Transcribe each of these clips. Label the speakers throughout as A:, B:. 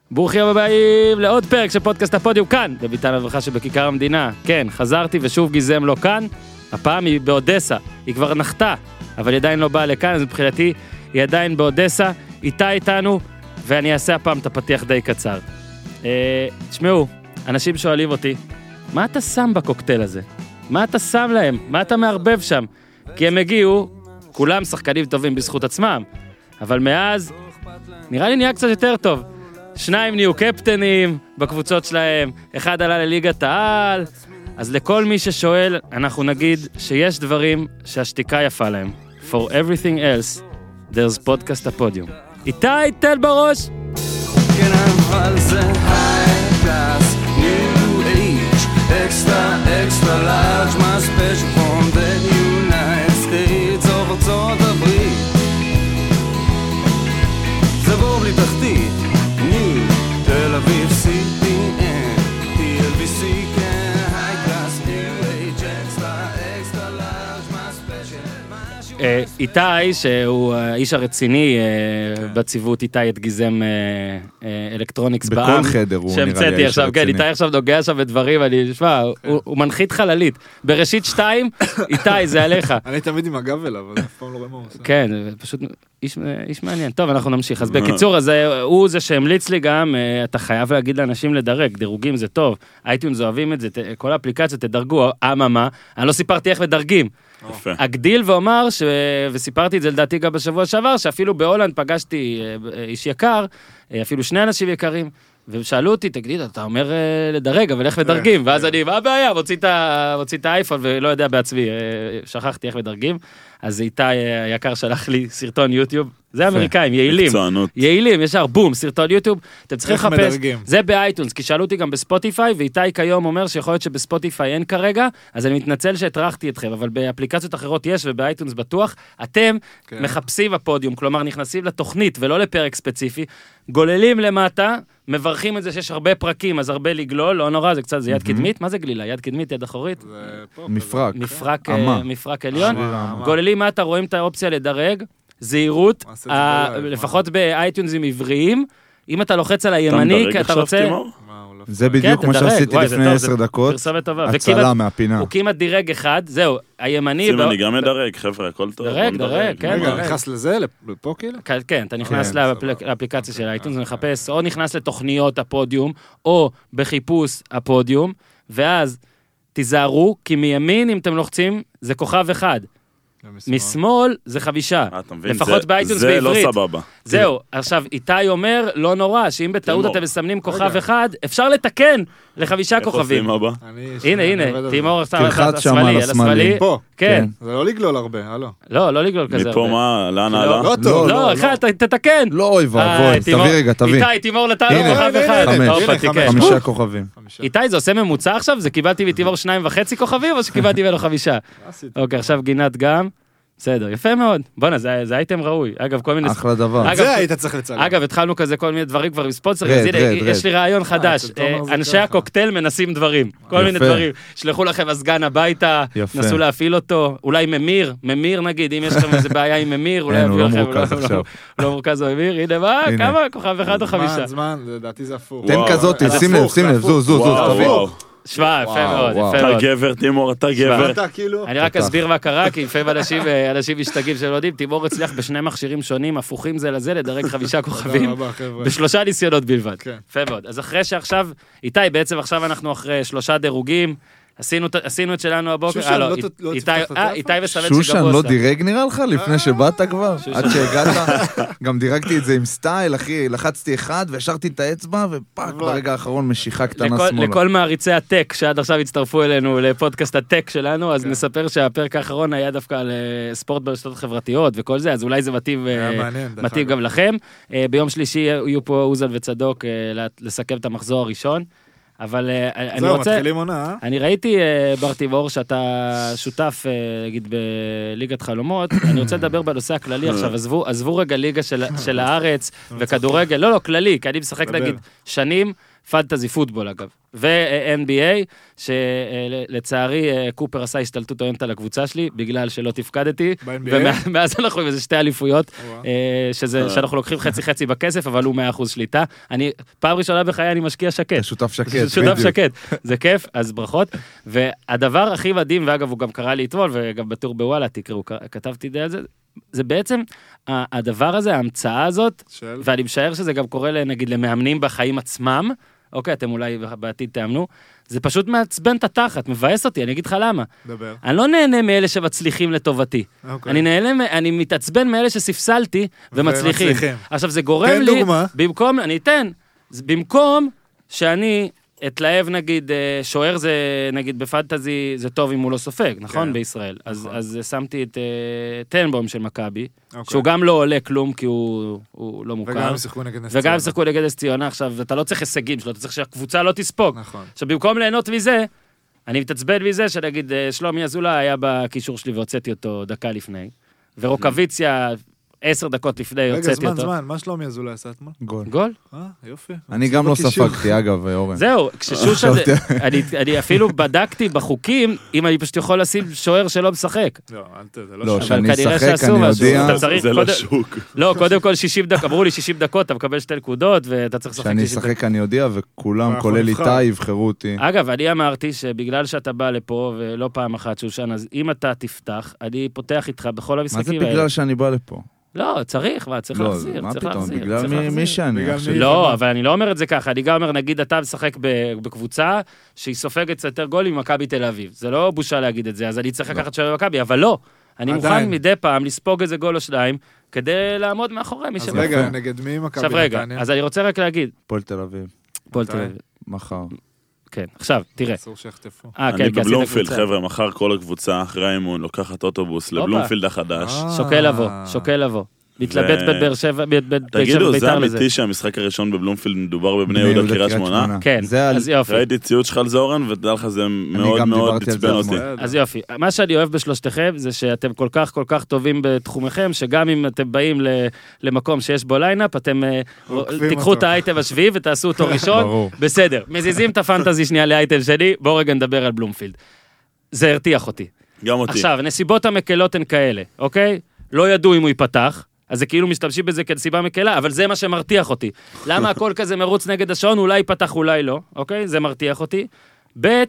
A: ברוכים הבאים לעוד פרק של פודקאסט הפודיום כאן, בביתן הברכה שבכיכר המדינה. כן, חזרתי ושוב גיזם לא כאן, הפעם היא באודסה, היא כבר נחתה, אבל היא עדיין לא באה לכאן, אז מבחינתי היא עדיין באודסה, איתה איתנו, ואני אעשה הפעם את הפתיח די קצר. תשמעו, אנשים שואלים אותי, מה אתה שם בקוקטייל הזה? מה אתה שם להם? מה אתה מערבב שם? כי הם הגיעו, כולם שחקנים טובים בזכות עצמם, אבל מאז נראה לי נהיה קצת יותר טוב. 2 נהיו קפטנים בקבוצות שלהם, 1 עלה לליגת העל, אז לכל מי ששואל, אנחנו נגיד שיש דברים שהשתיקה יפה להם. For everything else, there's podcast הפודיום. איתי, תל בראש!
B: כן, אבל זה high class, new age, extra, extra large, my special from the United States of ארצות הברית. זה בור בלי תחתית, new, תל אביב, CPN, TLBC, כן, high class, new age, extra, extra large, my special,
A: איתי, שהוא האיש הרציני בציוות, איתי את גיזם אלקטרוניקס בעם.
C: בכל חדר הוא נראה לי
A: שהמצאתי
C: האיש
A: עכשיו, כן,
C: הרציני.
A: איתי עכשיו נוגע שם בדברים, אני נשמע, הוא מנחית חללית. בראשית 2, איתי, זה עליך.
D: אני תמיד עם הגב אליו, אבל אף פעם לא רואה מה הוא עושה.
A: כן, פשוט איש מעניין. טוב, אנחנו נמשיך. אז בקיצור, אז הוא זה שהמליץ לי גם, אתה חייב להגיד לאנשים לדרג, דירוגים זה טוב, אייטיונס אוהבים את זה, כל האפליקציות תדרגו, אממה, אני לא סיפרתי איך מדרגים. אגדיל ואומר, וסיפרתי את זה לדעתי גם בשבוע שעבר, שאפילו בהולנד פגשתי איש יקר, אפילו 2 אנשים יקרים, ושאלו אותי, תגיד, אתה אומר לדרג, אבל איך מדרגים? ואז אני, מה הבעיה? מוציא את האייפון ולא יודע בעצמי, שכחתי איך מדרגים. אז איתי היקר שלח לי סרטון יוטיוב, זה אמריקאים, יעילים, יעילים, ישר בום, סרטון יוטיוב, אתם צריכים לחפש, זה באייטונס, כי שאלו אותי גם בספוטיפיי, ואיתי כיום אומר שיכול להיות שבספוטיפיי אין כרגע, אז אני מתנצל שהטרחתי אתכם, אבל באפליקציות אחרות יש, ובאייטונס בטוח, אתם מחפשים הפודיום, כלומר נכנסים לתוכנית ולא לפרק ספציפי, גוללים למטה, מברכים את זה שיש הרבה פרקים, אז הרבה לגלול, לא נורא, זה קצת, זה יד קדמית, מה זה גלילה? יד קדמית, יד אחורית? מפרק עליון. גוללים מטה, רואים את האופציה לדרג, זהירות, לפחות באייטיונזים עבריים, אם אתה לוחץ על הימני, כי אתה רוצה...
C: זה בדיוק מה שעשיתי לפני 10 דקות, הצלה מהפינה.
A: הוא כמעט דירג אחד, זהו, הימני...
E: שים, אני גם מדרג, חבר'ה, הכל טוב.
A: דרג, כן.
D: רגע, נכנס לזה, לפה כאילו?
A: כן, אתה נכנס לאפליקציה של האייטונס, ומחפש, או נכנס לתוכניות הפודיום, או בחיפוש הפודיום, ואז תיזהרו, כי מימין, אם אתם לוחצים, זה כוכב אחד. משמאל זה 5, לפחות באייטונס בעברית.
E: זה לא סבבה.
A: זהו, עכשיו איתי אומר, לא נורא, שאם בטעות אתם מסמנים כוכב אחד, אפשר לתקן ל5 כוכבים.
E: איך עושים הבא?
A: הנה, תימור
C: תלחץ שם על השמאלי.
D: פה,
A: כן.
D: זה לא לגלול הרבה, הלו.
A: לא לגלול כזה הרבה.
E: מפה מה? לאן הלאה?
D: לא טוב.
A: לא, אחד, תתקן.
C: לא, אוי ואבוי, תביא רגע, תביא.
A: איתי, תימור נתן לו כוכב אחד.
C: 5 כוכבים.
A: איתי, זה עושה ממוצע עכשיו? זה קיבלתי מתימור 2.5 כוכבים, או שקיבלתי ממנו 5? אוקיי, עכשיו גינת גם. בסדר, יפה מאוד. בוא'נה, זה אייטם ראוי. אגב, כל מיני...
C: אחלה דבר.
D: זה היית צריך לצלם.
A: אגב, התחלנו כזה כל מיני דברים כבר עם ספונסרים, אז הנה, יש לי רעיון חדש. אנשי הקוקטייל מנסים דברים. כל מיני דברים. שלחו לכם הסגן הביתה, נסו להפעיל אותו. אולי ממיר נגיד, אם יש לכם איזה בעיה עם ממיר, אולי יביאו לכם... לא מורכז ממיר, הנה מה? כמה? כוכב 1 או 5?
D: זמן, לדעתי זה הפוך.
C: תן כזאת, שים לב, זוז, תביא.
A: שווה, יפה מאוד, יפה מאוד.
E: אתה גבר, תימור, אתה גבר.
A: אני רק אסביר מה קרה, כי לפעמים אנשים משתגעים שלא יודעים, תימור הצליח ב2 מכשירים שונים, הפוכים זה לזה, לדרג 5 כוכבים, ב3 ניסיונות בלבד. יפה מאוד. אז אחרי שעכשיו, איתי, בעצם עכשיו אנחנו אחרי 3 דירוגים, עשינו את שלנו הבוקר.
D: שושן, לא
A: איתי וסבל
C: שושן לא דירג נראה לך לפני שבאת כבר? עד שהגעת, גם דירגתי את זה עם סטייל, אחי, לחצתי אחד והשארתי את האצבע ופאק ברגע האחרון משיכה קטנה שמאלה.
A: לכל מעריצי הטק שעד עכשיו הצטרפו אלינו לפודקאסט הטק שלנו, אז נספר שהפרק האחרון היה דווקא על ספורט ברשתות חברתיות וכל זה, אז אולי זה מתאים גם לכם. ביום שלישי יהיו פה אוזן וצדוק לסכם את המחזור הראשון. אבל אני רוצה...
D: מתחילים עונה,
A: אני ראיתי, בר תימור, שאתה שותף, נגיד, בליגת חלומות, אני רוצה לדבר בנושא הכללי עכשיו, עזבו רגע ליגה של הארץ וכדורגל, לא, כללי, כי אני משחק, נגיד, שנים, פנטזי פוטבול אגב, ו-NBA, שלצערי קופר עשה השתלטות עוינת על הקבוצה שלי, בגלל שלא תפקדתי, ומאז אנחנו עם איזה 2 אליפויות, שאנחנו לוקחים חצי בכסף, אבל הוא 100% שליטה. פעם ראשונה בחיי אני משקיע שקט.
C: שותף שקט.
A: שותף שקט, זה כיף, אז ברכות. והדבר הכי מדהים, ואגב הוא גם קרא לי אתמול, וגם בטור בוואלה, תקראו, כתבתי די על זה, זה בעצם הדבר הזה, ההמצאה הזאת, ואני משער שזה גם קורה נגיד למאמנים בחיים עצמם, אוקיי, אתם אולי בעתיד תאמנו, זה פשוט מעצבן את התחת, מבאס אותי, אני אגיד לך למה. דבר. אני לא נהנה מאלה שמצליחים לטובתי. אני מתעצבן מאלה שספסלתי ומצליחים. עכשיו זה גורם לי, במקום, אני אתן, במקום שאני אתלהב נגיד, שוער זה נגיד בפנטזי, זה טוב אם הוא לא סופג, נכון? בישראל. אז שמתי את טנבום של מכבי, שהוא גם לא עולה כלום כי הוא לא מוכר.
D: וגם
A: שיחקו נגד נס ציונה. עכשיו, אתה לא צריך הישגים שלו, אתה צריך שהקבוצה לא תספוג. עכשיו, במקום ליהנות מזה, אני מתעצבן מזה שנגיד שלומי אזולאי היה בקישור שלי והוצאתי אותו דקה לפני, ורוקוויציה 10 דקות לפני הוצאתי אותו.
D: רגע, זמן, מה שלומי אזולאי עשה אתמול?
A: גול?
D: יופי.
C: אני גם לא ספגתי, אגב, אורן.
A: זהו, כששוש הזה, אני אפילו בדקתי בחוקים, אם אני פשוט יכול לשים שוער שלא משחק.
C: לא, שאני אשחק, אני יודע.
E: זה לא שוק.
A: לא, קודם כל 60 דקות, אמרו לי 60 דקות, אתה מקבל 2 נקודות, ואתה צריך לשחק 60 דקות.
C: שאני אשחק, אני יודע, וכולם, כולל איתי, יבחרו אותי.
A: אגב, אני אמרתי שבגלל שאתה בא לפה, ולא פעם אחת שושן, אז אם אתה תפתח, אני פותח איתך בכל המשחקים האלה.
C: מה זה בגלל שאני בא לפה?
A: לא, צריך להחזיר.
C: מה פתאום, בגלל מי שאני.
A: לא, אבל אני לא אומר את זה ככה, אני גם אומר, נגיד, אתה משחק בקבוצה שהיא סופגת יותר גולים ממכבי תל אביב. זה לא בושה להגיד את זה, אז אני צריך לקחת שוער במכבי, אבל לא. אני מוכן מדי פעם לספוג איזה גול או 2, כדי לעמוד מאחורי מי שמוכן.
D: אז רגע, נגד מי מכבי נתניה?
A: עכשיו רגע, אז אני רוצה רק להגיד.
C: פועל תל אביב.
A: פועל תל אביב.
C: מחר.
A: כן, עכשיו, תראה.
D: אסור שיחטפו.
E: אני בבלומפילד, חבר'ה, מחר כל הקבוצה אחרי האימון לוקחת אוטובוס לבלומפילד החדש.
A: שוקל לבוא. מתלבט בבאר שבע,
E: תגידו, זה אמיתי שהמשחק הראשון בבלומפילד מדובר בבני יהודה קריית שמונה?
A: כן, אז יופי.
E: ראיתי ציוט שלך על זה אורן, ודע לך זה מאוד מאוד עצבן אותי.
A: אז יופי, מה שאני אוהב בשלושתכם, זה שאתם כל כך טובים בתחומכם, שגם אם אתם באים למקום שיש בו ליינאפ, אתם תיקחו את האייטם השביעי ותעשו אותו ראשון, בסדר. מזיזים את הפנטזי שנייה לאייטם שלי, בואו רגע נדבר על בלומפילד. זה הרתיח אותי.
E: גם אותי.
A: עכשיו, נסיבות המקלות הן כאלה, אוקיי? לא ידעו אם הוא ייפתח, אז זה כאילו משתמשים בזה כנסיבה מקלה, אבל זה מה שמרתיח אותי. למה הכל כזה מרוץ נגד השעון, אולי ייפתח, אולי לא, אוקיי? זה מרתיח אותי. ב',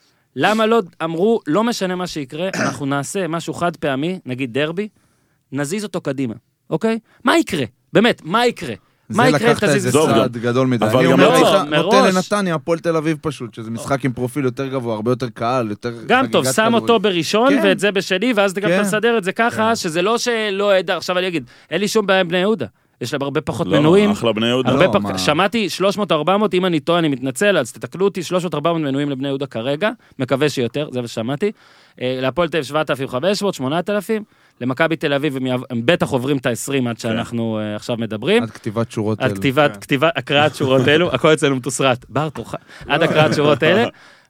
A: למה לא אמרו, לא משנה מה שיקרה, אנחנו נעשה משהו חד פעמי, נגיד דרבי, נזיז אותו קדימה, אוקיי? מה יקרה? באמת, מה יקרה?
C: זה לקחת איזה צעד גדול מדי. אני אומר לך, נותן לנתניה, הפועל תל אביב פשוט, שזה משחק עם פרופיל יותר גבוה, הרבה יותר קהל, יותר חגיגת כדורגל.
A: גם טוב, שם אותו בראשון, ואת זה בשני, ואז גם תסדר את זה ככה, שזה לא שלא ידע, עכשיו אני אגיד, אין לי שום בעיה עם בני יהודה. יש להם הרבה פחות מנויים.
E: לא, אחלה בני יהודה.
A: שמעתי 300-400, אם אני טועה, אני מתנצל, אז תתקלו אותי, 300-400 מנויים לבני יהודה כרגע, מקווה שיותר, זה ושמעתי. להפועל תל אביב 7,500, 8,000, למכבי תל אביב הם בטח עוברים את ה-20 עד שאנחנו עכשיו מדברים.
C: עד כתיבת שורות
A: אלו. עד הקראת שורות אלו, הכל אצלנו מתוסרט, בר תורך, עד הקראת שורות אלה,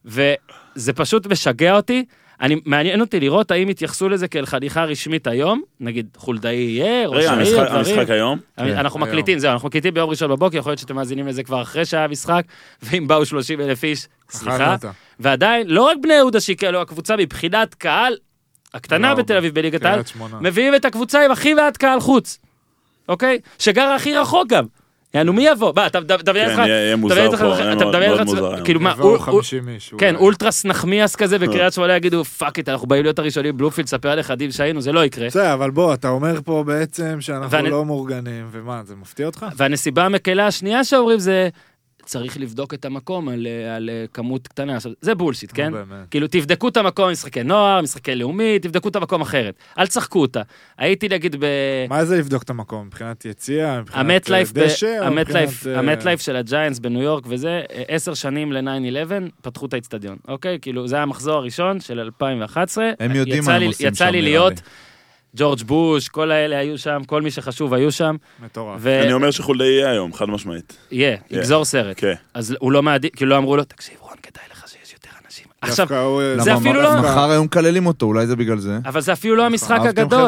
A: וזה פשוט משגע אותי, מעניין אותי לראות האם יתייחסו לזה כאל חניכה רשמית היום, נגיד חולדאי יהיה, ראש העיר, דברים.
E: המשחק היום?
A: אנחנו מקליטים, זהו, אנחנו מקליטים ביום ראשון בבוקר, יכול להיות שאתם מאזינים לזה כבר אחרי שעה המשחק, ואם באו 30,000 איש, סליחה, ועדיין, לא רק בני יהודה שיקלו, הקבוצה מבחינת קהל, הקטנה בתל אביב בליגת העל, מביאים את הקבוצה עם הכי מעט קהל חוץ, אוקיי? שגר הכי רחוק גם. יענו, מי יבוא? אתה מדמיין לך...
E: כן, יהיה מוזר פה, מאוד מוזר.
A: כאילו מה, כן, אולטרס נחמיאס כזה בקריית שמונה יגידו, פאק איט, אנחנו באים להיות הראשונים בלומפילד, ספר על אחד שהיינו, זה לא יקרה.
D: זה, אבל בוא, אתה אומר פה בעצם שאנחנו לא מאורגנים, ומה, זה מפתיע אותך?
A: והנסיבה המקלה השנייה שאומרים זה... צריך לבדוק את המקום על כמות קטנה. זה בולשיט, כן? כאילו, תבדקו את המקום, משחקי נוער, משחקי לאומי, תבדקו את המקום אחרת. אל תשחקו אותה. הייתי להגיד
D: מה זה לבדוק את המקום? מבחינת יציאה? מבחינת דשא?
A: המטלייף של הג'יינטס בניו יורק, וזה 10 שנים ל-9-11, פתחו את האצטדיון. אוקיי? כאילו, זה היה המחזור הראשון של 2011.
C: הם יודעים מה הם עושים שם.
A: יצא לי להיות... ג'ורג' בוש, כל האלה היו שם, כל מי שחשוב היו שם.
D: מטורף.
E: אני אומר שחולדאי יהיה היום, חד משמעית.
A: יהיה, יגזור סרט. אז הוא לא מעדיף, כי לא אמרו לו, תקשיב רון, כדאי לך שיש יותר אנשים. עכשיו, זה אפילו לא...
C: מחר היום מקללים אותו, אולי זה בגלל זה.
A: אבל זה אפילו לא המשחק הגדול.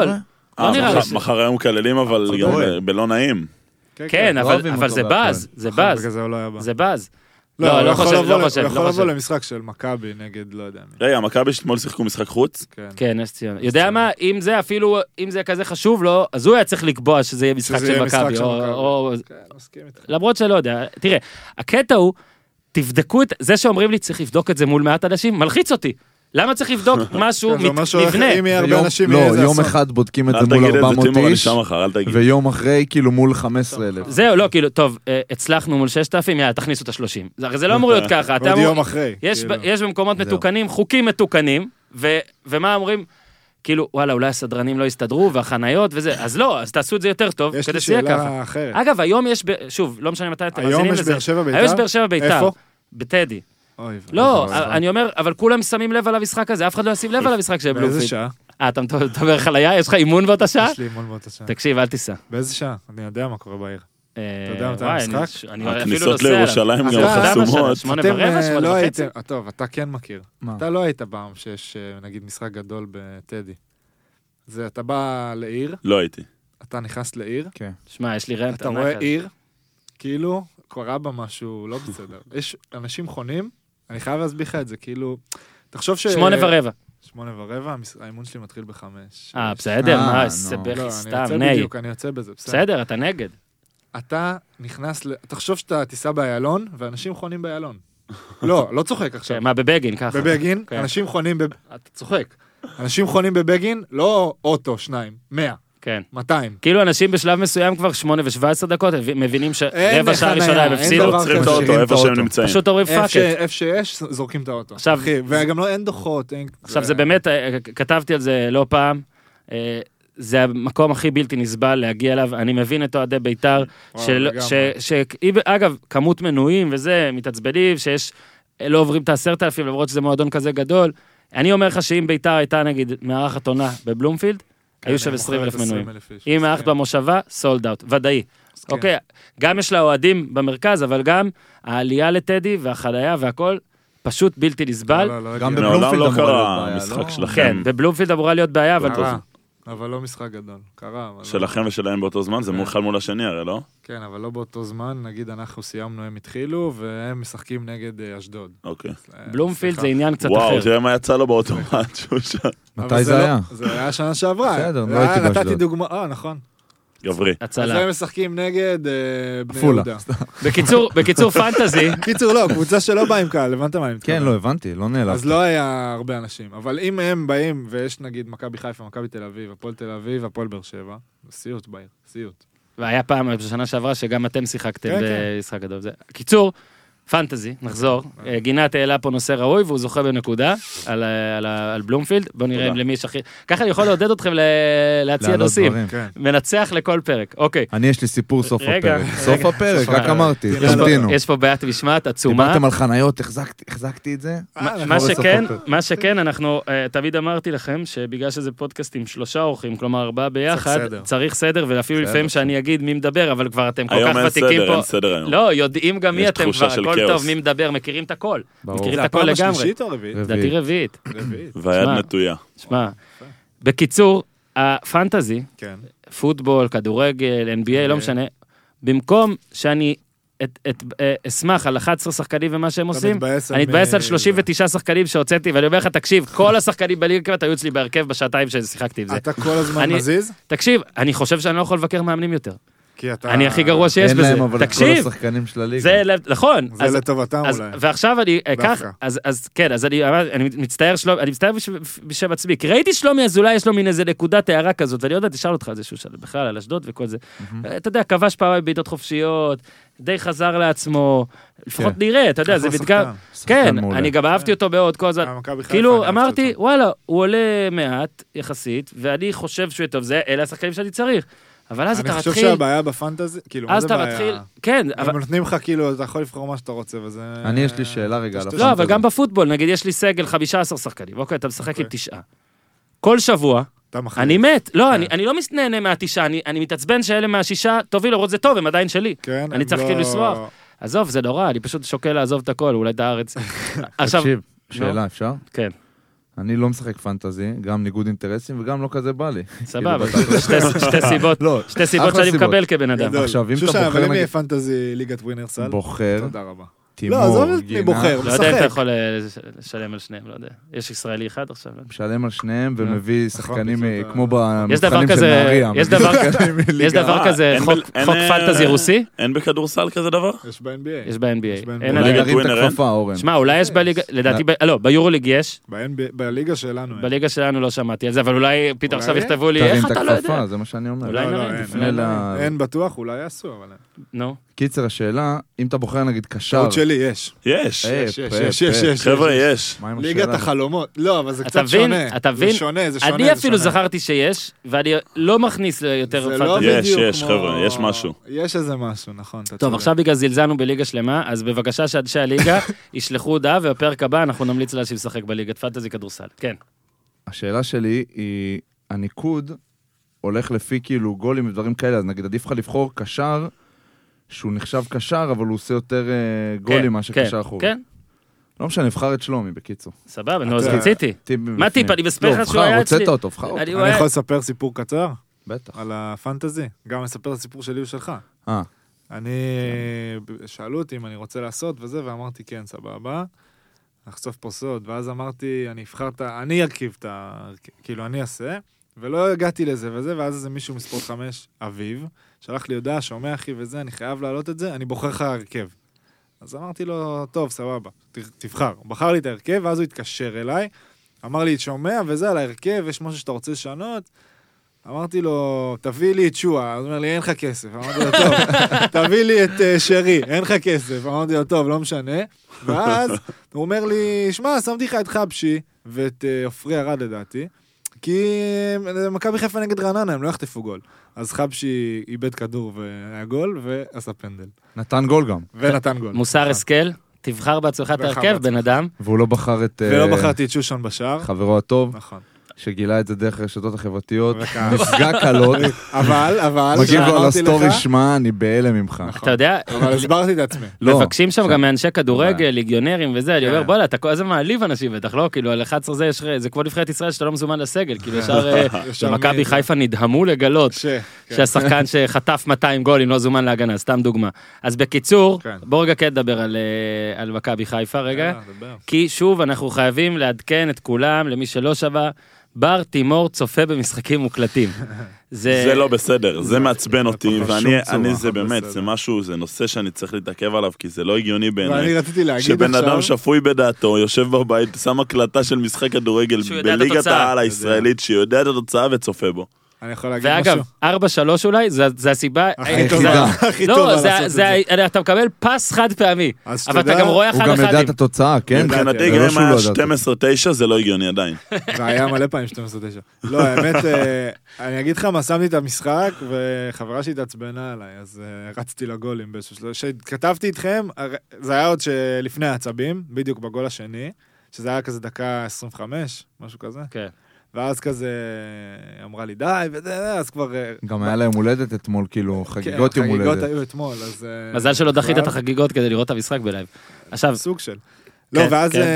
E: מחר היום מקללים, אבל בלא נעים.
A: כן, אבל זה בז, זה בז. זה בז. לא, לא חושב,
D: הוא
A: לא חושב.
D: יכול לבוא למשחק של מכבי נגד, לא יודע מי.
E: רגע, מכבי שאתמול שיחקו משחק חוץ?
A: כן, נס ציונה. יודע מה, אם זה אפילו, אם זה כזה חשוב לו, אז הוא היה צריך לקבוע שזה יהיה משחק של מכבי. למרות שלא יודע. תראה, הקטע הוא, תבדקו את זה שאומרים לי, צריך לבדוק את זה מול מעט אנשים, מלחיץ אותי. למה צריך לבדוק משהו מבנה?
D: אם יהיה הרבה אנשים,
C: לא, יום אחד בודקים את זה מול 400 איש, ויום אחרי כאילו מול 15,000.
A: זהו, לא, כאילו, טוב, הצלחנו מול 6,000, יאללה, תכניסו את ה-30. זה לא אמור להיות ככה.
D: עוד יום אחרי.
A: יש במקומות מתוקנים, חוקים מתוקנים, ומה אומרים? כאילו, וואלה, אולי הסדרנים לא יסתדרו, והחניות וזה, אז לא, אז תעשו את זה יותר טוב, כדי שיהיה ככה. אגב, היום יש, שוב, לא משנה מתי אתם מאזינים לזה. היום יש באר שבע ביתר.
D: איפה?
A: בטדי. לא, אני אומר, אבל כולם שמים לב על המשחק הזה, אף אחד לא ישים לב על המשחק של בלומפילד.
D: באיזה שעה?
A: אתה מדבר חליה? יש לך אימון באותה שעה?
D: יש לי אימון באותה שעה.
A: תקשיב, אל תיסע.
D: באיזה שעה? אני יודע מה קורה בעיר. אתה יודע מתי המשחק?
E: הכניסות לירושלים גם חסומות.
A: 8:15, 8:30.
D: טוב, אתה כן מכיר. אתה לא היית פעם שיש, נגיד, משחק גדול בטדי. זה, אתה בא לעיר.
E: לא הייתי.
D: אתה נכנס לעיר.
C: כן.
A: שמע, יש לי רנט.
D: אתה רואה עיר, כאילו, קורה בה משהו לא בסדר. יש אנשים חונים, אני חייב להסביר לך את זה, כאילו, תחשוב
A: 8:15.
D: 8:15, האימון שלי מתחיל ב5.
A: בסדר, מה, סבכי סתם, נאי.
D: אני יוצא בזה,
A: בסדר, אתה נגד.
D: אתה נכנס, תחשוב שאתה תיסע באיילון, ואנשים חונים באיילון. לא צוחק עכשיו.
A: מה, בבגין, ככה?
D: בבגין, אנשים חונים, אתה צוחק. אנשים חונים בבגין, לא אוטו, 2, 100.
A: כן.
D: 200.
A: כאילו אנשים בשלב מסוים כבר 8:17 מבינים שרבע שעה ראשונה הם הפסידו.
E: עוצרים את האוטו, איפה שהם נמצאים.
A: פשוט אומרים פאק את.
D: איפה שיש, זורקים את האוטו.
A: עכשיו,
D: וגם לא, אין דוחות.
A: עכשיו זה באמת, כתבתי על זה לא פעם, זה המקום הכי בלתי נסבל להגיע אליו, אני מבין את אוהדי בית"ר, אגב, כמות מנויים וזה, מתעצבנים, שיש, לא עוברים את 10,000, למרות שזה מועדון כזה גדול. אני אומר לך שאם בית"ר הייתה נגיד מארחת עונה בבלומפילד, היו שם 20,000 מנויים. אם מארחת במושבה, סולד אאוט, ודאי. אוקיי, גם יש לה אוהדים במרכז, אבל גם העלייה לטדי והחליה והכל, פשוט בלתי נסבל.
C: גם בבלומפילד
E: לא
C: אמורה
E: קרה
C: להיות
E: המשחק
C: בעיה,
E: שלכם.
A: כן, בבלומפילד אמורה להיות בעיה, אבל...
D: אבל לא משחק גדול. קרה.
E: שלכם ושלהם באותו זמן, זה אחד מול השני הרי, לא?
D: כן, אבל לא באותו זמן, נגיד אנחנו סיימנו, הם התחילו, והם משחקים נגד אשדוד.
E: אוקיי.
A: בלומפילד זה עניין קצת אחר.
E: וואו, תראה מה יצא לו באוטומט שהוא שם.
C: מתי זה היה?
D: זה היה שנה שעברה.
C: בסדר, לא הייתי באשדוד.
D: נתתי דוגמה, נכון.
E: גברי.
D: אז הם משחקים נגד בני
C: פולה.
D: יהודה.
A: בקיצור פנטזי.
D: קיצור לא, קבוצה שלא באה עם קהל, הבנת מה אני מתכוון.
C: כן, לא הבנתי, לא נעלבתי.
D: אז לא היה הרבה אנשים, אבל אם הם באים, ויש נגיד מכבי חיפה, מכבי תל אביב, הפועל תל אביב, הפועל באר שבע, סיוט בעיר, סיוט.
A: והיה פעם בשנה שעברה שגם אתם שיחקתם במשחק גדול. קיצור, פנטזי, נחזור. גינת העלה פה נושא ראוי, והוא זוכה בנקודה על בלומפילד. בואו נראה אם למי יש הכי... ככה אני יכול לעודד אתכם להציע נושאים. מנצח לכל פרק, אוקיי.
C: אני יש לי סיפור סוף הפרק. סוף הפרק, רק אמרתי, תמתינו.
A: יש פה בעיית משמעת עצומה.
C: דיברתם על חניות, החזקתי את זה.
A: מה שכן, אנחנו, תמיד אמרתי לכם, שבגלל שזה פודקאסט עם 3 אורחים, כלומר 4 ביחד, צריך סדר, ואפילו לפעמים שאני אגיד מי מדבר, אבל כבר אתם כל כך ותיקים פה. לא, יודעים גם מי אתם כבר, הכל טוב, מי מדבר, מכירים את הכל. מכירים את הכל לגמרי.
D: זה הפעם השלישית או רביעית?
A: לדעתי רביעית.
E: והיד נטויה.
A: שמע, בקיצור, הפנטזי, פוטבול, כדורגל, NBA, לא משנה, במקום שאני אשמח על 11 שחקנים ומה שהם עושים, אני אתבאס על 39 שחקנים שהוצאתי, ואני אומר לך, תקשיב, כל השחקנים בליגה היו אצלי בהרכב בשעתיים ששיחקתי עם זה.
D: אתה כל הזמן מזיז?
A: תקשיב, אני חושב שאני לא יכול לבקר מאמנים יותר. אני הכי גרוע שיש בזה.
C: אין להם אבל את כל השחקנים של הליגה.
A: זה, נכון.
D: זה לטובתם אולי.
A: ועכשיו אני אקח, אז כן, אז אני מצטער בשם עצמי, כי ראיתי שלומי אזולאי, יש לו מין איזה נקודת הערה כזאת, ואני יודע, תשאל אותך על זה שהוא שאל, בכלל על אשדוד וכל זה. אתה יודע, כבש פעמיים בעיטות חופשיות, די חזר לעצמו, לפחות נראה, אתה יודע, זה מתגר. כן, אני גם אהבתי אותו בעוד כל זה. כאילו, אמרתי, וואלה, הוא עולה מעט יחסית, ואני חושב שהוא טוב, אלה השחקנים שאני צריך. אבל אז אתה מתחיל...
D: אני חושב שהבעיה בפנטזי, כאילו, מה זה בעיה?
A: אז אתה מתחיל, כן.
D: הם נותנים לך, כאילו, אתה יכול לבחור מה שאתה רוצה, וזה...
C: אני יש לי שאלה רגע.
A: לא, אבל גם בפוטבול, נגיד, יש לי סגל 15 שחקנים, אוקיי, אתה משחק עם 9. כל שבוע, אני מת. לא, אני לא נהנה מה9, אני מתעצבן שאלה מה6, טובי לראות זה טוב, הם עדיין שלי. אני צריך כאילו לסלוח. עזוב, זה נורא, אני פשוט שוקל לעזוב את הכל, אולי את הארץ.
C: תקשיב, שאלה, אפשר?
A: כן.
C: אני לא משחק פנטזי, גם ניגוד אינטרסים, וגם לא כזה בא לי.
A: סבבה, שתי סיבות שאני מקבל כבן אדם.
C: עכשיו, אם אתה
D: בוחר...
C: בוחר...
D: אבל אם יהיה פנטזי ליגת ווינרסל,
C: בוחר...
D: תודה רבה.
C: תימור,
D: לא, עזוב את מי
C: גינת.
D: בוחר,
A: לא יודע אם אתה
D: משחק.
A: יכול לשלם על שניהם, לא יודע. יש ישראלי אחד עכשיו. לא?
C: משלם על שניהם ומביא שחקנים
D: בדיוק.
C: כמו
A: יש דבר
C: במבחנים של
A: כזה,
C: נהריה.
A: יש דבר כזה,
E: אין
A: חוק
E: אין,
A: פנטזי רוסי,
E: אין בכדורסל כזה דבר?
D: יש ב-NBA.
A: יש ב-NBA.
D: ב-NBA.
A: אין
E: אולי
A: עדיין.
C: להרים את
E: ווינר אין?
C: הכפפה, אורן.
A: שמע, אולי יש בליגה, לדעתי, לא, ביורוליג יש,
D: בליגה שלנו. אין.
A: בליגה שלנו לא שמעתי על זה, אבל אולי פתאום
D: אולי
A: עכשיו
D: אין?
A: יכתבו לי,
C: תרים
A: איך
C: את
A: אתה לא יודע?
C: הכפפה, זה מה שאני אומר.
A: אולי
D: לא,
A: נרים,
D: אין,
C: תפנה
D: אין,
C: ל-
D: אין בטוח, אולי יעשו, אבל אין.
A: נו.
C: קיצר, השאלה, אם אתה בוחר נגיד קשר...
D: טעות שלי, יש.
E: יש.
D: יש.
E: חבר'ה, יש.
C: מה עם
D: ליגת
C: השאלה?
D: החלומות. לא, אבל זה
A: אתה
D: קצת
A: מבין?
D: שונה.
A: אתה מבין?
D: זה שונה, זה שונה.
A: אני
D: זה
A: אפילו
D: שונה.
A: זכרתי שיש, ואני לא מכניס יותר
D: זה לא
A: פנטזי.
E: יש,
D: בדיוק
E: יש,
D: כמו-
E: חבר'ה, יש משהו.
D: יש איזה משהו, נכון. אתה
A: טוב,
D: צודק.
A: עכשיו בגלל זלזלנו בליגה שלמה, אז בבקשה שאנשי הליגה ישלחו הודעה, ובפרק הבא אנחנו נמליץ לאנשים לשחק בליגת פנטזי כדורסל. כן.
C: השאלה שלי היא, הניקוד הולך לפי כאילו גולים ודברים כאלה, אז נגיד עדיף לך לבחור קשר, שהוא נחשב קשר, אבל הוא עושה יותר גולים מאשר
A: כן,
C: קשר אחורי.
A: כן,
C: לא משנה, נבחר את שלומי, בקיצור.
A: סבבה, נו, אז
D: אתה-
A: רציתי.
C: טיפ
A: מה
C: בפנים.
A: טיפ? אני מספר לך
C: לא,
A: שהוא היה
C: בחר,
A: אצלי.
C: הוצאת אותו, בחר אותו.
A: הוא
D: אני
A: היה-
D: יכול לספר סיפור קצר
C: בטח.
D: על הפנטזי? גם לספר את הסיפור שלי ושלך. אני, שאלו אותי אם אני רוצה לעשות וזה, ואמרתי כן, סבבה. נחשוף פה סוד, ואז אמרתי, אני אבחר אני ארכיב כאילו אני אעשה, ולא הגעתי לזה וזה, ואז איזה מישהו מספורט 5, אביב, שלח לי הודעה, שומע אחי וזה, אני חייב להעלות את זה, אני בוחר לך הרכב. אז אמרתי לו, טוב, סבבה, תבחר. הוא בחר לי את ההרכב, ואז הוא התקשר אליי, אמר לי, שומע וזה, על ההרכב, יש משהו שאתה רוצה לשנות? אמרתי לו, תביא לי את שואה, אז הוא אומר לי, אין לך כסף. אמרתי לו, טוב, תביא לי את שרי, אין לך כסף. אמרתי לו, טוב, לא משנה. ואז הוא אומר לי, שמע, שמתי לך את חבשי ואת עופרי ארד לדעתי, כי מכבי חיפה נגד רעננה, הם לא יחטפו גול. אז חבשי איבד כדור והיה גול, ועשה פנדל.
C: נתן גול גם.
D: ונתן גול.
A: מוסר השכל, תבחר בעצמך את
D: בחר
A: ההרכב,
D: בעצמך.
A: בן אדם.
C: והוא לא בחר את
D: ולא בחרתי את שושן בשער.
C: חברו הטוב,
D: נכון.
C: שגילה את זה דרך הרשתות החברתיות.
D: וכך.
C: נפגע קלות.
D: אבל,
C: מגיב לו על
D: שאמרתי
C: הסטורי,
D: לך-
C: שמע, אני בהלם ממך.
A: אתה יודע,
D: אבל הסברתי את עצמי.
C: לא.
A: מבקשים שם גם מאנשי כדורגל, ליגיונרים וזה, אני אומר,
D: כן.
A: בוא'לה, אתה כל הזמן מעליב אנשים בטח, לא? כאילו, על 11 זה כמו נבחרת ישראל שאתה לא מזומן לסגל, כאילו, ישר מכבי חיפה נדהמו לגלות
D: כן.
A: שהשחקן שחטף 200 גולים לא זומן להגנה, סתם דוגמה. אז בקיצור,
D: כן.
A: בוא רגע כן נדבר על מכבי חיפה רגע,
D: דבר.
A: כי שוב, אנחנו חייבים לעדכן את כולם, למי שלא שווה, בר תימור צופה במשחקים מוקלטים.
E: זה לא בסדר, זה מעצבן אותי,
D: פחות
E: ואני
D: שום צורה,
E: זה באמת,
D: בסדר.
E: זה משהו, זה נושא שאני צריך להתעכב עליו, כי זה לא הגיוני
D: ואני
E: בעיניי.
D: רציתי להגיד
E: שבן
D: עכשיו...
E: אדם שפוי בדעתו, יושב בבית, שם הקלטה של משחק כדורגל
A: שהוא יודע את
E: בליגת
A: התוצאה.
E: העל הישראלית, שיודע את התוצאה וצופה בו.
D: אני יכול להגיד
A: ואגב,
D: משהו.
A: 4-3 אולי, זה הסיבה...
D: הכי טובה, הכי טובה
A: לא,
D: לעשות את זה.
A: אתה מקבל פס חד פעמי,
D: אז
A: אבל אתה
D: שתדע,
A: גם רואה
C: הוא
A: אחד
C: גם ידע את
A: אחדים.
C: התוצאה, כן?
E: מבחינתי
C: זה
E: גם
C: לא
E: אם
C: שהוא
E: היה
C: לא ידע.
E: 12-9 זה לא הגיוני עדיין.
D: זה היה מלא פעמים 12-9. לא, האמת, אני אגיד לך מה, שמתי את המשחק, וחברה שלי התעצבנה עליי, אז רצתי לגולים באיזשהו שלב. כשכתבתי איתכם, זה היה עוד שלפני העצבים, בדיוק בגול השני, שזה היה כזה דקה 25, משהו כזה.
A: כן.
D: ואז כזה אמרה לי די, וזה, אז כבר...
C: גם היה להם הולדת אתמול, כאילו, חגיגות
D: כן,
C: יום
D: חגיגות
C: הולדת.
D: היו אתמול, אז...
A: מזל שלא דחית
D: כבר-
A: את החגיגות כדי לראות את המשחק בלייב. עכשיו,
D: סוג של. לא, ואז
A: כן,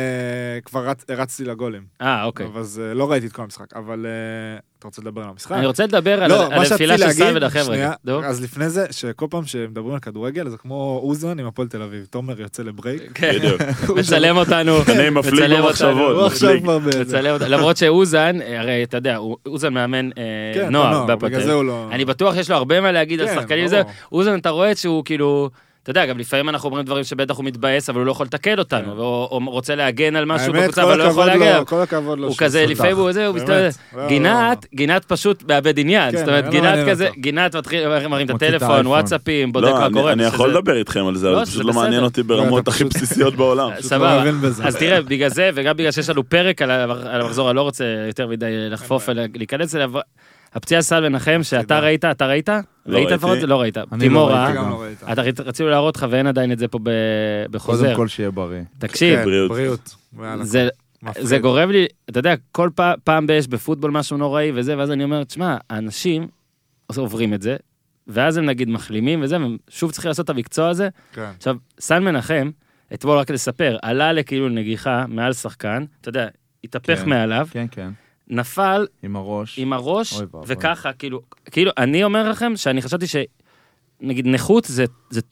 D: כבר רצתי לגולים.
A: אוקיי.
D: אז לא ראיתי את כל המשחק, אבל אתה רוצה לדבר על המשחק?
A: אני רוצה לדבר
D: לא,
A: על
D: מה שרציתי
A: הנפילה של
D: להגיד,
A: סל ודחב רגע.
D: שנייה,
A: נו.
D: אז לפני זה, שכל פעם שמדברים על כדורגל, זה כמו אוזן עם הפועל תל אביב. תומר יוצא לברייק.
A: כן,
E: בדיוק.
A: מצלם אותנו.
E: אני מפליג
A: מצלם אותנו.
E: במחשבות,
D: הוא עכשיו
E: מפליג.
D: כבר באיזה.
A: מצלם אותנו. למרות שאוזן, הרי אתה יודע, אוזן מאמן
D: כן,
A: נוער
D: בגלל
A: בפטל.
D: זה הוא לא...
A: אני בטוח יש לו הרבה מה להגיד על
D: כן,
A: שחקנים וזה.
D: ברור.
A: אוזן, אתה רואה שהוא כאילו... אתה יודע, גם לפעמים אנחנו אומרים דברים שבטח הוא מתבאס, אבל הוא לא יכול לתקן אותנו, או רוצה להגן על משהו
D: האמת,
A: בקבוצה, אבל לא יכול להגן.
D: כל הכבוד לו.
A: הוא
D: שהוא
A: כזה,
D: סודר.
A: לפעמים הוא זה, הוא
D: באמת.
A: מסתובב.
D: לא,
A: גינת פשוט מאבד עניין.
D: כן,
A: זאת אומרת,
D: לא
A: גינת
D: מעניין
A: כזה,
D: אותו.
A: גינת מתחיל, מרים את
C: מוציא את
A: הטלפון,
C: האייפון.
A: וואטסאפים, בודק
E: לא,
A: מה קורה.
E: אני יכול
A: שזה-
E: לדבר איתכם על זה,
A: לא,
E: אבל
A: שזה
E: פשוט לא
A: בסדר.
E: מעניין אותי ברמות
D: אתה
E: הכי
D: פשוט-
E: בסיסיות בעולם.
D: לא
A: סבבה.
D: מבין בזה.
A: אז תראה, בגלל זה, וגם בגלל שיש לנו פרק על המחזור, אני לא רוצה יותר מדי לחפוף ולהיכנס אליו. הפציעה סל מנחם, שאתה ראית? אתה ראית? ראית
E: ראיתי.
A: לפחות? לא ראית.
C: אני
A: תימור
C: לא
A: ראה.
C: ראיתי
D: גם לא ראית.
A: רצינו להראות לך ואין עדיין את זה פה בחוזר.
C: קודם כל שיהיה בריא.
A: תקשיב,
D: כן,
E: בריאות.
D: בריאות. יאללה,
A: זה
D: מפחיד.
A: גורם לי, אתה יודע, כל פעם יש בפוטבול משהו נוראי וזה, ואז אני אומר, תשמע, האנשים עוברים את זה, ואז הם נגיד מחלימים וזה, והם שוב צריכים לעשות את המקצוע הזה.
D: כן.
A: עכשיו, סל מנחם, אתמול רק לספר, עלה לכאילו נגיחה מעל שחקן, אתה יודע, התהפך
C: כן.
A: מעליו,
C: כן, כן.
A: נפל
C: עם הראש.
A: עם הראש,
C: אוי ואבוי.
A: וככה, כאילו, אני אומר לכם שאני חשבתי שנגיד נכות זה טוב.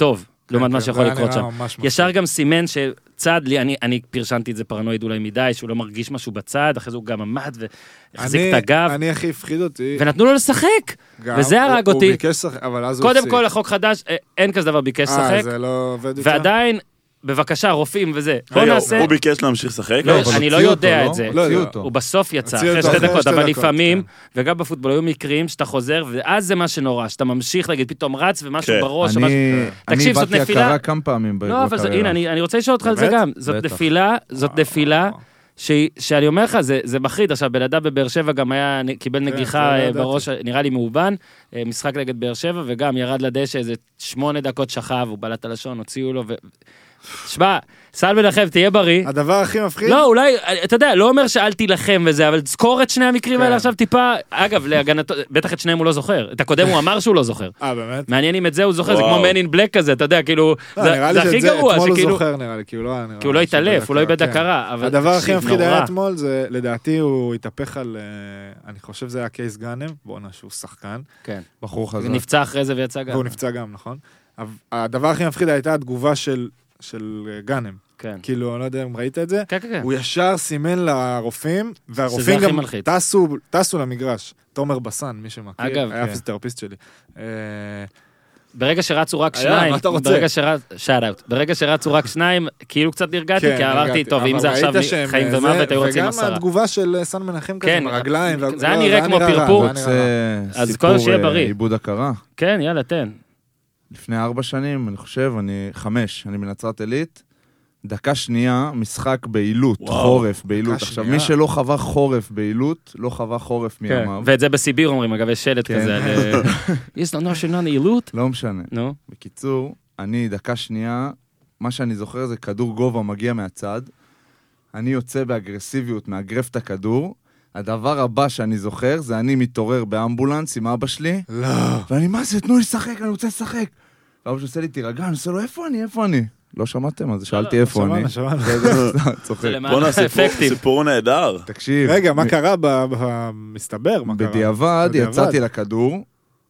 A: לעומת מה שיכול
D: זה
A: לקרות
D: היה
A: שם.
D: ממש
A: ישר גם סימן שצד לי, אני פרשנתי את זה פרנואיד אולי מדי, שהוא לא מרגיש משהו בצד, אחרי זה הוא גם עמד והחזיק את הגב,
D: אני הכי הפחיד אותי.
A: ונתנו לו לשחק,
D: גם,
A: וזה הרג
D: הוא
A: אותי.
D: ביקש לשחק, אבל אז הוא
A: קודם
D: הפסיק.
A: כל, החוק חדש, אין כזה דבר ביקש לשחק,
D: זה לא עובד איתה?
A: ועדיין, בבקשה, רופאים וזה. בוא
E: רגע,
A: נעשה...
E: הוא ביקש להמשיך לשחק?
A: לא,
C: אבל
A: אני לא
C: הוציאו אותו,
A: יודע
C: לא?
A: את זה.
C: הוציאו
D: לא,
C: אותו.
A: הוא בסוף יצא,
D: הוציאו
A: אחרי
D: אותו
A: 2
D: אחרי
A: דקות,
D: 2
A: אבל
D: דקות,
A: לפעמים,
D: כן.
A: וגם בפוטבול היו מקרים שאתה חוזר, ואז זה מה שנורא, שאתה ממשיך להגיד, פתאום רץ ומשהו
E: כן.
A: בראש,
C: אני
A: תקשיב, זאת
C: איבדתי
A: נפילה.
C: הכרה כמה פעמים
A: לא, אבל
C: בקריירה.
A: הנה, אני רוצה לשאול אותך על זה
D: באמת?
A: גם. זאת
C: בטח.
A: נפילה, שאני אומר לך, זה מחריד. עכשיו, בן אדם בבאר שבע גם קיבל נגיחה
D: זה לא
A: בראש, נראה לי מאובן, משחק נגד באר שבע, וגם ירד לדשא איזה 8 דקות שכב, הוא בלט הלשון, הוציאו לו, תשמע, סל מנחם, תהיה בריא.
D: הדבר הכי מפחיד?
A: לא, אולי, אתה יודע, לא אומר שאל תילחם וזה, אבל תזכור את שני המקרים
D: כן.
A: האלה עכשיו טיפה, אגב, להגנתו, בטח את שניהם הוא לא זוכר, את הקודם הוא אמר שהוא לא זוכר.
D: באמת?
A: מעניין אם את זה הוא זוכר, זה
E: וואו.
A: כמו Man in Black כזה, אתה יודע, כאילו,
D: נראה
A: זה
D: לי
A: הכי
D: שאת זה
A: גרוע,
D: אתמול הוא
A: שכאילו,
D: זוכר נראה לי, כי הוא לא...
A: כי הוא לא התעלף, הוא לא איבד הכרה, אבל
D: הדבר הכי
A: תקשיב,
D: מפחיד היה
A: נורא.
D: אתמול, זה לדעתי הוא התהפך על... אני חושב זה היה קייס גאנם, בואנה שהוא שחקן,
A: כן.
C: בחור חזק.
A: הוא נפצע אחרי זה ויצא גם.
D: והוא נפצע גם, נכון? אבל הדבר הכי מפחיד הייתה התגובה של גאנם.
A: כן.
D: כאילו, אני לא יודע אם ראית את זה,
A: כן, כן, כן.
D: הוא ישר סימן לרופאים,
A: שזה
D: והרופאים
A: הכי
D: גם
A: מלחיץ.
D: טסו למגרש. תומר בסן, מי שמכיר,
A: אגב,
D: היה
C: כן.
D: הפיזיותרפיסט שלי.
A: ברגע שרצו רק
D: היה,
A: שניים,
D: מה אתה רוצה?
A: ברגע שרצו רק שניים, כאילו קצת נרגעתי,
D: כן,
A: כי אמרתי,
D: הרגעתי.
A: טוב, אם
D: אבל
A: זה עכשיו
D: ראית שהם
A: חיים
D: זה,
A: ומוות, היו רוצים
D: וגם
A: 10.
D: התגובה של סן מנחם כזה,
A: כן,
D: עם הרגליים.
A: זה היה נראה כמו פרפור.
D: רע, זה היה נראה רע.
A: אז
C: סיפור
A: כל שיהיה בריא.
C: עיבוד הכרה.
A: כן, יאללה, תן.
C: לפני 4 שנים, אני חושב, 5, אני מנצרת עילית, דקה שנייה, משחק בעילות,
E: וואו,
C: חורף בעילות.
D: דקה
C: עכשיו,
D: שנייה.
C: מי שלא חווה חורף בעילות, לא חווה חורף
A: כן.
C: מימיו.
A: ואת זה בסיביר אומרים, אגב, יש שלט
C: כן.
A: כזה. יש לנו שנון עילות?
C: לא משנה.
A: נו.
C: בקיצור, אני דקה שנייה, מה שאני זוכר זה כדור גובה מגיע מהצד, אני יוצא באגרסיביות, מאגרף את הכדור, הדבר הבא שאני זוכר זה אני מתעורר באמבולנס עם אבא שלי,
D: לא.
C: ואני, מה זה, תנו לי לשחק, אני רוצה לשחק. ואבא שלי עושה לי, תירגע, אני עושה לו, איפה אני? לא שמעתם? אז שאלתי איפה אני.
D: שמענו.
C: צוחק.
A: זה
E: בוא
A: למען
E: נעשה
A: האפקטים.
E: סיפור נהדר.
C: תקשיב.
D: רגע, מה קרה מסתבר? מה קרה?
C: בדיעבד
D: בדיעבד.
C: יצאתי לכדור,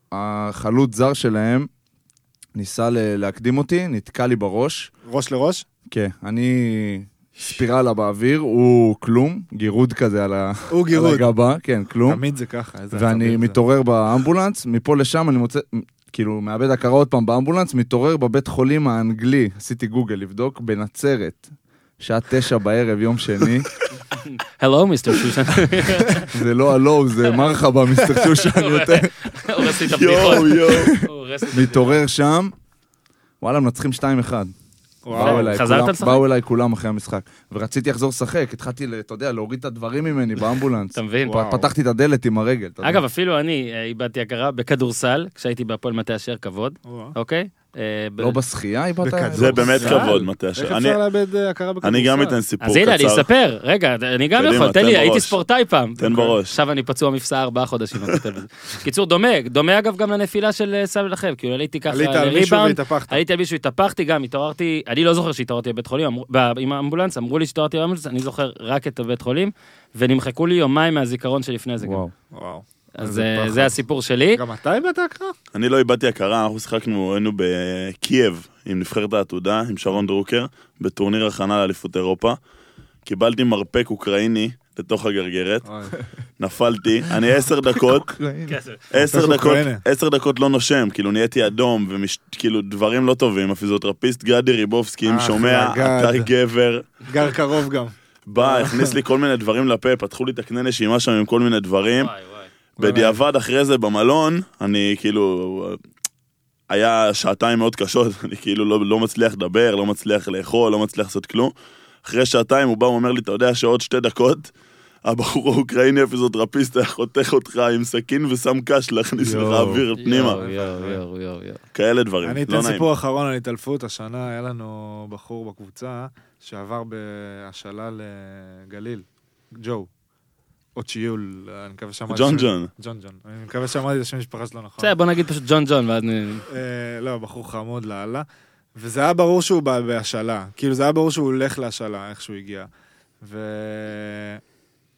C: החלוץ זר שלהם ניסה להקדים אותי, נתקע לי בראש.
D: ראש לראש?
C: כן, אני ספירלה באוויר, הוא כלום, גירוד כזה על
D: הוא גירוד.
C: הגבה, כן, כלום.
D: תמיד זה ככה. איזה
C: ואני
D: עצבים זה.
C: מתעורר באמבולנס, מפה לשם אני מוצא, כאילו, מאבד הכרה עוד פעם באמבולנס, מתעורר בבית חולים האנגלי, עשיתי גוגל לבדוק, בנצרת, שעה 9 בערב, יום שני,
A: הלו, מיסטר שושן.
C: זה לא הלו, זה מרחבה, מיסטר שושן יותר,
A: הורס לי את הבדיחות.
E: יואו.
A: הורס לי את הבדיחות.
C: מתעורר שם, וואלה, מנצחים 2-1.
D: וואו.
A: חזרת לשחק?
C: באו אליי כולם אחרי המשחק, ורציתי לחזור לשחק, התחלתי, אתה יודע, להוריד את הדברים ממני באמבולנס.
A: אתה מבין?
D: וואו.
C: פתחתי את הדלת עם הרגל. אתה יודע.
A: אגב, אפילו אני איבדתי הכרה בכדורסל, כשהייתי בהפועל מטה אשר, כבוד,
D: וואו.
A: אוקיי?
C: לא בשחייה איבדת?
D: בכדורסל.
E: זה באמת
A: בכדורסל.
E: כבוד, מטה
D: איך
E: אשר.
D: אפשר לאבד הכרה בכדורסל?
E: אני גם אתן סיפור
A: אז הנה, אני
E: קצר.
A: אספר. רגע, אני גם
E: קדימה,
A: יכול, תן
E: תן
A: לי, הייתי
E: בראש.
A: ספורטאי פעם.
E: תן בראש.
A: עכשיו אני פצוע מפסע 4 חודשים. אני כותב את זה. קיצור, דומה אגב גם לנפילה של סל מנחם, כאילו עליתי ככה
D: עלית על מישהו
A: לריבאונד,
D: והתהפכת.
A: עליתי על מישהו, התהפכתי גם, התעוררתי, אני לא זוכר שהתעוררתי בבית חולים, עם האמבולנס, אמרו לי שהתעוררתי באמבולנס, אני זוכר רק את הבית חולים, ונמחקו לי יומיים מהזיכרון שלפני זה גם.
C: וואו.
D: וואו.
A: אז
D: איזה פחד.
A: זה הסיפור שלי.
D: גם אתה איבדת הכרה?
E: אני לא איבדתי הכרה, אנחנו שיחקנו, היינו בקייב עם נבחרת העתודה, עם שרון דרוקר, בטורניר הכנה לאליפות אירופה. קיבלתי מרפק אוקראיני לתוך הגרגרת,
D: אוי.
E: נפלתי, אני 10 דקות, 10 דקות לא נושם, כאילו נהייתי אדום, וכאילו דברים לא טובים, הפיזיותרפיסט גדי ריבובסקי, אם שומע,
D: גד.
E: אתה גבר,
D: גר קרוב גם.
E: בא, הכניס לי כל מיני דברים לפה, פתחו לי את הקנה נשימה שם עם כל מיני דברים,
A: וואי, וואי.
E: בדיעבד אחרי זה במלון, אני כאילו, היה 2 שעות מאוד קשות, אני כאילו לא מצליח לדבר, לא מצליח לאכול, לא מצליח לעשות כלום. אחרי 2 שעות הוא בא ואומר לי, אתה יודע שעוד 2 דקות, הבחור האוקראיני הפיזיותרפיסט היה חותך אותך עם סכין ושם קש להכניס לך אוויר פנימה.
A: יואו.
E: כאלה דברים,
D: אני
E: לא
D: אתן
E: נעים.
D: סיפור אחרון על התעלפות. השנה היה לנו בחור בקבוצה שעבר בהשאלה לגליל, ג'ו. או צ'יול, אני מקווה שאמרתי...
E: ג'ון.
D: ג'ון. אני מקווה שאמרתי את השם משפחה שלו נכון.
A: בסדר, בוא נגיד פשוט ג'ון, ואז
D: לא, בחור חמוד לאללה. וזה היה ברור שהוא בא בהשאלה. כאילו זה היה ברור שהוא הולך להשאלה, איך שהוא הגיע.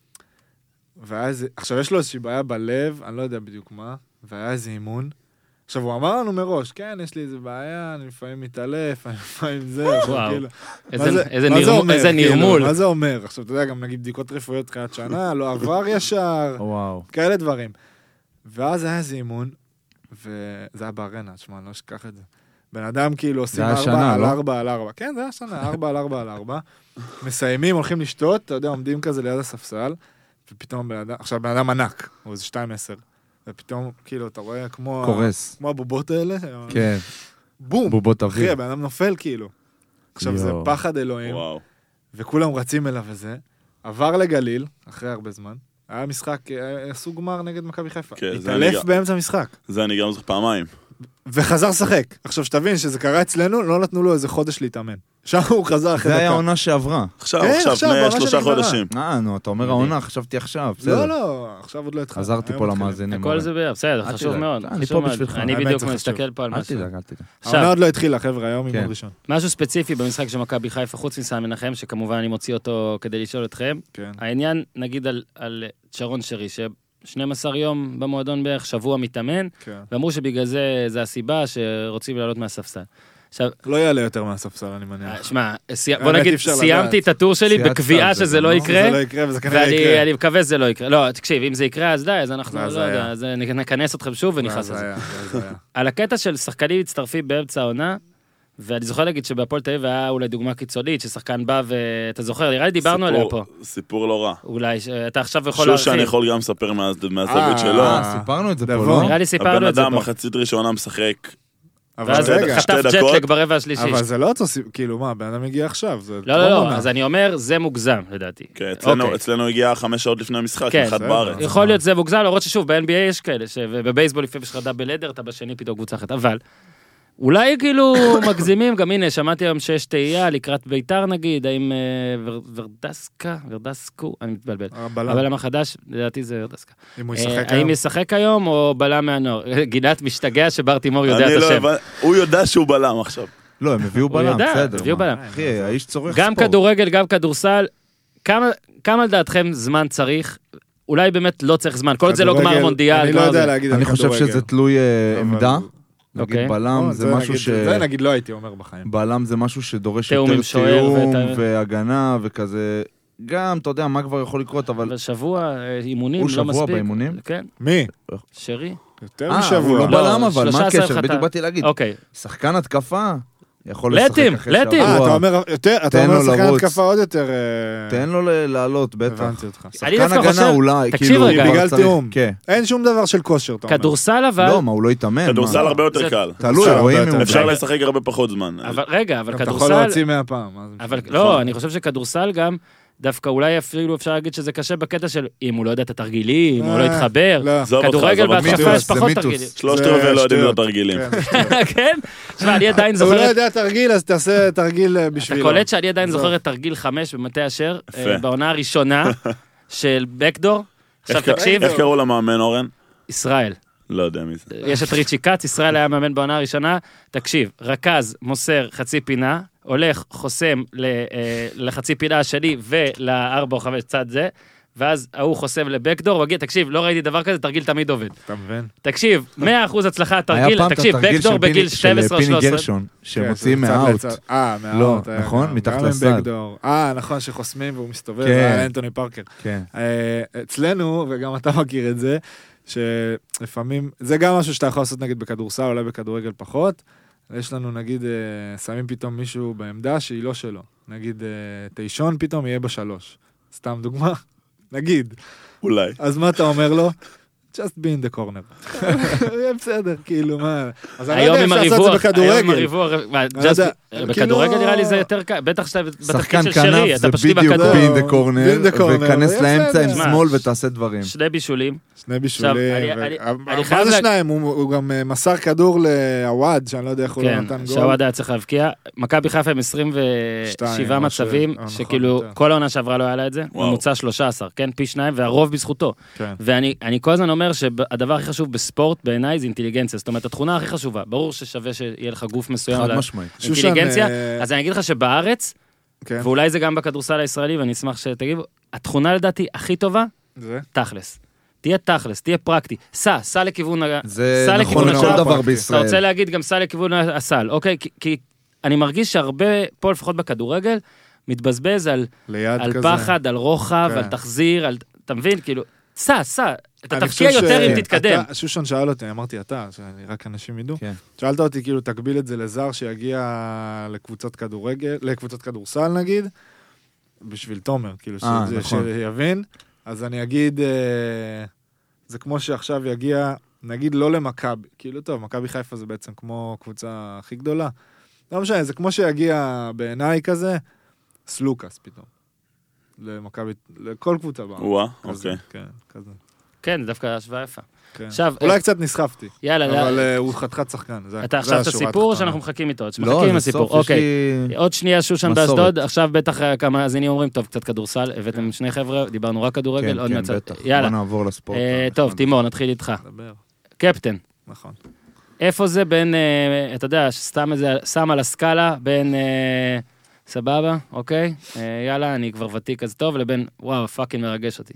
D: והיה איזה... עכשיו יש לו איזושהי בעיה בלב, אני לא יודע בדיוק מה, והיה איזה אימון. עכשיו, הוא אמר לנו מראש, כן, יש לי איזה בעיה, אני לפעמים מתעלף, אני לפעמים זה,
A: וואו.
D: איזה נרמול. מה זה אומר? עכשיו, אתה יודע, גם נגיד בדיקות רפואיות תחילת שנה, לא עבר ישר, כאלה דברים. ואז היה איזה אימון, וזה היה בארנה, תשמע, אני לא אשכח את זה. בן אדם כאילו עושים 4x4. כן, זה היה שנה, 4x4. מסיימים, הולכים לשתות, אתה יודע, עומדים כזה ליד הספסל, ופתאום בן אדם, עכשיו בן אדם ענק, הוא איזה 2-10. ופתאום, כאילו, אתה רואה כמו...
C: קורס.
D: כמו הבובות האלה.
C: כן.
D: בום.
C: בובות אוויר.
D: אחי, הבן אדם נופל, כאילו. עכשיו, זה פחד אלוהים. וכולם רצים אליו וזה. עבר לגליל, אחרי הרבה זמן. היה משחק, עשו גמר נגד מכבי חיפה. התעלף באמצע המשחק.
E: זה אני גם זוכר פעמיים.
D: וחזר שחק. עכשיו, שתבין שזה קרה אצלנו, לא נתנו לו איזה חודש להתאמן. שם הוא חזר אחרי דקה.
C: זה היה העונה שעברה.
E: עכשיו, לפני 3 חודשים.
C: נו, אתה אומר העונה, חשבתי עכשיו.
D: לא, עכשיו עוד לא התחלתי.
C: חזרתי פה למאזינים.
A: הכל זה בסדר, חשוב מאוד.
C: אני פה בשבילך.
A: אני בדיוק מסתכל פה על משהו.
C: אל תדאג.
D: העונה עוד לא התחילה, חבר'ה, היום אימון ראשון.
A: משהו ספציפי במשחק של מכבי חיפה, חוץ מסן מנחם, שכמובן אני מוציא אותו כדי לשאול אתכם. העניין, נגיד על שרון שרי, ש12 יום במועדון בערך, שבוע מתאמן, ואמרו שבגלל זה הסיבה שרוצים לעלות מהספסל.
D: לא יעלה יותר מהספסל, אני מניח.
A: שמע, בוא נגיד, סיימתי את הטור שלי בקביעה שזה לא יקרה, ואני מקווה שזה לא יקרה. לא, תקשיב, אם זה יקרה, אז די, אז אנחנו, לא יודע, אז נכנס אתכם שוב ונכנס לזה. על הקטע של שחקנים מצטרפים באמצע העונה, ואני זוכר להגיד שבהפועל תל אביב היה אולי דוגמה קיצונית, ששחקן בא ואתה זוכר, נראה לי דיברנו עליה פה.
E: סיפור לא רע.
A: אולי, אתה עכשיו יכול להרחיב.
E: שאני יכול גם לספר מהזווית שלו.
C: סיפרנו את זה פה, לא?
A: נראה לי סיפרנו את זה פה.
E: הבן אדם מחצית ראשונה משחק.
A: ואז חטף ג'טלג ברבע השלישי.
D: אבל זה לא אותו, כאילו מה, בן אדם הגיע עכשיו.
A: לא, אז אני אומר, זה מוגזם, לדעתי.
E: כן, אצלנו הגיע 5 שעות לפני המשחק, אחד בארץ.
A: יכול להיות זה מוגזם, למרות ששוב, ב-NBA יש כאלה, ובבייסבול לפעמים יש לך דאבל אדר, אתה בשני פתאום קבוצה אחת, אבל אולי כאילו מגזימים, גם הנה, שמעתי היום שיש תהייה לקראת ביתר נגיד, האם ורדסקו, אני מתבלבל. הבלם החדש, לדעתי זה ורדסקה. האם ישחק היום או בלם מהנוער? גינת משתגע שבר תימור יודע את השם.
E: הוא יודע שהוא בלם עכשיו.
C: לא, הם הביאו בלם, בסדר.
A: הביאו בלם.
C: אחי, האיש צורך
A: גם
C: ספורט.
A: כדורגל, גם כדורסל, כמה לדעתכם זמן צריך? אולי באמת לא צריך זמן, כל זה לא גמר מונדיאל.
D: אני לא יודע להגיד על כדורגל.
C: אני חושב שזה תלוי עמדה. נגיד בלם זה משהו ש...
D: זה נגיד לא הייתי אומר בחיים.
C: בלם זה משהו שדורש יותר תיאום והגנה וכזה. גם, אתה יודע, מה כבר יכול לקרות, אבל...
A: שבוע אימונים, לא מספיק.
C: הוא שבוע באימונים?
A: כן.
D: מי?
A: שרי.
D: יותר משבוע.
C: הוא לא בלם, אבל מה הקשר? בדיוק באתי להגיד. שחקן התקפה? יכול לשחק אחרי שבוע.
D: אתה אומר שחקן התקפה עוד יותר...
C: תן לו לעלות, בטח.
D: הבנתי אותך.
C: שחקן הגנה אולי, כאילו...
D: בגלל תיאום. אין שום דבר של כושר, אתה אומר.
A: כדורסל אבל...
C: לא, מה, הוא לא יתאמן.
E: כדורסל הרבה יותר קל.
C: תלוי, רואים אם הוא...
E: אפשר לשחק הרבה פחות זמן.
A: רגע, אבל כדורסל...
D: אתה יכול להוציא מהפעם.
A: לא, אני חושב שכדורסל גם... דווקא אולי אפילו אפשר להגיד שזה קשה בקטע של אם הוא לא יודע את התרגילים, אם הוא לא יתחבר. כדורגל בהתקפה יש פחות תרגילים.
E: 3/4 לא יודעים את התרגילים.
A: כן? תשמע, אני עדיין זוכר...
D: הוא לא יודע תרגיל, אז תעשה תרגיל בשבילו.
A: אתה קולט שאני עדיין זוכר את תרגיל 5 במטה אשר, בעונה הראשונה של בקדור. עכשיו תקשיב.
E: איך קראו למאמן אורן?
A: ישראל.
E: לא יודע מי זה.
A: יש את ריצ'י קאץ, ישראל היה מאמן בעונה הראשונה. תקשיב, רכז, מוסר, חצי פינה, הולך, חוסם לחצי פינה השני ול4 או 5 צד זה, ואז הוא חוסם לבקדור, וגיד, תקשיב, לא ראיתי דבר כזה, תרגיל תמיד עובד.
D: אתה מבין?
A: תקשיב, 100% הצלחה, תרגיל, תקשיב, בקדור בגיל 12 או 13.
C: של פיני גרשון, שמוציאים מהאוט.
D: מהאוט.
C: לא, נכון? מתחת לסל.
D: נכון, שחוסמים והוא מסתובב, היה אנטוני פארקר. אצלנו, וגם אתה מכיר את זה, שלפעמים, זה גם משהו שאתה יכול לעשות נגיד בכדורסל, אולי בכדורגל פחות, יש לנו נגיד, שמים פתאום מישהו בעמדה שהיא לא שלו, נגיד תישון פתאום יהיה ב3, סתם דוגמה, נגיד.
E: אולי.
D: אז מה אתה אומר לו? just be in the corner. יהיה בסדר, כאילו מה. אז אני לא יודע אפשר לעשות את זה בכדורגל.
A: בכדורגל נראה לי זה יותר קל, בטח שאתה בתפקיד של
C: שחקן
A: שרי,
C: כנף
A: אתה פשוט
C: זה בדיוק
A: בכדור.
C: be in the corner, וכנס לאמצע עם שמאל ותעשה דברים.
A: שני בישולים.
D: מה זה שניים? הוא גם מסר כדור לעווד, שאני לא יודע איך הוא לא נתן גול.
A: שעווד היה צריך להבקיע. מכבי חיפה עם 27 מצבים, שכאילו כל העונה שעברה לא היה לה את זה, ממוצע 13, כן? פי 2, והרוב בזכותו. ואני כל הזמן אומר שהדבר הכי חשוב בספורט בעיניי זה אינטליגנציה, זאת אומרת, התכונה הכי חשובה, ברור ששווה שיהיה לך גוף מסוים על האינטליגנציה, אז אני אגיד לך שבארץ, ואולי זה גם בכדורסל הישראלי, ואני אשמח שתגיבו, התכונה לדעתי הכי טובה, תכלס. תהיה תכלס, תהיה פרקטי. סע לכיוון...
C: זה נכון לכל דבר בישראל.
A: אתה רוצה להגיד גם סע לכיוון הסל, אוקיי? כי אני מרגיש שהרבה, פה לפחות בכדורגל, מתבזבז על פחד, על רוחב, על תחזיר, אתה מבין? כאילו, סע, אתה תפקיע יותר אם תתקדם.
D: שושן שאל אותי, אמרתי אתה, רק אנשים ידעו. שאלת אותי, כאילו, תקביל את זה לזר שיגיע לקבוצת כדורגל, לקבוצת כדורסל נגיד, בשביל תומר, כאילו, שיבין. אז אני אגיד, זה כמו שעכשיו יגיע, נגיד לא למכבי, כאילו טוב, מכבי חיפה זה בעצם כמו קבוצה הכי גדולה. לא משנה, זה כמו שיגיע בעיניי כזה, סלוקס פתאום. למכבי, לכל קבוצה בעם.
E: וואה, אוקיי.
D: כן, כזה.
A: כן, דווקא השוואה יפה.
D: עכשיו, אולי קצת נסחפתי.
A: יאללה,
D: אבל הוא חתיכת שחקן.
A: אתה עכשיו את הסיפור שאנחנו מחכים איתו? מחכים עם הסיפור, אוקיי. עוד שנייה שושן באשדוד, עכשיו בטח כמה מאזינים אומרים, טוב, קצת כדורסל, הבאתם שני חבר'ה, דיברנו רק כדורגל, עוד מצד. יאללה.
C: בוא נעבור לספורט.
A: טוב, תימור, נתחיל איתך. קפטן.
D: נכון.
A: איפה זה בין, אתה יודע, סתם איזה, שם על הסקאלה, בין סבבה, אוקיי? יאללה, אני כבר ותיק אז טוב, לבין, וואו, פאקינג מרגש אותי.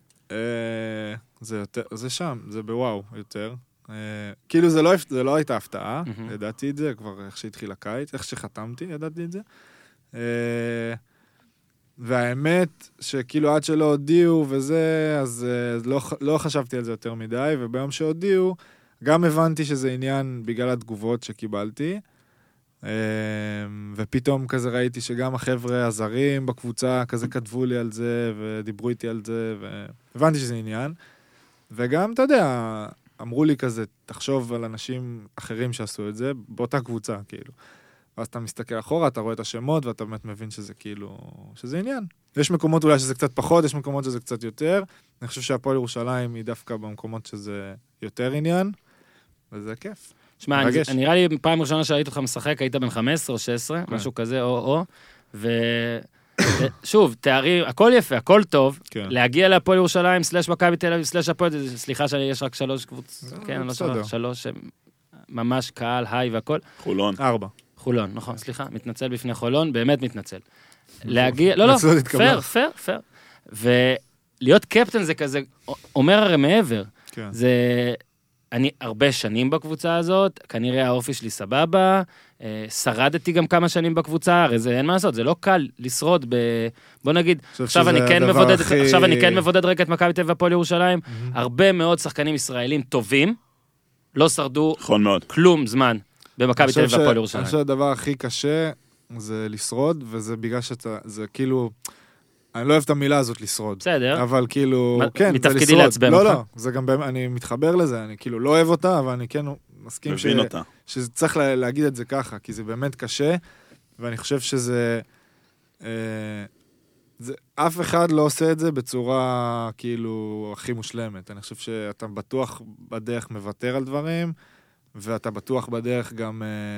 D: זה שם, זה בוואו יותר. כאילו זה לא הייתה הפתעה, ידעתי את זה, כבר איך שהתחיל הקיץ, איך שחתמתי, ידעתי את זה. והאמת שכאילו עד שלא הודיעו וזה, אז לא חשבתי על זה יותר מדי, וביום שהודיעו, גם הבנתי שזה עניין בגלל התגובות שקיבלתי, ופתאום כזה ראיתי שגם החבר'ה הזרים בקבוצה כזה כתבו לי על זה, ודיברו איתי על זה, והבנתי שזה עניין. וגם, אתה יודע, אמרו לי כזה, תחשוב על אנשים אחרים שעשו את זה, באותה קבוצה, כאילו. ואז אתה מסתכל אחורה, אתה רואה את השמות, ואתה באמת מבין שזה כאילו, שזה עניין. יש מקומות אולי שזה קצת פחות, יש מקומות שזה קצת יותר. אני חושב שהפועל ירושלים היא דווקא במקומות שזה יותר עניין, וזה כיף.
A: שמע, נראה לי פעם ראשונה שראיתי אותך משחק, היית בן 15 או 16, משהו כזה, או, ושוב, תארי, הכל יפה, הכל טוב, להגיע להפועל ירושלים, סלש מכבי תל אביב, סלש הפועל, סליחה שיש רק 3 קבוצות, כן, אני לא שומע, 3, ממש קהל, היי והכל.
E: חולון.
D: 4.
A: חולון, נכון, סליחה, מתנצל בפני חולון, באמת מתנצל. להגיע, לא, פייר. ולהיות קפטן זה כזה, אומר הרי מעבר, זה... אני הרבה שנים בקבוצה הזאת, כנראה האופי שלי סבבה, שרדתי גם כמה שנים בקבוצה, הרי זה אין מה לעשות, זה לא קל לשרוד בוא נגיד, עכשיו אני כן מבודד רגע את מכבי תל אביב והפועל ירושלים, הרבה מאוד שחקנים ישראלים טובים, לא שרדו כלום זמן במכבי תל אביב והפועל ירושלים.
D: אני חושב שהדבר הכי קשה זה לשרוד, וזה בגלל זה כאילו... אני לא אוהב את המילה הזאת לשרוד.
A: בסדר.
D: אבל כאילו, כן, זה לשרוד.
A: מתפקידי לעצבן אותך.
D: לא, זה גם, אני מתחבר לזה, אני כאילו לא אוהב אותה, אבל אני כן מסכים שצריך להגיד את זה ככה, כי זה באמת קשה, ואני חושב שזה, אף אחד לא עושה את זה בצורה כאילו הכי מושלמת. אני חושב שאתה בטוח בדרך מוותר על דברים, ואתה בטוח בדרך גם...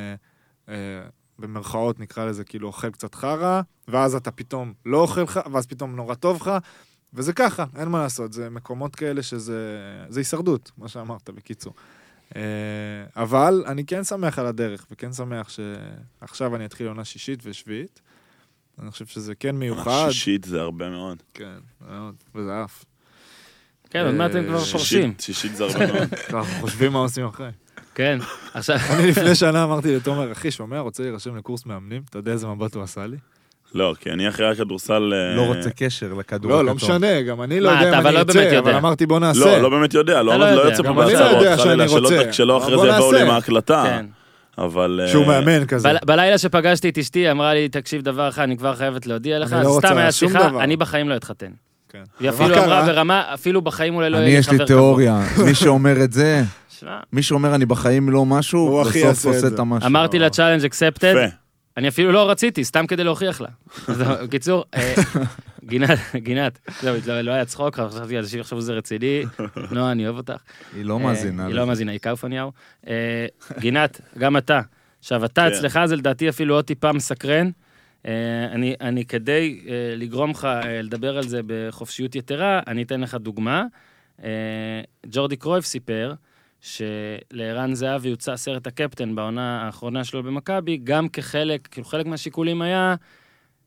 D: במרכאות נקרא לזה כאילו אוכל קצת חרה, ואז אתה פתאום לא אוכל לך, ואז פתאום נורא טוב לך, וזה ככה, אין מה לעשות, זה מקומות כאלה שזה הישרדות, מה שאמרת בקיצור. אבל אני כן שמח על הדרך, וכן שמח שעכשיו אני אתחיל עונה 6 ו7, אני חושב שזה כן מיוחד.
E: 6 זה הרבה מאוד.
D: כן, מאוד, וזה אף.
A: כן, עוד מעט הם כבר פורשים.
E: 6 זה הרבה מאוד.
D: אנחנו חושבים מה עושים אחרי.
A: כן, עכשיו...
D: אני לפני שנה אמרתי לתומר, אחי, שומע, רוצה להירשם לקורס מאמנים? אתה יודע איזה מבט הוא עשה לי?
E: לא, כי אני אחרי הכדורסל...
C: לא רוצה קשר לכדור הכתוב.
D: לא משנה, גם אני לא יודע אם אני יוצא, אבל אמרתי בוא נעשה.
E: לא באמת יודע, לא יוצא פה בהצהרות, חלילה, שלא אחרי זה יבואו לי מההקלטה. אבל...
D: שהוא מאמן כזה.
A: בלילה שפגשתי את אשתי, אמרה לי, תקשיב דבר אחד, אני כבר חייבת להודיע לך, סתם היה שיחה, אני בחיים לא אתחתן. היא אפילו אמרה ברמה, אפילו בחיים אולי לא יהיה לי חבר כבוד.
C: אני יש לי תיאוריה, מי שאומר את זה, מי שאומר אני בחיים לא משהו, בסוף עושה את המשהו.
A: אמרתי לה צ'אלנג' אקספטד, אני אפילו לא רציתי, סתם כדי להוכיח לה. בקיצור, גינת, לא היה צחוק, חשבתי אנשים עכשיו זה רציני, נועה, אני אוהב אותך.
C: היא לא מאזינה.
A: היא לא מאזינה, היא קאופניהו. גינת, גם אתה. עכשיו, אתה אצלך זה לדעתי אפילו עוד טיפה מסקרן, אני כדי לגרום לך לדבר על זה בחופשיות יתרה, אני אתן לך דוגמה. ג'ורדי קרויף סיפר שלערן זהבי יוצא סרט הקפטן בעונה האחרונה שלו במכבי, גם כחלק, כאילו חלק מהשיקולים היה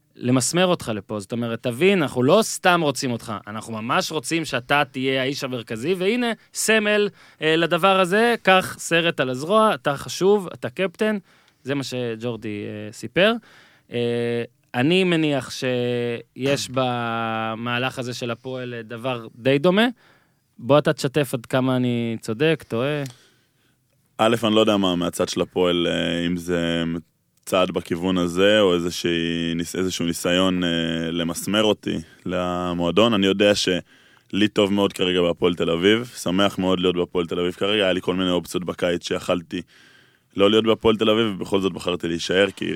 A: למסמר אותך לפה, זאת אומרת, תבין, אנחנו לא סתם רוצים אותך, אנחנו ממש רוצים שאתה תהיה האיש המרכזי, והנה, סמל לדבר הזה, קח סרט על הזרוע, אתה חשוב, אתה קפטן, זה מה שג'ורדי סיפר. אני מניח שיש במהלך הזה של הפועל דבר די דומה, בוא אתה תשתף עד כמה אני צודק, טועה.
E: א', אני לא יודע מה מהצד של הפועל, אם זה צעד בכיוון הזה, או איזשהו ניסיון למסמר אותי למועדון. אני יודע שלי טוב מאוד כרגע בהפועל תל אביב, שמח מאוד להיות בהפועל תל אביב כרגע, היה לי כל מיני אופציות בקיץ שיכלתי לא להיות בהפועל תל אביב, ובכל זאת בחרתי להישאר, כי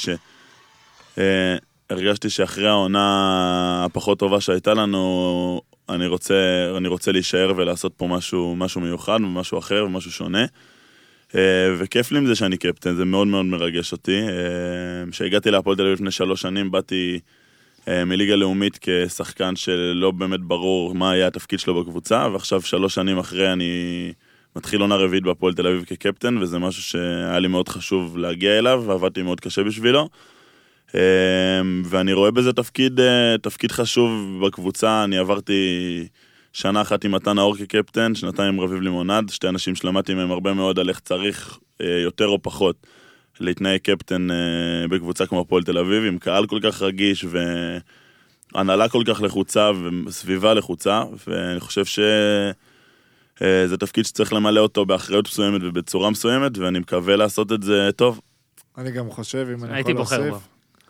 E: הרגשתי שאחרי העונה הפחות טובה שהייתה לנו, אני רוצה להישאר ולעשות פה משהו מיוחד, משהו אחר ומשהו שונה. וכיף לי עם זה שאני קפטן, זה מאוד מאוד מרגש אותי. כשהגעתי להפועל תל אביב לפני 3 שנים, באתי מליגה לאומית כשחקן שלא באמת ברור מה היה התפקיד שלו בקבוצה, ועכשיו 3 שנים אחרי אני מתחיל עונה רביעית בהפועל תל אביב כקפטן, וזה משהו שהיה לי מאוד חשוב להגיע אליו, ועבדתי מאוד קשה בשבילו. ואני רואה בזה תפקיד חשוב בקבוצה. אני עברתי שנה אחת עם מתן האור כקפטן, 2 עם רביב לימונד, 2 אנשים שלמדתי מהם הרבה מאוד על איך צריך יותר או פחות להתנהג קפטן בקבוצה כמו הפועל תל אביב, עם קהל כל כך רגיש והנהלה כל כך לחוצה וסביבה לחוצה, ואני חושב שזה תפקיד שצריך למלא אותו באחריות מסוימת ובצורה מסוימת, ואני מקווה לעשות את זה טוב.
D: אני גם חושב, אם אני
A: הייתי
D: יכול
A: בוחר
D: להוסיף,
A: בו.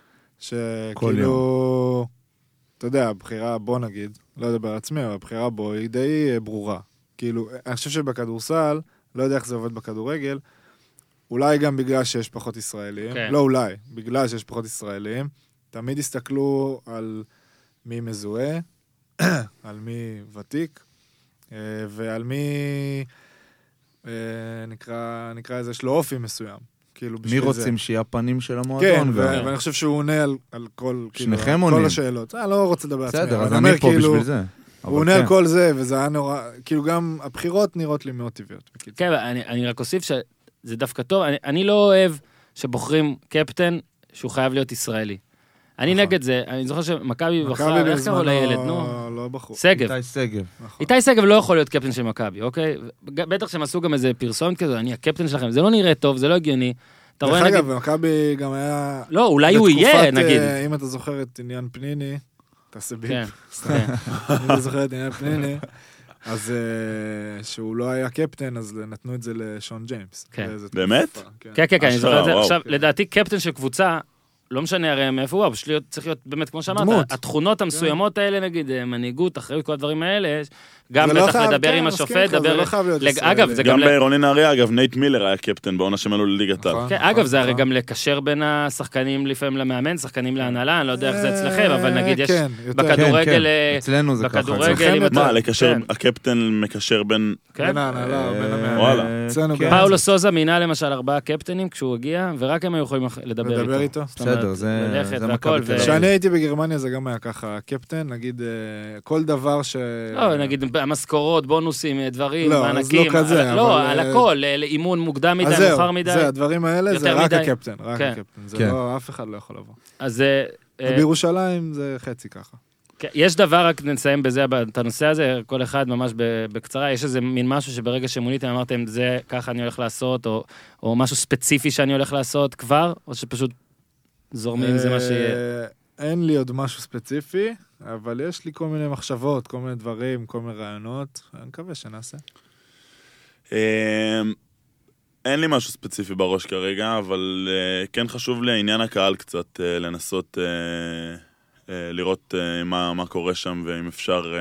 D: שכאילו, אתה יודע, הבחירה בו נגיד, לא יודע בעצמי, אבל הבחירה בו היא די ברורה. כאילו, אני חושב שבכדורסל, לא יודע איך זה עובד בכדורגל, אולי גם בגלל שיש פחות ישראלים,
A: כן.
D: לא אולי, בגלל שיש פחות ישראלים, תמיד הסתכלו על מי מזוהה, על מי ותיק, ועל מי נקרא איזה, יש לו אופי מסוים. כאילו
C: מי רוצים שיהיה הפנים של המועדון?
D: כן, ואני חושב שהוא עונה על כל,
C: שניכם עונים.
D: כל השאלות. אני לא רוצה לדבר עצמי.
C: בסדר, אז אני פה בשביל זה.
D: הוא עונה על כל זה, וזה היה נורא, כאילו גם הבחירות נראות לי מאוד טבעיות.
A: כן, אני רק אוסיף שזה דווקא טוב, אני לא אוהב שבוחרים קפטן שהוא חייב להיות ישראלי. אני נגד זה, אני זוכר שמכבי בחרה, איך קראו לילד, נו?
D: לא בחור.
A: סגב.
C: איתי סגב.
A: איתי סגב לא יכול להיות קפטן של מכבי, אוקיי? בטח שהם עשו גם איזה פרסומת כזה, אני הקפטן שלכם, זה לא נראה טוב, זה לא הגיוני.
D: דרך אגב, במכבי גם היה...
A: לא, אולי הוא יהיה, נגיד.
D: אם אתה זוכר את עניין פניני, תעשה ביפ.
A: כן.
D: אם אתה זוכר את עניין פניני, אז שהוא לא היה קפטן, אז נתנו את זה לשון ג'יימס.
A: כן.
E: באמת?
A: כן, אני זוכר את זה. עכשיו, לדעתי, קפטן של קבוצה, לא משנה הרי מאיפה הוא, פשוט צריך להיות באמת, כמו שאמרת, התכונות המסוימות האלה, נגיד, מנהיגות, אחריות, כל הדברים האלה, גם בטח לדבר עם השופט, דבר... אגב, זה
E: גם בעירוני נהריה, אגב, נייט מילר היה קפטן בעונה שמלו לליגת העל.
A: אגב, זה הרי גם לקשר בין השחקנים לפעמים למאמן, שחקנים להנהלה, אני לא יודע איך זה אצלכם, אבל נגיד יש בכדורגל...
C: אצלנו זה ככה.
E: מה, לקשר, הקפטן מקשר בין...
D: בין ההנהלה, בין המאמן.
E: וואלה.
A: פאולו סוזה מינה למשל 4 קפטנים כשהוא הגיע, ורק הם היו יכולים לדבר איתו.
C: בסדר, זה
A: והכל,
D: כשאני הייתי בגרמניה זה גם היה ככה, קפטן, נגיד, כל דבר ש...
A: לא, נגיד, המשכורות, בונוסים, דברים,
D: לא,
A: מענקים.
D: לא כזה,
A: לא, על הכל, לאימון מוקדם מדי, מאוחר מדי.
D: זה, הדברים האלה, זה רק הקפטן, רק
A: כן.
D: הקפטן. זה לא, אף אחד לא יכול לבוא.
A: אז...
D: בירושלים זה חצי ככה.
A: יש דבר, רק נסיים בזה, את הנושא הזה, כל אחד ממש בקצרה, יש איזה מין משהו שברגע שמוניתם אמרתם, זה ככה אני הולך לעשות, או משהו ספציפי שאני הולך לעשות כבר, או שפשוט זורמים זה מה שיהיה.
D: אין לי עוד משהו ספציפי, אבל יש לי כל מיני מחשבות, כל מיני דברים, כל מיני רעיונות, אני מקווה שנעשה.
E: אין לי משהו ספציפי בראש כרגע, אבל כן חשוב לי עניין הקהל קצת, לנסות לראות מה קורה שם, ואם אפשר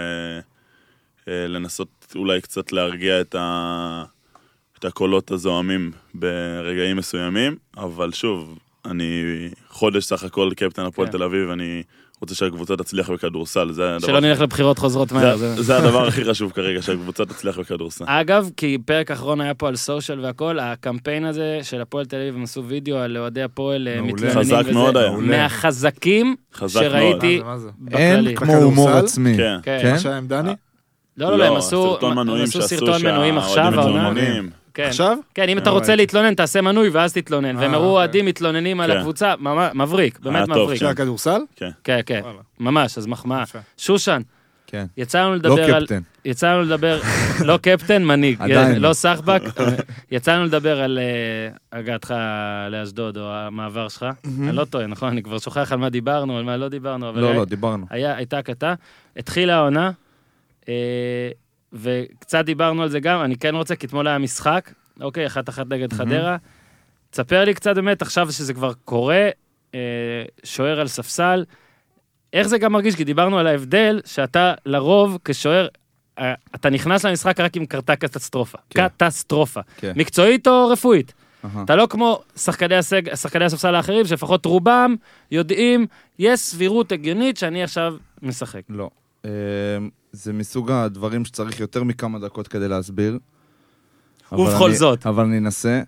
E: לנסות אולי קצת להרגיע את הקולות הזוהמים ברגעים מסוימים, אבל שוב, אני חודש סך הכל קפטן הפועל תל אביב, אני רוצה שהקבוצה תצליח בכדורסל.
A: שלא נלך לבחירות חוזרות מהר.
E: זה הדבר הכי חשוב כרגע, שהקבוצה תצליח בכדורסל.
A: אגב, כי פרק אחרון היה פה על סושיאל והכל, הקמפיין הזה של הפועל תל אביב, הם עשו וידאו על אוהדי הפועל מתלוננים.
E: חזק מאוד היה.
A: מהחזקים שראיתי בכללי.
C: אין כמו הומור עצמי.
D: מה שהיה עם דני?
A: לא, הם עשו סרטון מנויים עכשיו, העונה.
D: עכשיו?
A: כן, אם אתה רוצה להתלונן, תעשה מנוי ואז תתלונן. והם הראו אוהדים מתלוננים על הקבוצה, מבריק, באמת מבריק.
D: של הכדורסל?
A: כן, כן, ממש, אז מחמאה. שושן,
C: כן.
A: יצא לנו לדבר, לא קפטן, מנהיג, לא סחבק, יצא לנו לדבר על הגעתך לאשדוד או המעבר שלך, אני לא טועה, נכון, אני כבר שוכח על מה דיברנו, על מה לא דיברנו, אבל
C: לא, דיברנו.
A: הייתה קטע, התחילה העונה, וקצת דיברנו על זה גם, אני כן רוצה, כי אתמול היה משחק, אוקיי, 1-1 נגד חדרה, תספר לי קצת באמת, עכשיו שזה כבר קורה, שוער על ספסל, איך זה גם מרגיש? כי דיברנו על ההבדל, שאתה לרוב כשוער, אתה נכנס למשחק רק אם קרתה קטסטרופה. קטסטרופה. מקצועית או רפואית. אתה לא כמו שחקני הספסל האחרים, שלפחות רובם יודעים, יש סבירות הגיונית שאני עכשיו משחק.
C: לא. זה מסוג הדברים שצריך יותר מכמה דקות כדי להסביר.
A: ובכל זאת.
C: אבל אני אנסה.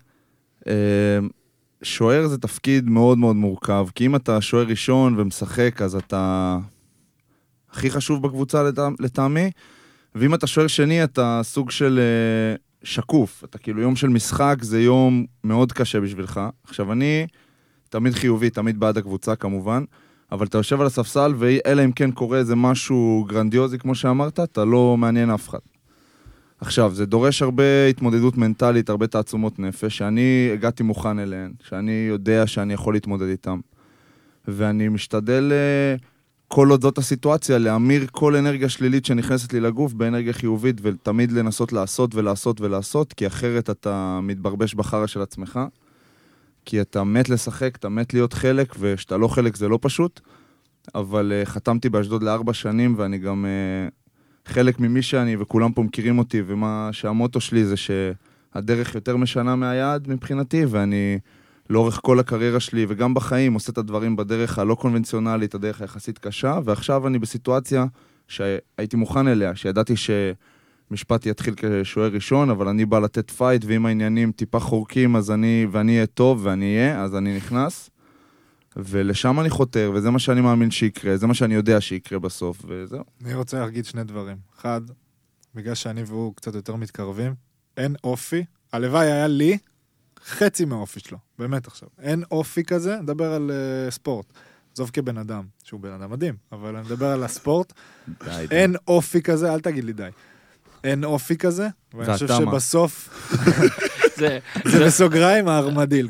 C: שוער זה תפקיד מאוד מאוד מורכב, כי אם אתה שוער ראשון ומשחק, אז אתה הכי חשוב בקבוצה לטעמי, ואם אתה שוער שני, אתה סוג של שקוף. אתה כאילו יום של משחק, זה יום מאוד קשה בשבילך. עכשיו אני תמיד חיובי, תמיד בעד הקבוצה כמובן, אבל אתה יושב על הספסל, ואלה אם כן קורה איזה משהו גרנדיוזי, כמו שאמרת, אתה לא מעניין אף אחד. עכשיו, זה דורש הרבה התמודדות מנטלית, הרבה תעצומות נפש, שאני הגעתי מוכן אליהן, שאני יודע שאני יכול להתמודד איתן. ואני משתדל, כל עוד זאת הסיטואציה, להמיר כל אנרגיה שלילית שנכנסת לי לגוף באנרגיה חיובית, ותמיד לנסות לעשות ולעשות ולעשות, כי אחרת אתה מתברבש בחרה של עצמך, כי אתה מת לשחק, אתה מת להיות חלק, ושאתה לא חלק זה לא פשוט, אבל חתמתי באשדוד ל4 שנים, ואני גם חלק ממי שאני, וכולם פה מכירים אותי, ומה שהמוטו שלי זה שהדרך יותר משנה מהיעד מבחינתי, ואני לאורך כל הקריירה שלי, וגם בחיים, עושה את הדברים בדרך הלא קונבנציונלית, הדרך היחסית קשה, ועכשיו אני בסיטואציה שהייתי מוכן אליה, שידעתי שמשפט יתחיל כשוער ראשון, אבל אני בא לתת פייט, ואם העניינים טיפה חורקים, אז ואני אהיה טוב, ואני אהיה, אז אני נכנס, ולשם אני חותר, וזה מה שאני מאמין שיקרה, זה מה שאני יודע שיקרה בסוף, וזהו.
D: אני רוצה להגיד 2 דברים. 1, בגלל שאני והוא קצת יותר מתקרבים, אין אופי, הלוואי היה לי חצי מהאופי שלו, באמת עכשיו. אין אופי כזה, נדבר על ספורט. עזוב כבן אדם, שהוא בן אדם מדהים, אבל אני מדבר על הספורט. אין אופי כזה, אל תגיד לי די. אין אופי כזה, ואני חושב שבסוף זה בסוגריים הארמדיל.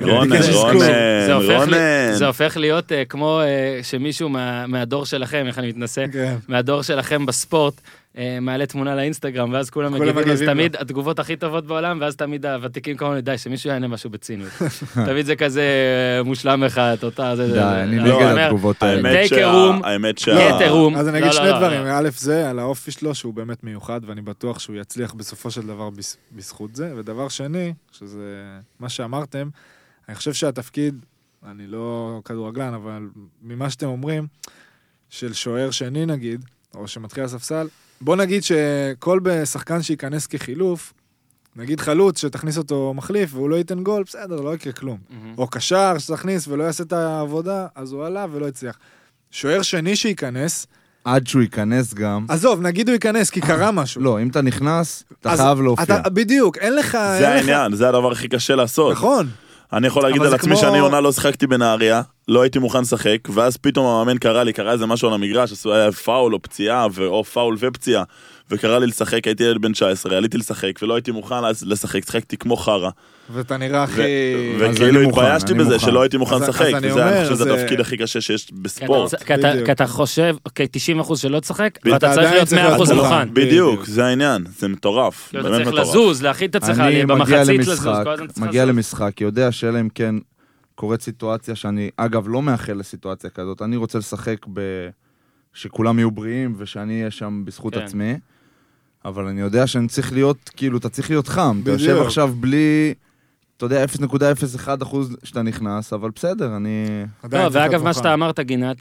A: זה הופך להיות כמו שמישהו מהדור שלכם, איך אני מתנסה, מהדור שלכם בספורט, מעלה תמונה לאינסטגרם, ואז כולם מגיבים, אז תמיד התגובות הכי טובות בעולם, ואז תמיד הוותיקים כמו לי, די, שמישהו יענה משהו בציניות. תמיד זה כזה מושלם אחד, אותה, זה...
C: די, אני נגד התגובות האלה.
E: האמת
D: אז אני אגיד 2 דברים. א' זה, על האופי שלו, שהוא באמת מיוחד, ואני בטוח שהוא יצליח בסופו של דבר בזכות זה. ודבר שני, שזה מה שאמרתם, אני חושב שהתפקיד, אני לא כדורגלן, אבל ממה שאתם אומרים, של שוער שני נגיד, או שמתחיל הספסל, בוא נגיד שכל בשחקן שייכנס כחילוף, נגיד חלוץ שתכניס אותו מחליף והוא לא ייתן גול, בסדר, לא יקרה כלום. או קשר שתכניס ולא יעשה את העבודה, אז הוא עלה ולא יצליח. שוער שני שייכנס,
C: עד שהוא ייכנס גם.
D: עזוב, נגיד הוא ייכנס כי קרה משהו.
C: לא, אם אתה נכנס, אתה חייב להופיע.
D: בדיוק, אין לך...
E: זה העניין, זה הדבר הכי קשה לעשות.
D: נכון.
E: אני יכול להגיד על עצמי שאני עונה לא שחקתי בנהריה, לא הייתי מוכן לשחק, ואז פתאום המאמן קרא איזה משהו על המגרש, היה פאול או פציעה, או פאול ופציעה, וקרא לי לשחק, הייתי ילד בן 19, עליתי לשחק, ולא הייתי מוכן לשחק, שחקתי כמו חרה.
D: ואתה נראה הכי...
E: וכאילו התביישתי בזה, שלא הייתי מוכן לשחק, וזה התפקיד הכי קשה שיש בספורט.
A: כי אתה חושב, כ-90% שלא תשחק, ואתה צריך להיות 100% מוכן.
E: בדיוק, זה העניין, זה מטורף.
A: אתה צריך לזוז, להכין את עצמך, במחצית לזוז.
C: מגיע למשחק, יודע שאלה אם כן קורית סיטואציה שאני, אגב, לא מאחל לסיטואציה כזאת, אני רוצה לשחק שכולם יהיו בריאים ושאני אהיה שם בזכות עצמי, אבל אני יודע שאני צריך להיות, כאילו, אתה צריך להיות חם, אתה יושב עכשיו בלי, אתה יודע, 0.01% שאתה נכנס, אבל בסדר, אני...
A: לא, ואגב, מה שאתה אמרת, גינת,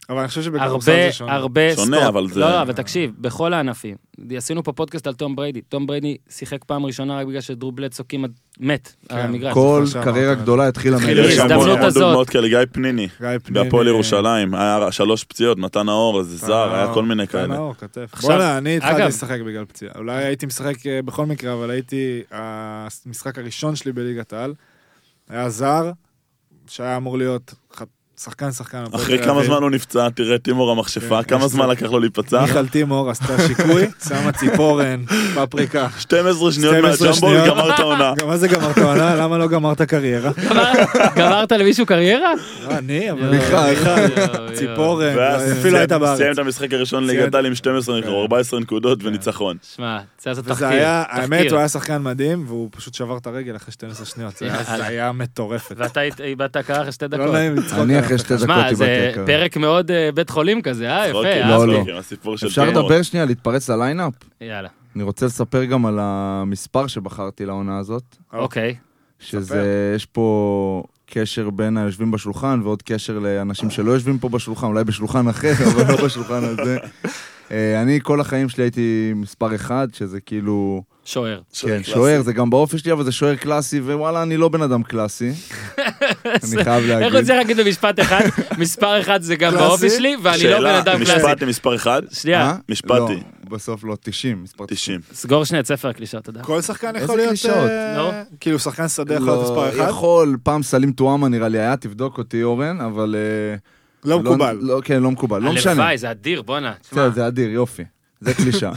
D: אבל אני חושב שבכדורסל זה שונה.
A: הרבה
E: שונה, אבל זה...
A: לא, אבל תקשיב, בכל הענפים. עשינו פה פודקאסט על תום בריידי. תום בריידי שיחק פעם ראשונה רק בגלל שדרו בלדסו כמעט מת על המגרש.
C: כל קריירה גדולה התחילה
A: ההזדמנות הזאת.
E: דוגמאות כאלה, גיא פניני, בהפועל ירושלים, היה 3 פציעות, מתן האור, איזה זר, היה כל מיני כאלה.
D: מתן האור, כתף. בוא'נה, אני התחלתי לשחק בגלל פציעה. אולי הייתי משחק בכל מקרה, אבל הייתי, המשחק הראשון שלי בליגת העל, היה זר, שהיה אמור להיות שחקן.
E: אחרי כמה זמן הוא נפצע, תראה, טימור המכשפה, כמה זמן לקח לו להיפצע?
D: מיכל טימור עשתה שיקוי, שמה ציפורן, פפריקה.
E: 12 שניות מהג'מבו, גמרת העונה.
D: מה זה גמרת העונה? למה לא גמרת קריירה?
A: גמרת למישהו קריירה?
D: אני, אבל מיכל, ציפורן, אפילו הייתה בארץ.
E: סיים את המשחק הראשון ליגת העל עם 14 נקודות וניצחון.
A: שמע, זה תחקיר.
D: וזה היה, האמת, הוא היה שחקן מדהים, והוא פשוט שבר את הרגל אחרי 12 שניות. זה היה מטורפת.
A: ואתה איבדת קרח 2 דקות.
D: לא נעים לצחוק.
C: אחרי 2 דקות
A: שמע, זה פרק מאוד בית חולים כזה, יפה.
C: לא. אפשר לדבר שנייה, להתפרץ לליינאפ?
A: יאללה.
C: אני רוצה לספר גם על המספר שבחרתי לעונה הזאת.
A: אוקיי.
C: שזה, יש פה קשר בין היושבים בשולחן, ועוד קשר לאנשים שלא יושבים פה בשולחן, אולי בשולחן אחר, אבל לא בשולחן הזה. אני כל החיים שלי הייתי מספר 1, שזה כאילו...
A: שוער.
C: כן, שוער, זה גם באופי שלי, אבל זה שוער קלאסי, ווואלה, אני לא בן אדם קלאסי. אני חייב להגיד.
A: איך רוצה להגיד במשפט אחד? מספר 1 זה גם באופי שלי, ואני לא בן אדם קלאסי.
E: משפט למספר 1?
A: שנייה.
E: משפטי.
C: לא, בסוף לא, 90, מספר
E: 90.
A: סגור שנייה את ספר הקלישות, תודה.
D: כל שחקן יכול להיות... כאילו שחקן שדה יכול להיות מספר 1?
C: יכול, פעם סלים טועמה נראה לי היה, תבדוק אותי אורן, אבל...
D: לא מקובל.
C: כן, לא מקובל, לא משנה.
A: הלוואי, זה אדיר, בונה.
C: זה אדיר, יופי. זה קלישה.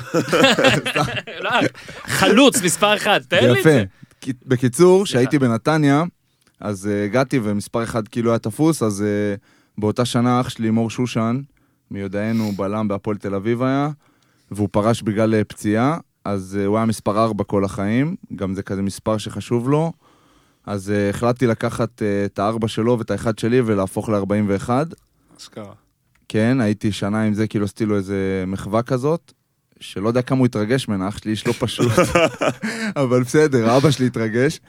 A: חלוץ, מספר 1, תן לי את זה.
C: יפה. בקיצור, שהייתי בנתניה, אז הגעתי ומספר 1 כאילו היה תפוס, אז באותה שנה אח שלי, מור שושן, מיודענו בלם בהפועל תל אביב היה, והוא פרש בגלל פציעה, אז הוא היה מספר 4 כל החיים, גם זה כזה מספר שחשוב לו, אז החלטתי לקחת את ה4 שלו ואת ה1 שלי ולהפוך ל41.
D: אשכרה.
C: כן, הייתי שנה עם זה, כאילו עשיתי לו איזה מחווה כזאת, שלא יודע כמה הוא התרגש ממנה, אח שלי איש לא פשוט, אבל בסדר, אבא שלי התרגש.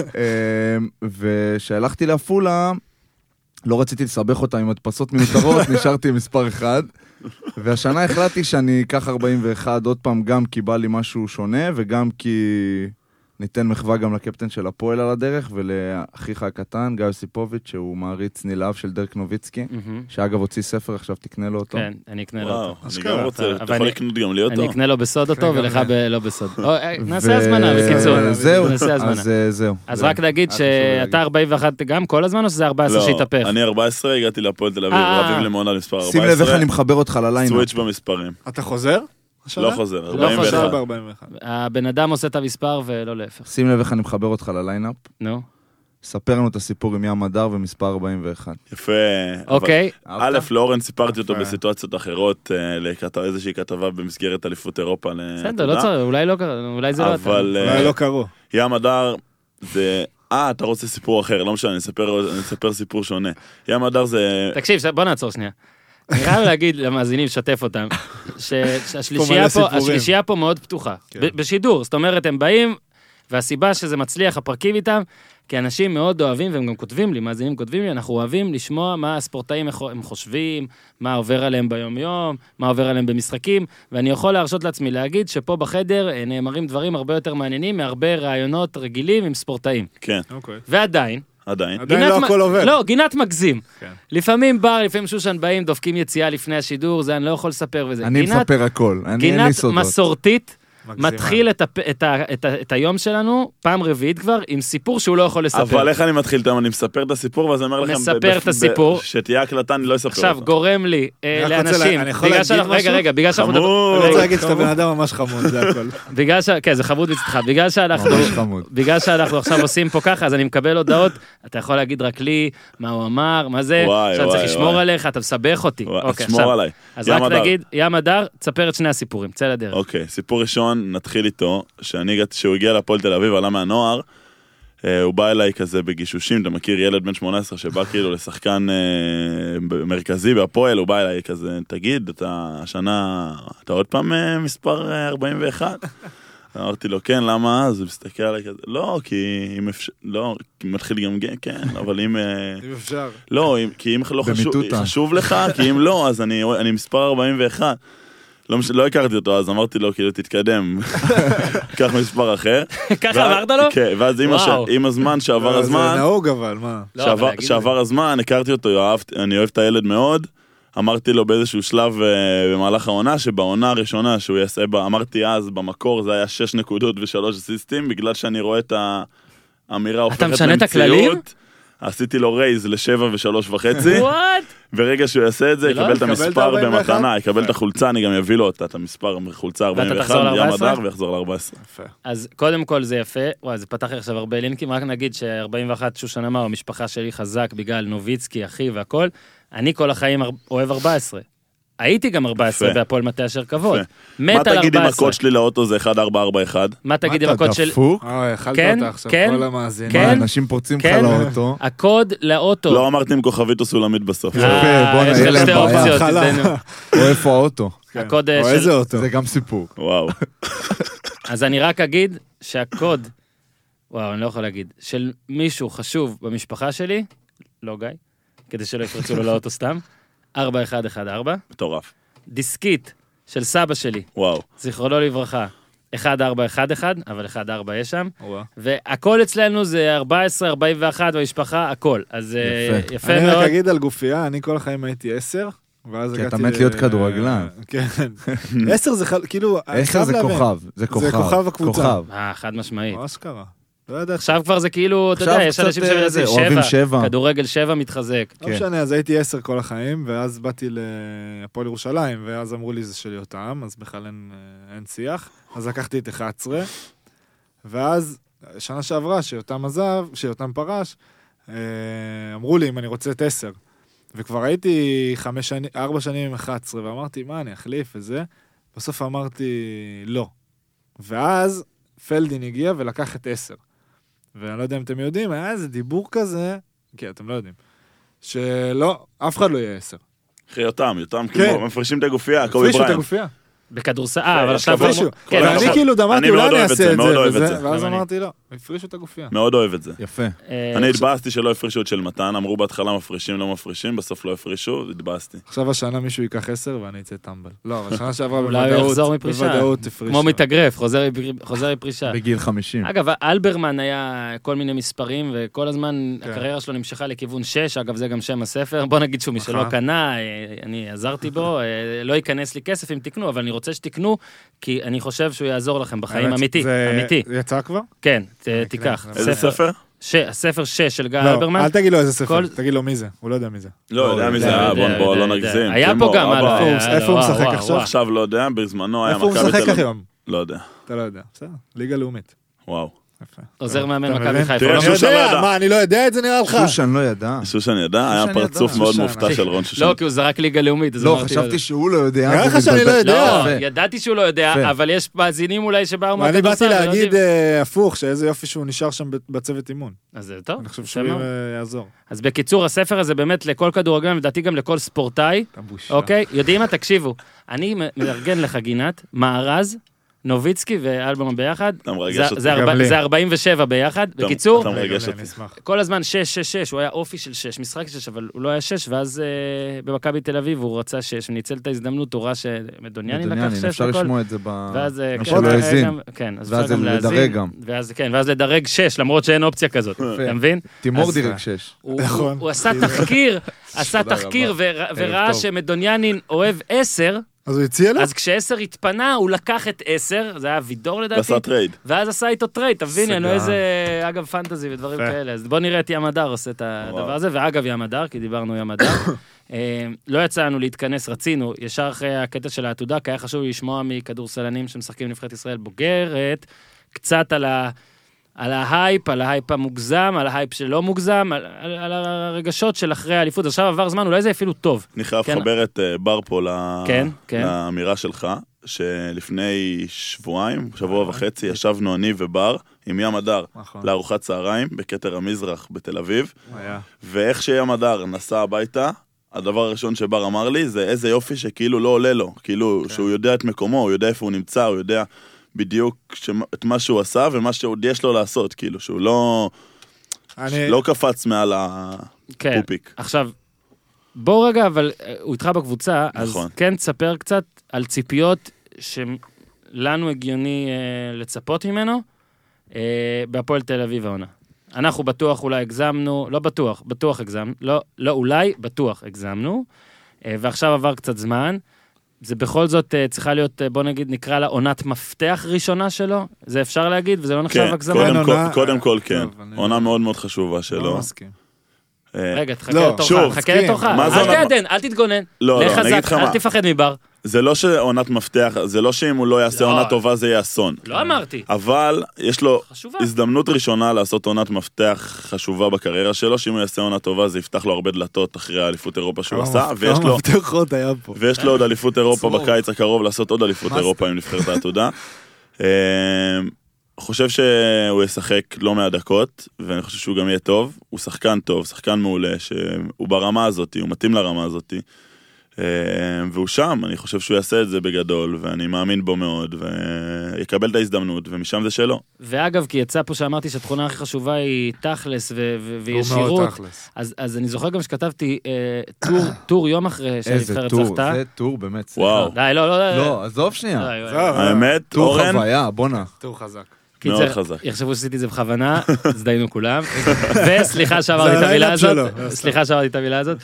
C: ושהלכתי לעפולה, לא רציתי לסבך אותה עם הדפסות מיותרות, נשארתי עם מספר 1, והשנה החלטתי שאני אקח 41, עוד פעם גם כי בא לי משהו שונה, וגם כי ניתן מחווה גם לקפטן של הפועל על הדרך, ולאחיך הקטן, גיא יוסיפוביץ', שהוא מעריץ נלהב של דרק נוביצקי, שאגב הוציא ספר, עכשיו תקנה לו אותו.
A: כן, אני אקנה לו אותו.
E: אני גם רוצה, אתה יכול לקנות גם לי אותו.
A: אני אקנה לו בסוד אותו, ולך לא בסוד. נעשה הזמנה, בקיצור.
C: זהו.
A: אז רק להגיד שאתה 41 גם כל הזמן, או שזה 14 שהתהפך?
E: לא, אני 14, הגעתי להפועל תל אביב, רביב למונה מספר 14.
C: שים לב איך אני מחבר אותך לליינאפ.
E: סוויץ' במספרים.
D: אתה חוזר?
E: לא חוזר,
D: 41.
A: הבן אדם עושה את המספר ולא להפך.
C: שים לב איך אני מחבר אותך לליינאפ.
A: נו.
C: ספר לנו את הסיפור עם ים הדר ומספר 41.
E: יפה.
A: אוקיי.
E: א', לאורן סיפרתי אותו בסיטואציות אחרות, איזושהי כתבה במסגרת אליפות אירופה.
A: בסדר, לא צריך, אולי לא קרה, אולי זה לא אתה.
D: אולי לא קרו.
E: ים הדר זה... אתה רוצה סיפור אחר, לא משנה, אני אספר סיפור שונה. ים הדר זה...
A: תקשיב, בוא נעצור שנייה. אני חייב להגיד למאזינים, שתף אותם, שהשלישייה פה מאוד פתוחה, בשידור, זאת אומרת, הם באים, והסיבה שזה מצליח, הפרקים איתם, כי אנשים מאוד אוהבים, והם גם כותבים לי, מאזינים כותבים לי, אנחנו אוהבים לשמוע מה הספורטאים הם חושבים, מה עובר עליהם ביום יום, מה עובר עליהם במשחקים, ואני יכול להרשות לעצמי להגיד שפה בחדר נאמרים דברים הרבה יותר מעניינים, מהרבה רעיונות רגילים עם ספורטאים.
E: כן.
A: ועדיין,
E: עדיין
D: לא הכל עובר.
A: לא, גינת מגזים. לפעמים לפעמים שושן באים, דופקים יציאה לפני השידור, זה אני לא יכול לספר וזה.
C: אני מספר הכל,
A: גינת מסורתית, מתחיל את היום שלנו, פעם רביעית כבר, עם סיפור שהוא לא יכול לספר.
E: אבל איך אני מתחיל איתם? אני מספר את הסיפור, ואז אני אומר לכם,
A: מספר את הסיפור.
E: שתהיה הקלטה, אני לא אספר אותו.
A: עכשיו, גורם לי לאנשים, רגע, בגלל שאנחנו...
D: אני רוצה להגיד שאתה בן אדם ממש חמוד, זה הכל.
A: כן, זה חמוד מצדך. בגלל שאנחנו עכשיו עושים פה ככה, אז אני מקבל הודעות, אתה יכול להגיד רק לי, מה הוא אמר, מה זה, עכשיו צריך לשמור עליך, אתה מסבך אותי.
E: שמור עליי.
A: אז רק להגיד, ים הדר, תספר את שני הסיפורים, צא לדרך.
E: אוקיי, סיפור ראשון, נתחיל איתו, שהוא הגיע לפועל תל אביב, עלה מהנוער, הוא בא אליי כזה בגישושים, אתה מכיר ילד בן 18 שבא כאילו לשחקן מרכזי בהפועל, הוא בא אליי כזה, תגיד, אתה השנה, אתה עוד פעם מספר 41? אמרתי לו, כן, למה? אז הוא מסתכל עליי כזה, לא, כי אם אפשר, לא, מתחיל גם כן, אבל אם...
D: אם אפשר.
E: לא, כי אם לא חשוב לך, כי אם לא, אז אני מספר 41. לא הכרתי אותו, אז אמרתי לו, כאילו, תתקדם, קח מספר אחר.
A: ככה אמרת לו?
E: כן, ואז עם הזמן, שעבר הזמן...
D: זה נהוג אבל, מה?
E: שעבר הזמן, הכרתי אותו, אני אוהב את הילד מאוד, אמרתי לו באיזשהו שלב במהלך העונה, שבעונה הראשונה שהוא יעשה בה, אמרתי אז במקור זה היה 6 נקודות ו3 אסיסטים, בגלל שאני רואה את האמירה הופכת למציאות.
A: אתה משנה את הכללים?
E: עשיתי לו רייז ל7.5, ברגע שהוא יעשה את זה, יקבל את המספר במתנה, יקבל את החולצה, אני גם אביא לו את המספר בחולצה 41, ים הדר ויחזור ל-14.
A: אז קודם כל זה יפה, וואי, זה פתח עכשיו הרבה לינקים, רק נגיד ש41 שושנה מה, המשפחה שלי חזק בגלל נוביצקי, אחי והכל, אני כל החיים אוהב 14. הייתי גם 14 בהפועל מטה אשר כבוד.
E: מה תגיד אם הקוד שלי לאוטו זה 1441?
A: מה תגיד אם הקוד של...
D: אכלת
A: כן,
D: אותה עכשיו,
A: כן,
D: כל המאזינים.
A: כן.
C: אנשים פורצים לך לאוטו.
A: הקוד לאוטו.
E: לא אמרתי עם כוכבית או סולמית בסוף.
C: יפה, בוא
A: יש לך שתי אופציות.
C: או איפה האוטו.
A: הקוד
D: או
A: של...
D: איזה אוטו.
C: זה גם סיפור.
E: וואו.
A: אז אני רק אגיד שהקוד, וואו, אני לא יכול להגיד, של מישהו חשוב במשפחה שלי, לא גיא, כדי שלא יפרצו לו לאוטו סתם, 4114.
E: מטורף.
A: דיסקית של סבא שלי,
E: וואו.
A: זיכרונו לברכה, 1411, אבל 14 יש שם, והכל אצלנו זה 14, 41 במשפחה, הכל. אז יפה מאוד.
D: אני רק אגיד על גופייה, אני כל החיים הייתי 10, ואז
C: כי אתה מת להיות כדורגלן.
D: כן. 10 זה כאילו...
C: 10 זה כוכב. זה
D: כוכב הקבוצה.
A: חד משמעית.
D: מה שקרה? לא יודע.
A: עכשיו כבר זה כאילו, אתה יודע, יש אנשים
C: אוהבים 7.
A: כדורגל 7 מתחזק.
D: לא משנה, אז הייתי 10 כל החיים, ואז באתי להפועל ירושלים, ואז אמרו לי זה של יותם, אז בכלל אין שיח. אז לקחתי את 11, ואז שנה שעברה, שיותם פרש, אמרו לי אם אני רוצה את 10. וכבר הייתי 4 שנים עם 11, ואמרתי, מה, אני אחליף וזה? בסוף אמרתי, לא. ואז פלדין הגיע ולקח את 10. ואני לא יודע אם אתם יודעים, היה איזה דיבור כזה, כן, אתם לא יודעים, שלא, אף אחד לא יהיה 10.
E: אחרי יותם, כמו, מפרישים את הגופייה, קובי בריינט.
D: הפרישו את הגופייה.
A: בכדורסל, אבל עכשיו...
D: ואני כאילו דמרתי, אולי אני אעשה את זה, ואז אמרתי לא, הפרישו את הגופייה.
E: מאוד אוהב את זה.
C: יפה.
E: אני התבאסתי שלא הפרישו את של מתן, אמרו בהתחלה מפרישים, לא מפרישים, בסוף לא הפרישו, התבאסתי.
D: עכשיו השנה מישהו ייקח 10 ואני אצא טמבל. לא, אבל השנה שעברה
A: אולי הוא יחזור מפרישה. כמו מתאגרף, חוזר מפרישה.
C: בגיל 50.
A: אגב, אלברמן היה כל מיני מספרים, וכל הזמן הקריירה שלו נמשכה לכיוון 6, אגב זה גם שם הספר, בוא נגיד שהוא משלא קנה, אני עזרתי בו, לא ייכנס לי כסף אם תקנו, אבל אני רוצה שתקנו, כי אני חושב שהוא יעזור לכם בחיים, אמיתי.
D: יצא כבר?
A: כן, תיקח.
E: איזה ספר?
A: הספר 6 של גיא אלברמן.
D: אל תגיד לו איזה ספר, תגיד לו מי זה, הוא לא יודע מי זה.
E: לא יודע מי זה, בוא לא נגזים.
A: היה פה גם,
D: איפה הוא משחק עכשיו?
E: עכשיו לא יודע, בזמנו היה
D: איפה הוא משחק היום?
E: לא יודע.
D: אתה לא יודע, בסדר, ליגה לאומית.
E: וואו.
A: עוזר מאמן מכבי חיפה.
E: תראה, שושן לא ידע.
D: מה, אני לא יודע את זה נראה לך?
C: שושן לא ידע.
E: שושן ידע, היה פרצוף מאוד מופתע של רון שושן.
A: לא, כי הוא זרק ליגה לאומית.
C: לא, חשבתי שהוא לא יודע.
D: נראה לך שאני לא יודע.
A: לא, ידעתי שהוא לא יודע, אבל יש מאזינים אולי שבאו מהכדורסל.
D: אני באתי להגיד הפוך, שאיזה יופי שהוא נשאר שם בצוות אימון.
A: אז זה טוב.
D: אני חושב שהוא יעזור.
A: אז בקיצור, הספר הזה באמת לכל כדורגלן, לדעתי גם לכל ספורטאי. אוקיי? יודעים מה? תקשיבו. אני מארגן לך גינת, מארז, נוביצקי ואלברמן ביחד, זה 47 ביחד. בקיצור, כל הזמן 6, הוא היה אופי של 6, משחק 6, אבל הוא לא היה 6, ואז במכבי תל אביב הוא רצה 6, וניצל את ההזדמנות, הוא ראה שמדוניאני לקח 6,
C: אפשר לשמוע את זה
A: ואז
C: שלא הזין,
A: ואז
C: לדרג גם.
A: ואז לדרג 6, למרות שאין אופציה כזאת, אתה מבין?
C: תימור דירג 6.
A: הוא עשה תחקיר וראה שמדוניאני אוהב 10,
D: אז הוא הציע לו?
A: אז כש10 התפנה, הוא לקח את 10, זה היה וידור לדעתי.
E: ועשה טרייד.
A: ואז עשה איתו טרייד, תבין, אין לו איזה, אגב, פנטזי ודברים כאלה. אז בוא נראה את ים הדר עושה את הדבר הזה, ואגב ים הדר, כי דיברנו ים הדר. לא יצאנו להתכנס, רצינו, ישר אחרי הקטע של העתודה, כי היה חשוב לשמוע מכדורסלנים שמשחקים נבחרת ישראל בוגרת, קצת על ההייפ המוגזם, על ההייפ שלא מוגזם, על הרגשות של אחרי האליפות. עכשיו עבר זמן, אולי זה אפילו טוב.
E: אני חייב לחבר את בר פה לאמירה שלך, שלפני שבוע וחצי, ישבנו אני ובר עם ים הדר לארוחת צהריים בכתר המזרח בתל אביב, ואיך שים הדר נסע הביתה, הדבר הראשון שבר אמר לי, זה איזה יופי שכאילו לא עולה לו, כאילו שהוא יודע את מקומו, הוא יודע איפה הוא נמצא, הוא יודע בדיוק את מה שהוא עשה ומה שעוד יש לו לעשות, כאילו, שהוא לא קפץ מעל הפופיק.
A: עכשיו, בוא רגע, אבל הוא איתך בקבוצה, אז כן תספר קצת על ציפיות שלנו הגיוני לצפות ממנו, בהפועל תל אביב העונה. אנחנו בטוח אולי הגזמנו, לא בטוח, בטוח הגזמנו, לא אולי, בטוח הגזמנו, ועכשיו עבר קצת זמן, זה בכל זאת צריכה להיות, בוא נגיד, נקרא לה עונת מפתח ראשונה שלו, זה אפשר להגיד, וזה לא נחשב הגזמה.
E: קודם כל כן, עונה מאוד מאוד חשובה שלו.
D: לא מסכים.
A: רגע, תחכה לתורך, אל תתגונן, לך חזק, אל תפחד מבר.
E: זה לא שעונת מפתח, זה לא שאם הוא לא יעשה עונה טובה זה יהיה אסון.
A: לא אמרתי.
E: אבל יש לו הזדמנות ראשונה לעשות עונת מפתח חשובה בקריירה שלו, שאם הוא יעשה עונה טובה זה יפתח לו הרבה דלתות אחרי האליפות אירופה שהוא עשה, ויש לו עוד אליפות אירופה בקיץ הקרוב לעשות עוד אליפות אירופה עם נבחרת העתודה. חושב שהוא ישחק לא מהדקות, ואני חושב שהוא גם יהיה טוב. הוא שחקן טוב, שחקן מעולה, שהוא ברמה הזאת, הוא מתאים לרמה הזאת. והוא שם, אני חושב שהוא יעשה את זה בגדול, ואני מאמין בו מאוד, ויקבל את ההזדמנות, ומשם זה שלו.
A: ואגב, כי יצא פה שאמרתי שהתכונה הכי חשובה היא תכלס וישירות, אז אני זוכר גם שכתבתי טור יום אחרי שהנבחרת זכתה.
C: זה טור באמת.
E: וואו.
A: די,
C: לא, עזוב שנייה.
E: האמת,
C: טור חוויה, בונה.
D: טור חזק.
E: מאוד חזק.
A: יחשבו שעשיתי את זה בכוונה, זדיינו כולם, וסליחה שעברתי את המילה הזאת.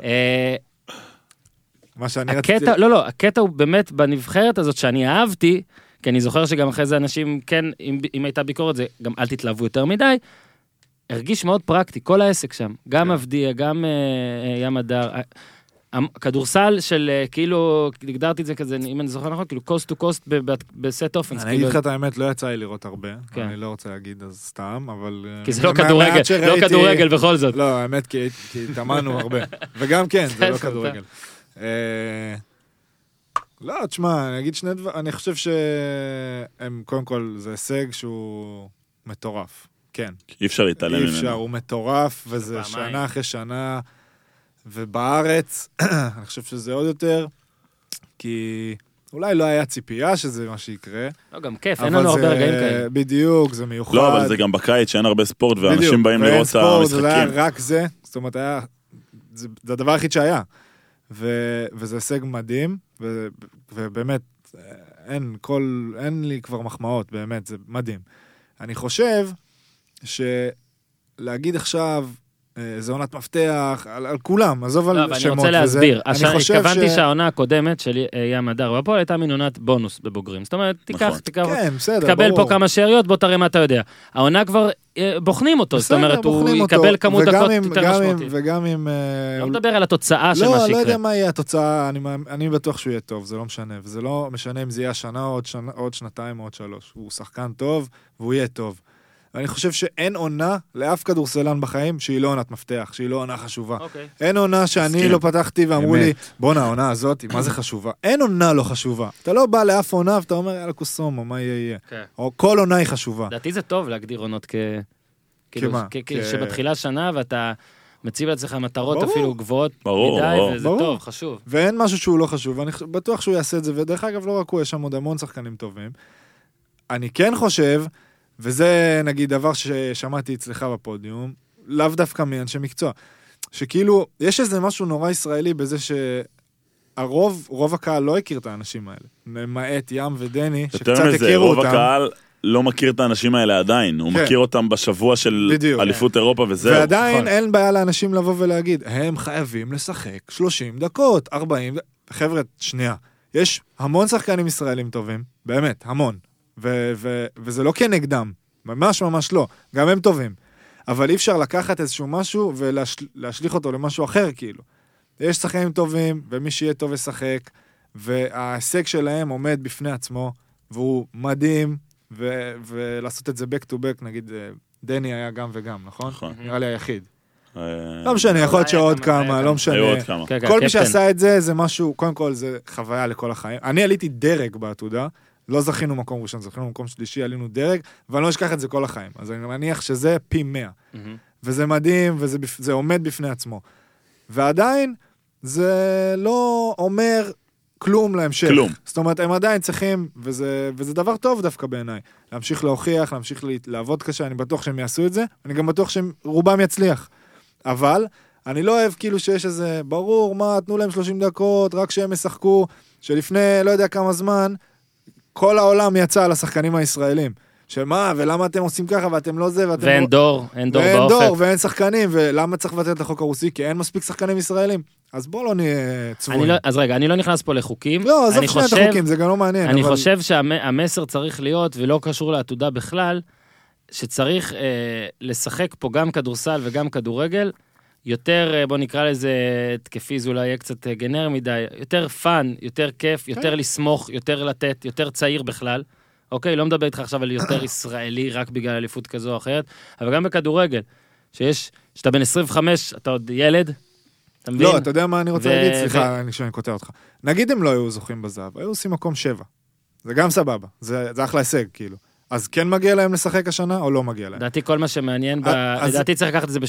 D: מה שאני רציתי...
A: הקטע הוא באמת בנבחרת הזאת שאני אהבתי, כי אני זוכר שגם אחרי זה אנשים, כן, אם הייתה ביקורת זה, גם אל תתלהבו יותר מדי, הרגיש מאוד פרקטי, כל העסק שם, גם אבדיה, גם ים הדר, הכדורסל של כאילו, הגדרתי את זה כזה, אם אני זוכר נכון, כאילו קוסט טו קוסט בסט אופנס.
D: אני אגיד לך את האמת, לא יצא לי לראות הרבה, אני לא רוצה להגיד אז סתם, אבל...
A: כי זה לא כדורגל בכל זאת.
D: לא, האמת, כי התאמנו הרבה, וגם כן, זה לא כדורגל. לא, תשמע, אני אגיד שני דבר, אני חושב שהם, קודם כל, זה הישג שהוא מטורף, כן.
E: אי אפשר להתעלם ממנו.
D: אי אפשר, הוא מטורף, וזה שנה אחרי שנה, ובארץ, אני חושב שזה עוד יותר, כי אולי לא היה ציפייה שזה מה שיקרה.
A: לא, גם כיף, אין לנו הרבה רגעים כאלה.
D: בדיוק, זה מיוחד.
E: לא, אבל זה גם בקיץ שאין הרבה ספורט, ואנשים באים לראות את המשחקים.
D: זה היה רק זה, זאת אומרת, זה הדבר היחיד שהיה. וזה הישג מדהים, ובאמת, אין לי כבר מחמאות, באמת, זה מדהים. אני חושב שלהגיד עכשיו, זה עונת מפתח, על כולם, עזוב על שמות.
A: אני רוצה להסביר, התכוונתי שהעונה הקודמת של ים הדר, והפועל הייתה מין עונת בונוס בבוגרים, זאת אומרת, תקבל פה כמה שאריות, בוא תראה מה אתה יודע. העונה כבר בוחנים אותו, זאת אומרת, הוא יקבל כמות דקות יותר משמעותית.
D: וגם אם...
A: לא מדבר על התוצאה של מה שיקרה.
D: לא יודע מה יהיה התוצאה, אני בטוח שהוא יהיה טוב, זה לא משנה, וזה לא משנה אם זה יהיה שנה, עוד שנתיים, עוד 3. הוא שחקן טוב, והוא יהיה טוב. ואני חושב שאין עונה לאף כדורסלן בחיים שהיא לא עונת מפתח, שהיא לא עונה חשובה. אין עונה שאני לא פתחתי ואמרו לי, בוא העונה הזאת, מה זה חשובה? אין עונה לא חשובה. אתה לא בא לאף עונה ואתה אומר, יאללה קוסומו, מה יהיה? או כל עונה היא חשובה.
A: לדעתי זה טוב להגדיר עונות שבתחילה שנה ואתה מציב לעצמך מטרות אפילו גבוהות מדי, וזה טוב, חשוב.
D: ואין משהו שהוא לא חשוב, ואני בטוח שהוא יעשה את זה, ודרך אגב לא רק הוא, יש שם עוד המון שחקנים טובים. אני כן חושב, וזה נגיד דבר ששמעתי אצלך בפודיום, לאו דווקא מאנשי מקצוע, שכאילו, יש איזה משהו נורא ישראלי בזה רוב הקהל לא הכיר את האנשים האלה. למעט ים ודני, שקצת הכירו אותם.
E: רוב הקהל לא מכיר את האנשים האלה עדיין, הוא מכיר אותם בשבוע של אליפות אירופה וזהו.
D: ועדיין אין בעיה לאנשים לבוא ולהגיד, הם חייבים לשחק 30 דקות, 40 דקות. חבר'ה, שנייה, יש המון שחקנים ישראלים טובים, באמת, המון. וזה לא כנגדם, ממש ממש לא, גם הם טובים, אבל אי אפשר לקחת איזשהו משהו ולהשליך אותו למשהו אחר כאילו. יש שחקנים טובים, ומי שיהיה טוב ישחק, וההישג שלהם עומד בפני עצמו, והוא מדהים, ולעשות את זה back to back, נגיד דני היה גם וגם, נכון? נראה לי היחיד. לא משנה, יכול להיות שעוד כמה, לא משנה. כל מי שעשה את זה, זה משהו, קודם כל זה חוויה לכל החיים. אני עליתי דרג בעתודה, לא זכינו מקום ראשון, זכינו מקום שלישי, עלינו דרג, ואני לא אשכח את זה כל החיים. אז אני מניח שזה פי 100. וזה מדהים, וזה עומד בפני עצמו. ועדיין, זה לא אומר כלום להמשך.
E: כלום.
D: זאת אומרת, הם עדיין צריכים, וזה דבר טוב דווקא בעיניי, להמשיך להוכיח, להמשיך לעבוד קשה, אני בטוח שהם יעשו את זה, אני גם בטוח שרובם יצליח. אבל אני לא אוהב כאילו שיש איזה, ברור, מה, תנו להם 30 דקות, רק שהם ישחקו, שלפני לא יודע כמה זמן, כל העולם יצא על השחקנים הישראלים. שמה, ולמה אתם עושים ככה, ואתם לא זה, ואתם...
A: ואין דור, אין דור באופק.
D: ואין דור, ואין שחקנים, ולמה צריך לבטל את החוק הרוסי? כי אין מספיק שחקנים ישראלים. אז בוא לא נהיה צבועים.
A: אז רגע, אני לא נכנס פה לחוקים.
D: לא, עזוב שנייה את החוקים, זה גם לא מעניין.
A: אני חושב שהמסר צריך להיות, ולא קשור לעתודה בכלל, שצריך לשחק פה גם כדורסל וגם כדורגל, יותר, בוא נקרא לזה תקפי, זה אולי יהיה קצת גנר מדי, יותר פאן, יותר כיף, יותר לסמוך, יותר לתת, יותר צעיר בכלל. אוקיי, לא מדבר איתך עכשיו על יותר ישראלי, רק בגלל אליפות כזו או אחרת, אבל גם בכדורגל, שאתה בן 25, אתה עוד ילד, אתה מבין?
D: לא, אתה יודע מה אני רוצה להגיד? סליחה, שאני קוטע אותך. נגיד הם לא היו זוכים בזהב, היו עושים מקום 7. זה גם סבבה, זה אחלה הישג, כאילו. אז כן מגיע להם לשחק השנה, או לא מגיע להם?
A: לדעתי כל מה שמעניין, לדעתי צריך לקחת את זה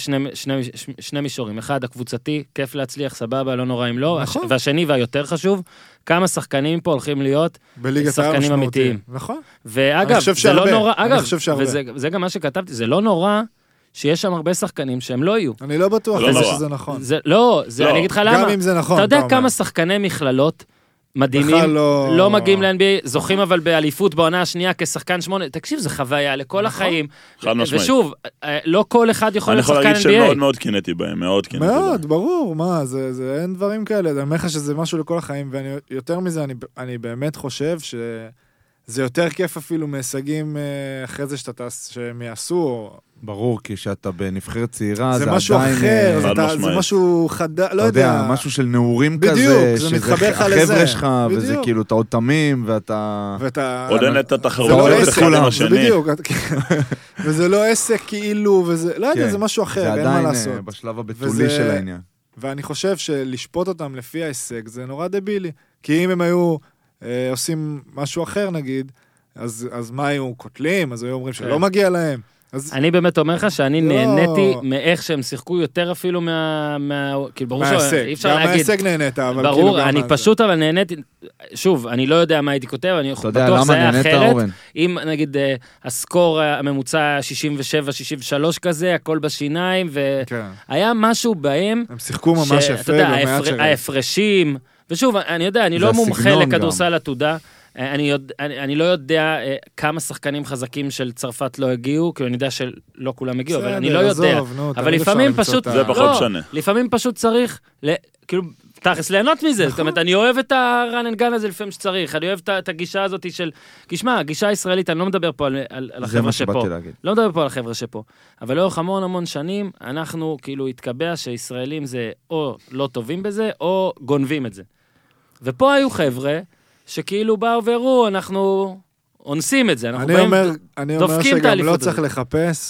A: בשני מישורים. אחד, הקבוצתי, כיף להצליח, סבבה, לא נורא אם לא. והשני, והיותר חשוב, כמה שחקנים פה הולכים להיות שחקנים אמיתיים.
D: נכון.
A: ואגב, זה לא נורא, אגב, וזה גם מה שכתבתי, זה לא נורא שיש שם הרבה שחקנים שהם לא יהיו.
D: אני לא בטוח שזה נכון.
A: לא, אני אגיד לך למה.
D: גם אם זה נכון.
A: אתה יודע כמה שחקני מכללות מדהימים, לא מגיעים ל-NBA, זוכים אבל באליפות בעונה השנייה כשחקן 8, תקשיב, זה חוויה לכל החיים, ושוב, לא כל אחד יכול להיות שחקן NBA.
E: אני יכול להגיד שמאוד מאוד קינאתי בהם, מאוד קינאתי בהם.
D: מאוד, ברור, מה, אין דברים כאלה, אני אומר לך שזה משהו לכל החיים, ויותר מזה, אני באמת חושב שזה יותר כיף אפילו מהישגים אחרי זה שהם יעשו,
C: ברור, כי שאתה בנבחרת צעירה,
D: זה משהו אחר, זה משהו חדש, לא יודע.
C: משהו של נעורים כזה,
D: בדיוק, זה מתחבר לך לזה.
C: החבר'ה שלך, וזה כאילו, אתה עוד תמים, ואתה...
E: עוד אין את התחרות,
D: זה בדיוק, וזה לא עסק כאילו, וזה, לא יודע, זה משהו אחר, אין מה לעשות.
C: זה עדיין בשלב הבתולי של העניין.
D: ואני חושב שלשפוט אותם לפי ההישג, זה נורא דבילי. כי אם הם היו עושים משהו אחר, נגיד, אז מה היו קוטלים? אז היו אומרים שלא מגיע להם.
A: אני באמת אומר לך שאני נהניתי מאיך שהם שיחקו יותר אפילו כאילו ברור שאי אפשר להגיד.
D: גם מההישג נהנית, אבל כאילו...
A: ברור, אני פשוט אבל נהניתי, שוב, אני לא יודע מה הייתי כותב, אני בטוח זה היה אחרת. אם נגיד הסקור הממוצע 67-63 כזה, הכל בשיניים, והיה משהו בהם...
D: הם שיחקו ממש יפה,
A: ההפרשים, ושוב, אני יודע, אני לא מומחה לכדורסל עתודה, אני לא יודע כמה שחקנים חזקים של צרפת לא הגיעו, כי אני יודע שלא כולם הגיעו, אבל אני לא יודע. אבל לפעמים פשוט...
E: זה פחות שונה.
A: לפעמים פשוט צריך, כאילו, תכלס, ליהנות מזה. זאת אומרת, אני אוהב את הרן אנד גן הזה לפעמים שצריך, אני אוהב את הגישה הזאת של... תשמע, הגישה הישראלית, אני לא מדבר פה על החבר'ה שפה. לא מדבר פה על החבר'ה שפה. אבל לאורך המון שנים, אנחנו כאילו התקבע שישראלים זה או לא טובים בזה, או גונבים את זה. ופה היו חבר'ה שכאילו באו והראו, אנחנו אונסים את זה, אנחנו באים, דופקים את האליפות.
D: אני אומר שגם לא צריך לחפש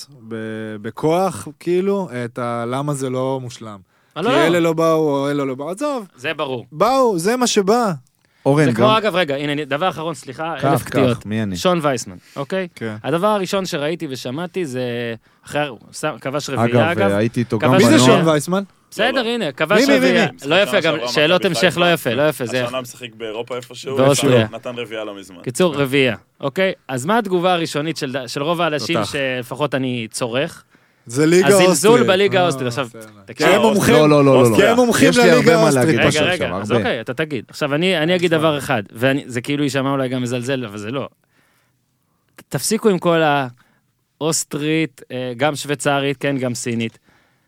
D: בכוח, כאילו, את למה זה לא מושלם. כי אלה לא באו, או אלה לא באו, עזוב.
A: זה ברור.
D: באו, זה מה שבא.
A: זה כמו, אגב, רגע, הנה, דבר אחרון, סליחה, 1000 קטיעות. שון וייסמן, אוקיי? הדבר הראשון שראיתי ושמעתי זה, אחרי, כבש רביעייה, אגב.
C: הייתי איתו גם בנוער.
D: מי זה שון וייסמן?
A: בסדר, הנה, כבש רביעייה. לא יפה, גם שאלות המשך לא יפה, לא יפה.
E: השנה משחק באירופה איפשהו, נתן רביעייה לא מזמן.
A: קיצור, רביעייה, אוקיי? אז מה התגובה הראשונית של רוב האנשים שלפחות אני צורך?
D: זה ליגה אוסטרית.
A: הזלזול בליגה אוסטרית. עכשיו,
D: כי הם מומחים.
C: לא.
D: כי הם מומחים לליגה אוסטרית.
A: רגע, אז אוקיי, אתה תגיד. עכשיו, אני אגיד דבר אחד, וזה כאילו יישמע אולי גם מזלזל, אבל זה לא. תפסיקו עם כל האוסטרית, גם שוויצרית, כן, גם סינית.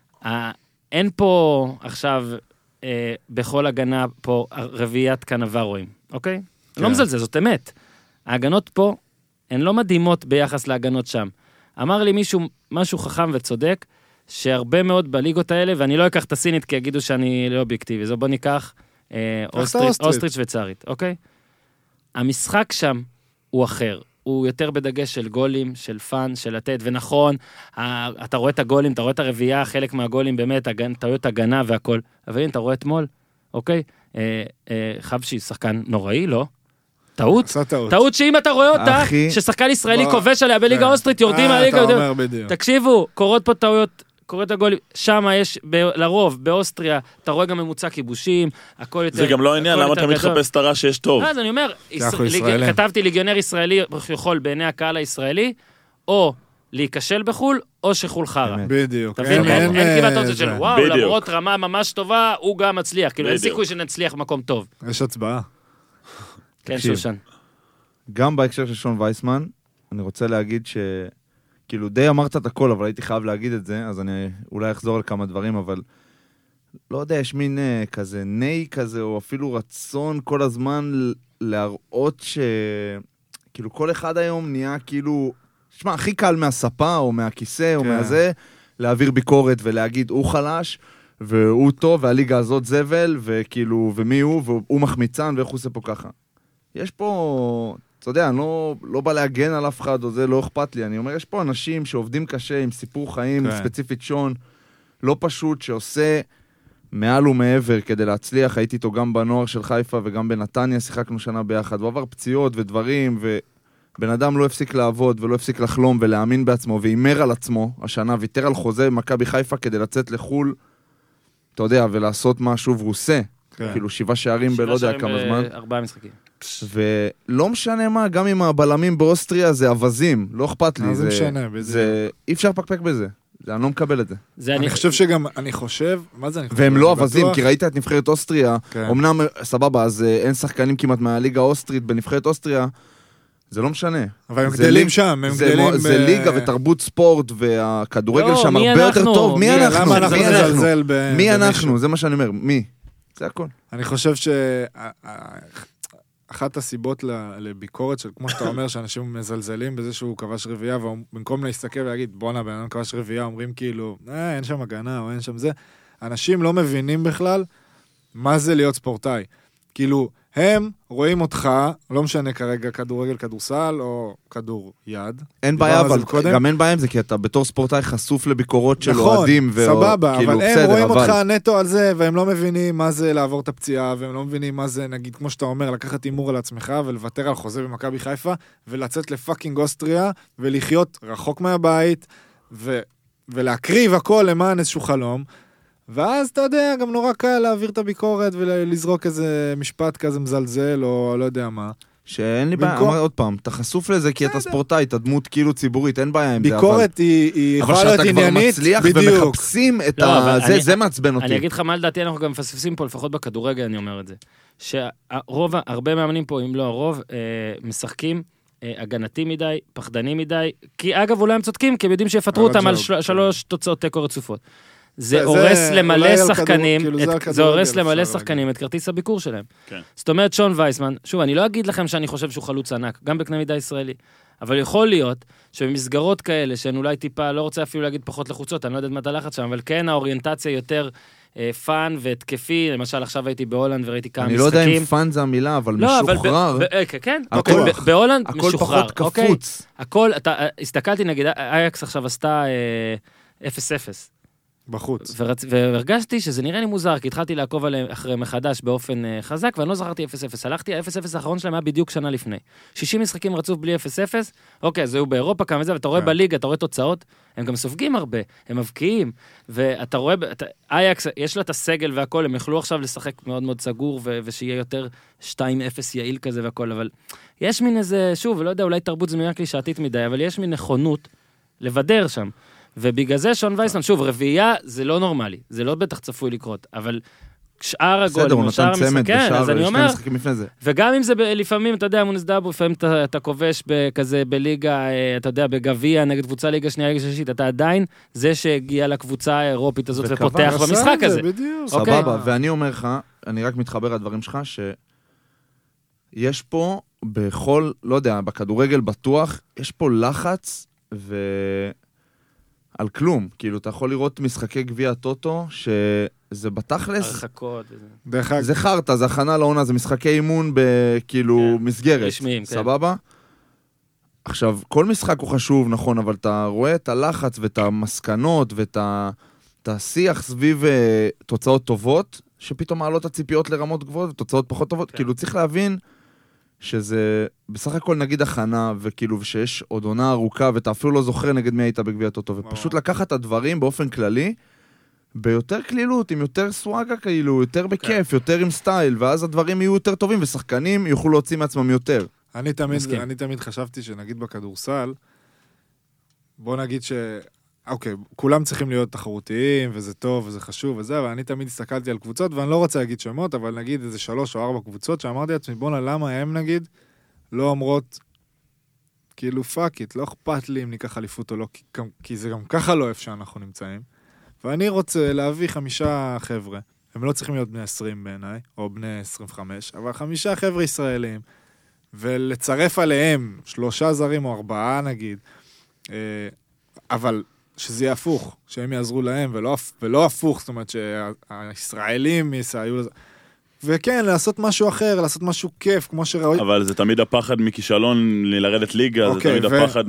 A: אין פה עכשיו, בכל הגנה פה, רביעיית קנברואים, אוקיי? לא מזלזל, זאת אמת. ההגנות פה, הן לא מדהימות ביחס להגנות שם. אמר לי מישהו, משהו חכם וצודק, שהרבה מאוד בליגות האלה, ואני לא אקח את הסינית כי יגידו שאני לא אובייקטיבי, זו בוא ניקח אוסטרית שוויצרית, אוקיי? המשחק שם הוא אחר, הוא יותר בדגש של גולים, של פן, של לתת, ונכון, אתה רואה את הגולים, אתה רואה את הרביעייה, חלק מהגולים באמת, טעויות הגנה והכל, אבל הנה, אתה רואה אתמול, אוקיי? חבשי, שחקן נוראי, לא? טעות שאם אתה רואה אותה, ששחקן ישראלי כובש עליה בליגה אוסטרית, יורדים מהליגה, תקשיבו, קורות פה טעויות קורא את הגולים, שם יש, לרוב, באוסטריה, אתה רואה גם ממוצע כיבושים, הכל יותר...
E: זה גם לא עניין, למה אתה מתחפש את הרע שיש טוב?
A: אז אני אומר, כתבתי ליגיונר ישראלי יכול בעיני הקהל הישראלי, או להיכשל בחול, או שחול חרא.
D: בדיוק.
A: תבין, אין כמעט אופציה של וואו, למרות רמה ממש טובה, הוא גם מצליח. כאילו, אין סיכוי שנצליח במקום טוב.
D: יש הצבעה.
A: כן, שושן.
C: גם בהקשר של שון וייסמן, אני רוצה להגיד כאילו די אמרת את הכל, אבל הייתי חייב להגיד את זה, אז אני אולי אחזור על כמה דברים, אבל לא יודע, יש מין כזה ני כזה, או אפילו רצון כל הזמן להראות כאילו כל אחד היום נהיה כאילו, תשמע, הכי קל מהספה, או מהכיסא, או מהזה, להעביר ביקורת ולהגיד, הוא חלש, והוא טוב, והליגה הזאת זבל, וכאילו, ומי הוא, והוא מחמיצן, ואיך הוא עושה פה ככה. יש פה... אתה יודע, אני לא בא להגן על אף אחד, או זה לא אכפת לי. אני אומר, יש פה אנשים שעובדים קשה עם סיפור חיים, ספציפית שון, לא פשוט, שעושה מעל ומעבר כדי להצליח. הייתי איתו גם בנוער של חיפה וגם בנתניה, שיחקנו שנה ביחד. הוא עבר פציעות ודברים, ובן אדם לא הפסיק לעבוד ולא הפסיק לחלום ולהאמין בעצמו, ואימר על עצמו השנה, ויתר על חוזה במכבי חיפה כדי לצאת לחול, אתה יודע, ולעשות משהו, והוא עושה. כאילו 7 שערים בלא יודע כמה זמן.
A: 4 משחקים.
C: ולא משנה מה, גם עם הבלמים באוסטריה זה אבזים, לא אכפת לי.
D: זה משנה, בדיוק.
C: אי אפשר לפקפק בזה. אני לא מקבל את זה.
D: אני חושב שגם, אני חושב, מה זה אני חושב?
C: והם לא אבזים, כי ראית את נבחרת אוסטריה, אמנם סבבה, אז אין שחקנים כמעט מהליגה האוסטרית בנבחרת אוסטריה, זה לא משנה.
D: אבל הם גדלים שם, הם גדלים...
C: זה ליגה ותרבות ספורט, והכדורגל שם הרבה יותר טוב. מי אנחנו? מי אנחנו? זה מה שאני אומר, מי? זה הכל.
D: אני חושב אחת הסיבות לביקורת של, כמו שאתה אומר, שאנשים מזלזלים בזה שהוא כבש רביעייה, ובמקום להסתכל ולהגיד, בואנה, בן אדם כבש רביעייה, אומרים כאילו, אין שם הגנה, או אין שם זה. אנשים לא מבינים בכלל מה זה להיות ספורטאי. כאילו, הם רואים אותך, לא משנה כרגע כדורגל, כדורסל, או כדור יד.
C: אין בעיה, אבל גם אין בעיה עם זה, כי אתה בתור ספורטאי חשוף לביקורות של
D: נכון,
C: אוהדים.
D: סבבה, אבל הם רואים אותך נטו על זה, והם לא מבינים מה זה לעבור את הפציעה, והם לא מבינים מה זה, נגיד, כמו שאתה אומר, לקחת אימור על עצמך, ולוותר על חוזה במכבי חיפה, ולצאת לפאקינג אוסטריה, ולחיות רחוק מהבית, ולהקריב הכל למען איזשהו חלום. ואז אתה יודע, גם נורא קל להעביר את הביקורת ולזרוק איזה משפט כזה מזלזל או לא יודע מה.
C: שאין לי בעיה, אמר עוד פעם, אתה חשוף לזה כי אתה ספורטאי, אתה דמות כאילו ציבורית, אין בעיה עם זה.
D: ביקורת היא יכולה להיות עניינית,
C: בדיוק. אבל שאתה כבר מצליח ומחפשים את זה מעצבן אותי.
A: אני אגיד לך מה לדעתי, אנחנו גם מפספסים פה, לפחות בכדורגל אני אומר את זה, שהרוב, הרבה מאמנים פה, אם לא הרוב, משחקים הגנתי מדי, פחדני מדי, כי אגב אולי הם צודקים, כי הם יודעים שיפטרו אותם על 3 תוצאות תיקו רצופות. זה הורס למלא שחקנים, זה הורס למלא שחקנים את כרטיס הביקור שלהם. זאת אומרת, שון וייסמן, שוב, אני לא אגיד לכם שאני חושב שהוא חלוץ ענק, גם בקנה מידה ישראלי, אבל יכול להיות שבמסגרות כאלה, שהן אולי טיפה, לא רוצה אפילו להגיד פחות לחוצות, אני לא יודעת מה אתה לחץ שם, אבל כן האוריינטציה יותר פאן והתקפי, למשל עכשיו הייתי בהולנד וראיתי כמה משחקים.
C: אני לא יודע אם פאן זה המילה, אבל משוחרר.
A: כן, בהולנד משוחרר.
C: הכל פחות קפוץ.
A: הכל, הסתכלתי נגיד, אייקס עכשיו עשתה 0-0.
D: בחוץ.
A: והרגשתי שזה נראה לי מוזר, כי התחלתי לעקוב עליהם אחרי מחדש באופן חזק, ואני לא זכרתי 0-0. הלכתי, ה-0-0 האחרון שלהם היה בדיוק שנה לפני. 60 משחקים רצוף בלי 0-0, אוקיי, זה הוא באירופה כמה זה, ואתה רואה בליגה, אתה רואה תוצאות, הם גם סופגים הרבה, הם מבקיעים, ואתה רואה, אייקס, יש לה את הסגל והכל, הם יכלו עכשיו לשחק מאוד מאוד סגור, ושיהיה יותר 2-0 יעיל כזה והכל, אבל יש מין איזה, שוב, לא יודע, אולי תרבות זה מילה קלישאתית מדי, אבל יש מין נכונות לבדר שם. ובגלל זה שון וייסמן, שוב, רביעייה זה לא נורמלי, זה לא בטח צפוי לקרות, אבל שאר הגולים, שאר המשחקים, אז אני אומר, וגם אם זה לפעמים, אתה יודע, מונס דאבו, לפעמים אתה כובש כזה בליגה, אתה יודע, בגביע, נגד קבוצה ליגה שנייה, ליגה שלישית, אתה עדיין זה שהגיע לקבוצה האירופית הזאת ופותח במשחק הזה.
C: סבבה, ואני אומר לך, אני רק מתחבר לדברים שלך, שיש פה בכל, לא יודע, בכדורגל בטוח, יש פה לחץ על כלום, כאילו אתה יכול לראות משחקי גביע טוטו, שזה בתכלס,
A: הרחקות,
C: זה חרטה, זה הכנה לעונה, זה משחקי אימון בכאילו מסגרת,
A: רשמיים,
C: סבבה? עכשיו, כל משחק הוא חשוב, נכון, אבל אתה רואה את הלחץ ואת המסקנות ואת השיח סביב תוצאות טובות, שפתאום מעלות הציפיות לרמות גבוהות ותוצאות פחות טובות, כאילו צריך להבין שזה בסך הכל נגיד הכנה, וכאילו שיש עוד עונה ארוכה, ואתה אפילו לא זוכר נגד מי היית בגביע הטוטו, ופשוט לקחת את הדברים באופן כללי, ביותר כלילות, עם יותר סוואגה כאילו, יותר בכיף, יותר עם סטייל, ואז הדברים יהיו יותר טובים, ושחקנים יוכלו להוציא מעצמם יותר.
D: אני תמיד חשבתי שנגיד בכדורסל, בוא נגיד אוקיי, כולם צריכים להיות תחרותיים, וזה טוב, וזה חשוב, וזה, אבל אני תמיד הסתכלתי על קבוצות, ואני לא רוצה להגיד שמות, אבל נגיד איזה 3 או 4 קבוצות, שאמרתי לעצמי, בוא למה הם נגיד, לא אומרות, כאילו פאקית, לא אכפת לי אם ניקח אליפות או לא, כי זה גם ככה לא איפה שאנחנו נמצאים, ואני רוצה להביא 5 חבר'ה, הם לא צריכים להיות בני 20 בעיניי, או בני 25, אבל 5 חבר'ה ישראלים, ולצרף עליהם 3 זרים או 4 נגיד, אבל שזה יהיה הפוך, שהם יעזרו להם, ולא הפוך, זאת אומרת שהישראלים יסייעו לזה. וכן, לעשות משהו אחר, לעשות משהו כיף, כמו שראוי.
E: אבל זה תמיד הפחד מכישלון לרדת ליגה, זה תמיד הפחד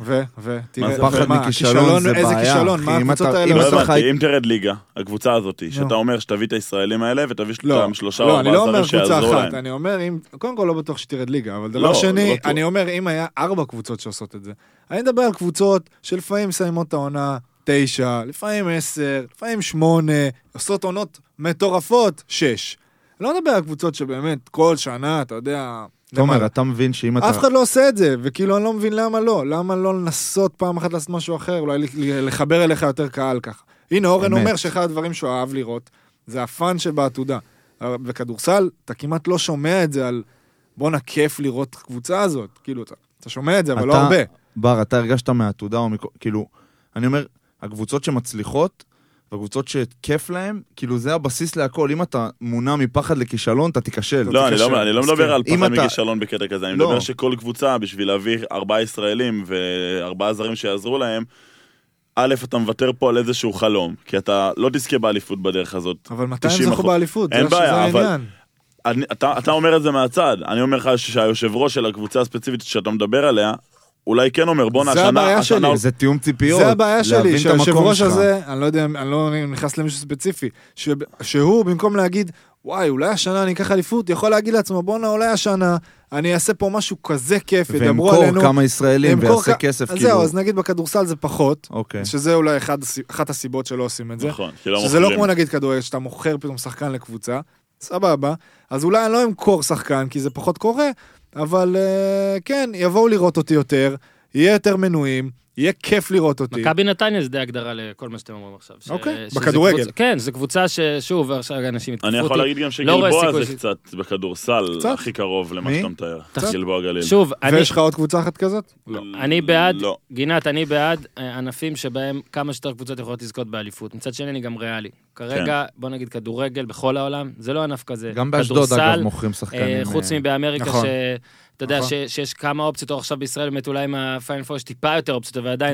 C: הפחד מכישלון זה בעיה.
D: איזה כישלון? מה הקבוצות האלה?
E: לא הבנתי, אם תרד ליגה, הקבוצה הזאת, שאתה אומר שתביא את הישראלים האלה, ותביא להם 3 או 4 זרים שיעזרו להם.
D: אני אומר, קודם כל לא בטוח שתרד ליגה, אבל דבר שני, אני אומר, אם היה 4 קבוצות שעושות את זה, אני מדבר על קבוצות שלפעמים מסיימות את העונה 9, לפעמים 10, לפעמים 8, עושות עונות מטורפות 6. לא נדבר על קבוצות שבאמת כל שנה, אתה יודע...
C: תומר, אתה מבין שאם אתה...
D: אף אחד לא עושה את זה, וכאילו אני לא מבין למה לא. למה לא לנסות פעם אחת לעשות משהו אחר, אולי לחבר אליך יותר קהל ככה. הנה, אורן אומר שאחד הדברים שהוא אהב לראות, זה הפן שבעתודה. בכדורסל, אתה כמעט לא שומע את זה על בוא נקף לראות קבוצה הזאת. כאילו, אתה שומע את זה, אבל לא הרבה.
C: בר, אתה הרגשת מהעתודה, כאילו, אני אומר, הקבוצות שמצליחות, והקבוצות שכיף להם, כאילו זה הבסיס להכל. אם אתה מונע מפחד לכישלון, אתה תיכשל.
E: לא, אני לא מדבר על פחד מכישלון בקטע כזה, אני מדבר שכל קבוצה, בשביל להביא 4 ישראלים ו4 זרים שיעזרו להם, א', אתה מוותר פה על איזשהו חלום, כי אתה לא תזכה באליפות בדרך הזאת.
D: אבל מתי הם זכו באליפות?
E: אין בעיה, אבל... אתה אומר את זה מהצד, אני אומר לך שהיושב ראש של הקבוצה הספציפית שאתה מדבר עליה, אולי כן אומר, בוא
D: השנה...
C: זה תיאום ציפיות.
D: זה הבעיה שלי, שהיושב ראש הזה, אני לא יודע, אני לא נכנס למישהו ספציפי, שהוא במקום להגיד, וואי, אולי השנה אני אקח אליפות, יכול להגיד לעצמו, בוא אולי השנה, אני אעשה פה משהו כזה כיף, ידברו עלינו.
C: ומקור כמה ישראלים ויעשה כסף כאילו.
D: זהו, אז נגיד בכדורסל זה פחות, שזה אולי אחת הסיבות שלא עושים את זה. שזה לא כמו נגיד כדורגל, שאתה מוכר פתאום שחקן לקבוצה, סבבה, אז אולי אני לא אמכור שחקן, כי זה פחות קורה, אבל כן, יבואו לראות אותי יותר, יהיה יותר מנויים, יהיה כיף לראות אותי.
A: מכבי נתניה זה די הגדרה לכל מה שאתם אומרים עכשיו.
D: אוקיי, בכדורגל.
A: כן, זו קבוצה ששוב, עכשיו אנשים התקפו אותי.
E: אני יכול להגיד גם שגלבוע זה קצת בכדורסל הכי קרוב למה שאתה מתאר. גלבוע גליל.
A: שוב,
D: ויש לך עוד קבוצה אחת כזאת?
E: לא.
A: אני בעד, גינת, אני בעד ענפים שבהם כמה שיותר קבוצות יכולות לזכות באליפות. מצד שני, אני גם ריאלי. כרגע, בוא נגיד כדורגל בכל העולם, זה לא ענף כזה.
C: גם באשדוד, אגב, מוכרים שחקנים.
A: חוץ מבאמריקה אתה יודע שיש כמה אופציות, או עכשיו בישראל באמת אולי עם הפיינל פור יש טיפה יותר אופציות, אבל עדיין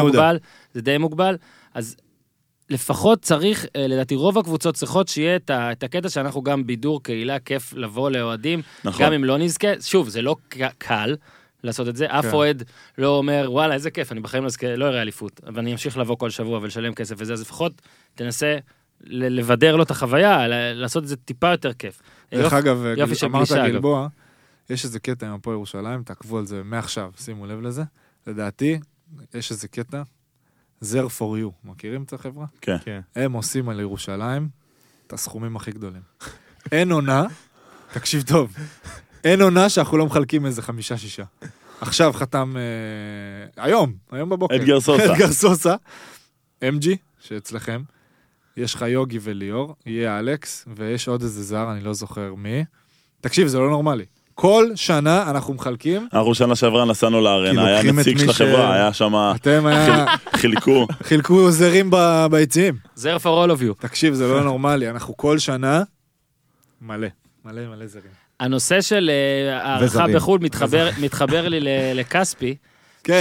A: זה די מוגבל, אז לפחות צריך, לדעתי רוב הקבוצות צריכות שיהיה את הקטע שאנחנו גם בידור קהילה, כיף לבוא לאוהדים, גם אם לא נזכה, שוב, זה לא קל לעשות את זה, אף אוהד לא אומר, וואלה, איזה כיף, אני בחיים לא אראה אליפות, אבל אני אמשיך לבוא כל שבוע ולשלם כסף וזה, אז לפחות תנסה לבדר לו את החוויה, לעשות את זה טיפה יותר כיף.
D: דרך אגב, אמרת גלבוע, יש איזה קטע עם הפועל ירושלים, תעקבו על זה מעכשיו, שימו לב לזה. לדעתי, יש איזה קטע, There for you. מכירים את החברה?
E: כן.
D: הם עושים על ירושלים את הסכומים הכי גדולים. אין עונה, תקשיב טוב, אין עונה שאנחנו לא מחלקים איזה 5-6. עכשיו חתם, היום בבוקר. אדגר סוסה, MG, שאצלכם, יש לך יוגי וליאור, יהיה אלכס, ויש עוד איזה זר, אני לא זוכר מי. תקשיב, זה לא נורמלי. כל שנה אנחנו מחלקים.
E: אנחנו שנה שעברה נסענו לארנה, היה נציג של החברה, היה שם...
D: אתם היה... חילקו זרים ביציעים.
A: זר for all of you.
D: תקשיב, זה לא נורמלי, אנחנו כל שנה מלא זרים.
A: הנושא של הערכה בחו"ל מתחבר לי לקספי,
D: כן.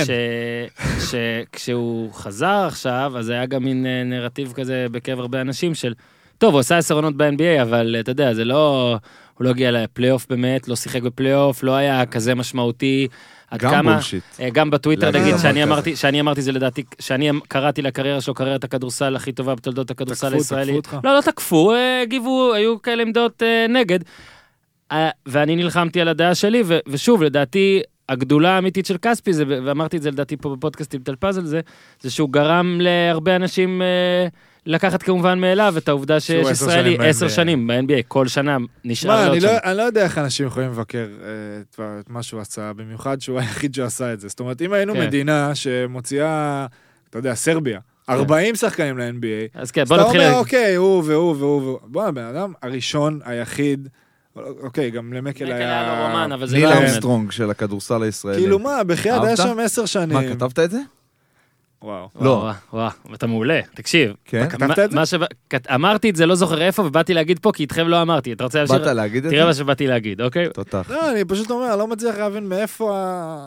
A: שכשהוא חזר עכשיו, אז היה גם מין נרטיב כזה בקרב הרבה אנשים של, טוב, הוא עשה 10 עונות ב-NBA, אבל אתה יודע, זה לא... הוא לא הגיע לפלייאוף באמת, לא שיחק בפלייאוף, לא היה כזה משמעותי.
C: גם בולשיט.
A: גם בטוויטר, נגיד, שאני אמרתי זה לדעתי, שאני קראתי לקריירה שלו, קריירת הכדורסל הכי טובה בתולדות הכדורסל הישראלי. לא תקפו, גיבו, היו כאלה עמדות נגד. ואני נלחמתי על הדעה שלי, ושוב, לדעתי, הגדולה האמיתית של כספי, ואמרתי את זה לדעתי פה בפודקאסט עם טלפז על זה, זה שהוא גרם להרבה אנשים לקחת כמובן מאליו את העובדה שיש ישראלי 10 שנים ב-NBA, כל שנה נשאר לעוד שנה.
D: אני לא יודע איך אנשים יכולים לבקר את מה שהוא עשה, במיוחד שהוא היחיד שעשה את זה. זאת אומרת, אם היינו מדינה שמוציאה, אתה יודע, סרביה, 40 שחקנים ל-NBA,
A: אז כן, בוא נתחיל...
D: אתה אומר, אוקיי, הוא. בוא, הבן אדם הראשון, היחיד, אוקיי, גם למקל היה...
A: לו רומן, אבל זה
C: ניל
A: לא...
C: ארמסטרונג של הכדורסל הישראלי.
D: כאילו מה, בחייאת, היה שם 10 שנים.
C: מה, כתבת את זה?
D: וואו.
C: לא.
A: וואו, אתה מעולה, תקשיב.
C: כן?
D: כתבת את זה?
A: אמרתי את זה, לא זוכר איפה, ובאתי להגיד פה, כי איתכם לא אמרתי. אתה רוצה להשאיר?
C: באת להגיד את זה?
A: תראה מה שבאתי להגיד, אוקיי?
C: תותח.
D: לא, אני פשוט אומר, אני לא מצליח להבין מאיפה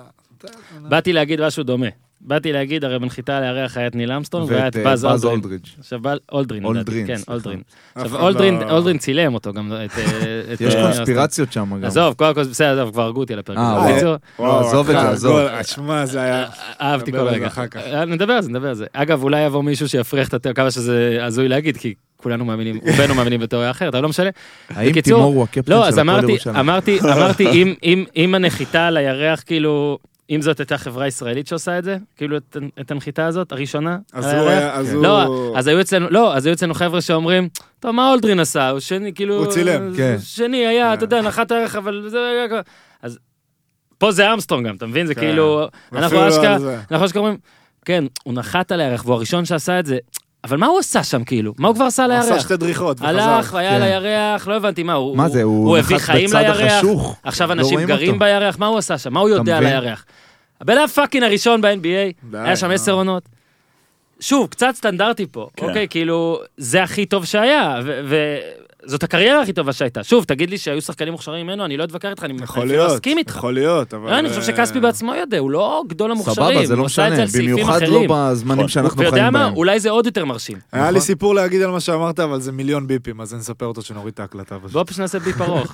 A: באתי להגיד משהו דומה. באתי להגיד, הרי בנחיתה לארח היה את ניל אמסטרונג, והיה את
C: ואת
A: באז
C: אולדריץ'.
A: עכשיו אולדרין.
C: אולדרין,
A: כן,
C: סליחה.
A: אולדרין.
D: אף
A: עכשיו,
D: אחד לא-
A: אולדרין צילם אותו גם.
C: יש קונספירציות שם גם.
A: עזוב, כל הכל, בסדר, עזוב, כבר הרגו אותי על הפרק.
C: וואו.
A: בקיצור,
C: לא, עזוב את זה, עזוב.
D: שמע, זה היה...
A: אהבתי כל
D: נדבר על
A: רגע.
D: זה אחר כך.
A: נדבר על זה. אגב, אולי יבוא מישהו שיפריך את התיאוריה, כמה שזה הזוי להגיד, כי כולנו מאמינים, רובנו מאמינים בתיאוריה אחרת, אבל לא משנה.
C: האם
A: בקיצור,
C: תימור הוא הקפטן
A: לא,
C: של
A: אז
C: הפועל ירושלים?
A: אמרתי, אם הנחיתה על הירח, כאילו, אם זאת הייתה חברה ישראלית שעושה את זה, כאילו את הנחיתה הזאת, הראשונה,
D: אז
A: על
D: הוא
A: הירח,
D: היה... אז
A: לא,
D: הוא...
A: אז היו אצלנו חבר'ה שאומרים, טוב, מה אולדרין עשה? הוא שני, כאילו...
D: הוא צילם,
C: כן.
A: שני היה, אתה יודע, נחת הערך, אבל זה היה... אז פה זה אמסטרונג גם, אתה מבין? זה
D: כן.
A: כאילו... אנחנו
D: אפילו לא
A: אשכרה
D: על זה.
A: אומרים, כן, הוא נחת על הירח, והוא הראשון שעשה את זה, אבל מה הוא עשה שם, כאילו? מה הוא כבר עשה על
D: הוא עשה
A: הירח?
D: שתי דריכות וחזר.
A: הלך, והיה על
C: כן.
A: הירח, לא הבנתי מה,
C: מה זה,
A: הוא
C: הוא
A: הביא
C: נחת
A: חיים
C: בצד
A: לירח,
C: החשוך.
A: עכשיו
C: לא
A: אנשים
C: רואים
A: גרים
C: אותו.
A: בירח, מה הוא עשה שם? מה הוא יודע על
C: מבין?
A: הירח? הבן הפאקינג הראשון ב-NBA,
D: די,
A: היה שם 10 עונות. שוב, קצת סטנדרטי פה,
E: כן.
A: אוקיי, כאילו, זה הכי טוב שהיה, וזאת הקריירה הכי טובה שהייתה. שוב, תגיד לי שהיו שחקנים מוכשרים ממנו, אני לא אתווכר איתך, אני
D: יכול
A: אפילו
D: להיות,
A: מסכים איתך.
D: יכול להיות, אבל...
A: אני חושב שכספי בעצמו יודע, הוא לא גדול המוכשרים,
C: סבבה, זה לא
A: הוא עושה את זה
C: משנה,
A: על סעיפים
C: במיוחד לא
A: אחרים.
C: בזמנים שאנחנו
A: ויודע
C: חיים
A: מה,
C: בהם.
A: אולי זה עוד יותר מרשים.
D: היה לי סיפור להגיד על מה שאמרת, אבל זה מיליון ביפים, אז אני אספר אותו שנוריד את ההקלטה. פשוט.
A: בוא פשוט נעשה ביפ ארוך.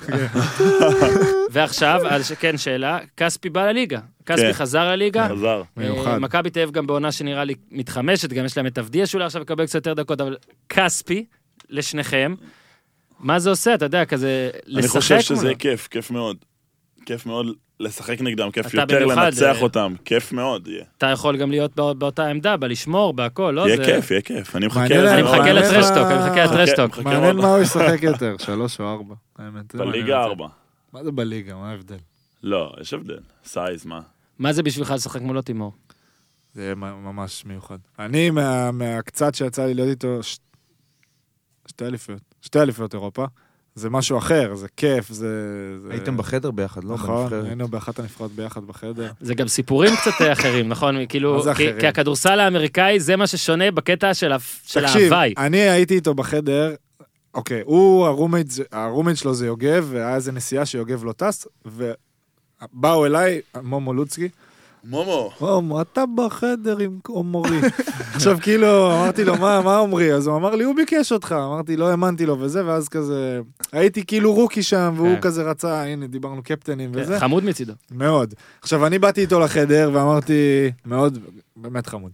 A: ועכשיו, כן, שאלה, כספי בא לליגה. כספי חזר לליגה.
E: חזר.
D: מיוחד.
A: מכבי תל אביב גם בעונה שנראה לי מתחמשת, גם יש להם את אבדיה שאולי עכשיו יקבל קצת יותר דקות, אבל כספי, לשניכם, מה זה עושה? אתה יודע, כזה, לשחק
E: אני חושב שזה
A: מולו.
E: יהיה כיף, כיף מאוד. כיף מאוד לשחק נגדם, כיף
A: אתה
E: יותר
A: במיוחד,
E: לנצח אותם, כיף מאוד יהיה.
A: אתה יכול גם להיות באותה עמדה, בלשמור, בהכל, לא?
E: יהיה
A: זה-
E: כיף, יהיה כיף. אני מחכה
D: מעניין,
E: לזה
A: אני
E: מאוד.
A: מחכה
D: מעניין
A: לטרשטוק,
D: מה-
A: אני מחכה לטרשטוק.
E: מחכה
D: מעניין
E: מאוד.
D: מה הוא ישחק יותר, 3 או 4. האמת, זה מעניין
E: בליגה
D: אותי.
E: 4.
D: מה זה בליגה? מה ההבדל?
E: לא, יש הבדל. סייז, מה?
A: מה זה בשבילך לשחק מולו, תימור?
D: זה ממש מיוחד. אני, מהקצת שיצא לי להיות איתו, 2 אליפויות אירופה. זה משהו אחר, זה כיף, זה...
C: הייתם בחדר ביחד, לא?
D: נכון,
C: בנבחרת.
D: היינו באחת הנבחרות ביחד בחדר.
A: זה גם סיפורים קצת אחרים, נכון? כאילו,
D: מה זה אחרים?
A: כי הכדורסל האמריקאי זה מה ששונה בקטע של
D: תקשיב,
A: ההוואי.
D: אני הייתי איתו בחדר, אוקיי, הוא, הרומייט שלו זה יוגב, והיה איזה נסיעה שיוגב לא טס, ובאו אליי, מומו לוצקי,
E: מומו.
D: מומו, אתה בחדר עם עומרי. עכשיו כאילו, אמרתי לו, מה עומרי? אז הוא אמר לי, הוא ביקש אותך. אמרתי, לא האמנתי לו וזה, ואז כזה, הייתי כאילו רוקי שם, והוא
A: כן.
D: כזה רצה, הנה, דיברנו קפטנים וזה.
A: חמוד מצידו.
D: מאוד. עכשיו, אני באתי איתו לחדר, ואמרתי, מאוד, באמת חמוד.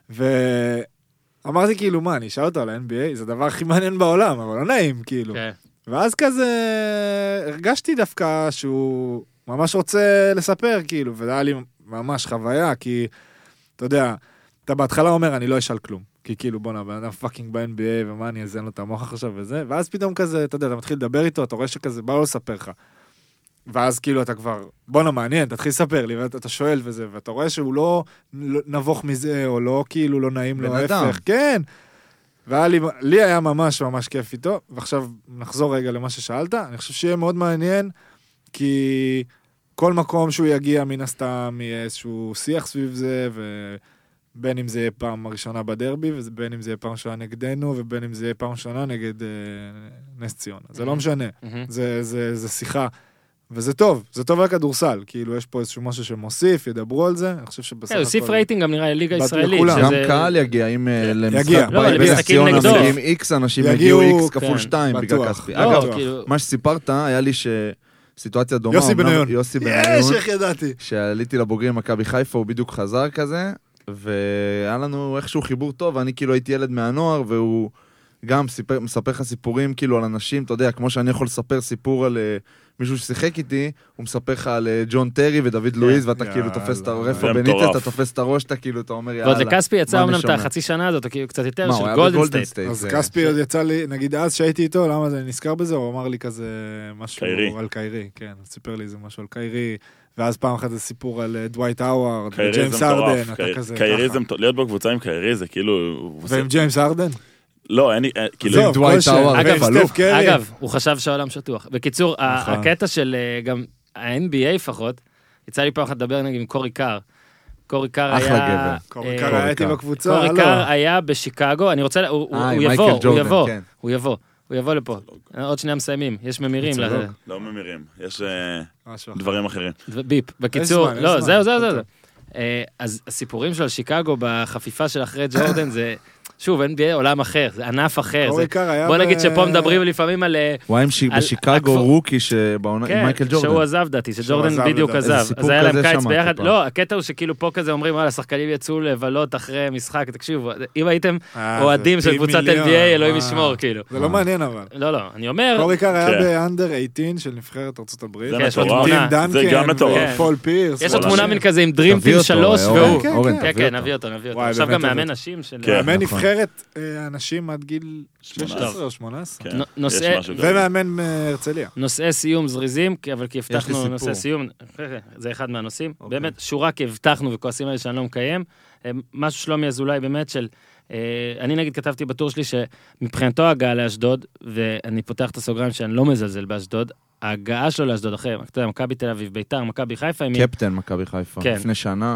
D: ואמרתי כאילו, מה, אני אשאל אותו על ה-NBA? זה הדבר הכי מעניין בעולם, אבל לא נעים, כאילו.
A: כן.
D: ואז כזה, הרגשתי דווקא שהוא ממש רוצה לספר, כאילו, וזה היה לי ממש חוויה, כי, אתה יודע, אתה בהתחלה אומר, אני לא אשאל כלום. כי כאילו, בוא נע, אדם פאקינג ב-NBA, ומה אני אזן לו את המוח עכשיו וזה, ואז פתאום כזה, אתה יודע, אתה מתחיל לדבר איתו, אתה רואה שכזה, בא לו לספר לך. ואז כאילו אתה כבר, בוא נמעניין, תתחיל לספר לי, ואתה שואל וזה, ואתה רואה שהוא לא נבוך מזה, או לא כאילו לא נעים לו,
C: בן אדם.
D: ההפך, כן. לי היה ממש ממש כיף איתו, ועכשיו נחזור רגע למה ששאלת, אני חושב שיהיה מאוד מעניין, כי כל מקום שהוא יגיע מן הסתם, יהיה איזשהו שיח סביב זה, ובין אם זה יהיה פעם ראשונה בדרבי, ובין אם זה יהיה פעם ראשונה נגדנו, ובין אם זה יהיה פעם ראשונה נגד נס ציונה. זה לא משנה, זה שיחה. וזה טוב, זה טוב לכדורסל, כאילו יש פה איזשהו משהו שמוסיף, ידברו על זה, אני חושב שבסך הכל...
A: הוסיף רייטינג גם נראה לי ליגה ישראלית.
D: לכולם.
C: גם קהל יגיע, אם למשחק
D: יגיע.
A: לא,
C: בית בנס
A: למשחקים
C: ציונה
A: נגדו.
C: מגיעים איקס אנשים,
D: יגיעו,
C: הגיעו איקס כפול
A: כן,
C: 2 בגלל
D: בטוח.
C: כספי.
A: לא,
C: אגב,
A: כאילו...
C: מה שסיפרת, היה לי סיטואציה דומה.
D: יוסי
C: אמנם
D: בניון.
C: יוסי
D: יש,
C: בניון.
D: איך ידעתי.
C: שעליתי לבוגרים מכבי חיפה, הוא בדיוק חזר כזה, והיה לנו איכשהו חיבור טוב, ואני כאילו הייתי ילד מהנוער, והוא גם מספר לך סיפורים כאילו על אנשים, אתה יודע, כמו שאני יכול לספר סיפור על מישהו ששיחק איתי, הוא מספר לך על ג'ון טרי ודוד לואיז, ואתה כאילו תופס את הרפא בניטס, אתה תופס את הראש, אתה כאילו, אתה אומר, יאללה.
A: ועוד לקספי יצא אמנם את החצי שנה הזאת, או כאילו קצת יותר, של גולדן סטייט.
D: אז קספי עוד יצא לי, נגיד אז שהייתי איתו, למה זה נזכר בזה, הוא אמר לי כזה משהו על קיירי, כן, הוא סיפר לי איזה משהו על קיירי, ואז פעם אחת זה סיפור על דווייט האווארד, וג'יימס ארדן, אתה כזה ככה.
E: קיירי זה, להיות בקבוצה עם קיירי זה כאילו...
D: ועם ג'יימס ארדן?
E: לא, כאילו...
C: דווייט האווארד,
A: אגב, הוא חשב שהעולם שטוח. בקיצור, הקטע של גם ה-NBA לפחות, יצא לי פעם אחת לדבר נגיד עם קורי קאר. קורי קאר היה...
C: אחלה גבר.
D: קורי קאר היה איתי בקבוצה,
A: קורי קאר היה בשיקגו, אני רוצה... הוא יבוא לפה. עוד שנייה מסיימים, יש ממירים.
E: לא ממירים, יש דברים אחרים.
A: ביפ, בקיצור, לא, זהו. אז הסיפורים של שיקגו בחפיפה של אחרי ג'ורדן זה... שוב, NBA עולם אחר, זה ענף אחר. בוא נגיד שפה מדברים לפעמים על...
C: הוא היה בשיקגו רוקי עם מייקל ג'ורדן.
A: שהוא עזב דעתי, שג'ורדן בדיוק עזב. אז היה להם קיץ ביחד. לא, הקטע הוא שכאילו פה כזה אומרים, השחקנים יצאו לבלות אחרי משחק. תקשיבו, אם הייתם אוהדים של קבוצת NBA, אלוהים ישמור, כאילו.
D: זה לא מעניין אבל.
A: לא, אני אומר...
D: קורי קאר היה באנדר 18 של נבחרת ארצות הברית.
E: זה גם מטורף.
D: פול פירס.
A: יש לו תמונה מן כזה עם Dream Team 3 והוא... כן, נביא אותו. עכשיו גם מאמן נשים של...
D: מאמן נבחרת אנשים עד גיל 16 או 18. ומאמן הרצליה.
A: נושאי סיום זריזים, אבל כי הבטחנו נושאי סיום, זה אחד מהנושאים. באמת, שורה כי הבטחנו וכועסים האלה שאני לא מקיים. משהו שלומי אזולאי באמת של... אני נגיד כתבתי בטור שלי שמבחינתו הגעה לאשדוד, ואני פותח את הסוגריים שאני לא מזלזל באשדוד, ההגעה שלו לאשדוד אחרי, אתה יודע, מכבי תל אביב, ביתר, מכבי חיפה.
C: קפטן מכבי חיפה, לפני שנה,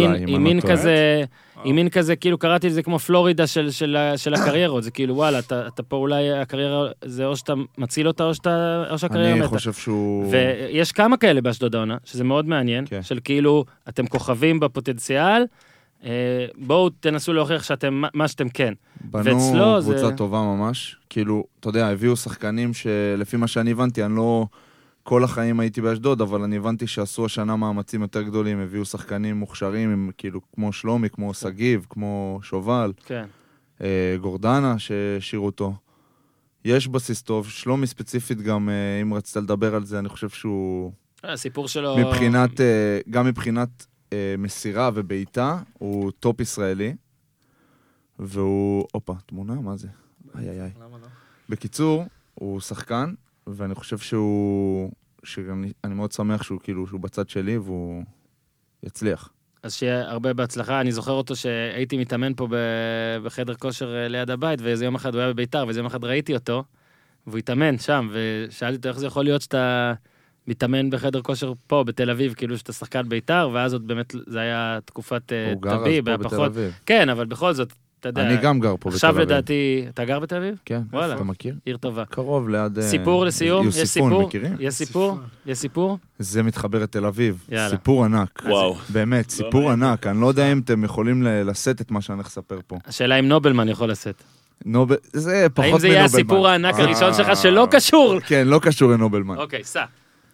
A: ימין כזה, כאילו קראתי לזה כמו פלורידה של הקריירות, זה כאילו וואלה, אתה פה אולי הקריירה, זה או שאתה מציל אותה או שהקריירה מתה.
C: אני חושב שהוא...
A: ויש כמה כאלה באשדוד העונה, שזה מאוד מעניין, של כאילו, אתם כוכבים בפוטנציאל, בואו תנסו להוכיח שאתם מה שאתם כן.
C: בנו קבוצה טובה ממש, כאילו, אתה יודע, הביאו שחקנים שלפי מה שאני הבנתי, אני לא כל החיים הייתי באשדוד, אבל אני הבנתי שעשו השנה מאמצים יותר גדולים, הביאו שחקנים מוכשרים, כאילו כמו שלומי, כמו סגיב, כמו שובל, גורדנה שהשאירו אותו. יש בסיס טוב, שלומי ספציפית גם, אם רצית לדבר על זה, אני חושב שהוא...
A: הסיפור שלו...
C: גם מבחינת מסירה וביתה, הוא טופ ישראלי, והוא... תמונה, מה זה? למה לא? בקיצור, הוא שחקן, ואני חושב אני מאוד שמח שהוא כאילו, שהוא בצד שלי, והוא יצליח.
A: אז שיהיה הרבה בהצלחה. אני זוכר אותו שהייתי מתאמן פה בחדר כושר ליד הבית, ואיזה יום אחד הוא היה בביתר, ואיזה יום אחד ראיתי אותו, והוא התאמן שם, ושאלתי אותו איך זה יכול להיות שאתה מתאמן בחדר כושר פה בתל אביב, כאילו שאתה שחקן ביתר, ואז עוד באמת זה היה תקופת טביב,
C: הוא גר אז פה בתל אביב.
A: כן, אבל בכל זאת, אתה יודע...
C: אני גם גר פה בתל אביב.
A: עכשיו לדעתי, אתה גר בתל אביב?
C: כן, אתה מכיר?
A: עיר טובה.
C: קרוב ליד...
A: סיפור לסיום? יש סיפור? יש סיפור?
C: זה מתחבר לתל אביב. סיפור ענק.
E: וואו.
C: באמת, סיפור ענק. אני לא יודע אם אתם יכולים לשאת את מה שאני אספר פה.
A: השאלה אם נובלמן יכול לשאת.
C: זה פחות מנובלמן.
A: האם זה יהיה הסיפור הענק הראשון שלך שלא קשור?
C: כן, לא קשור לנובלמן.
A: אוקיי, סע.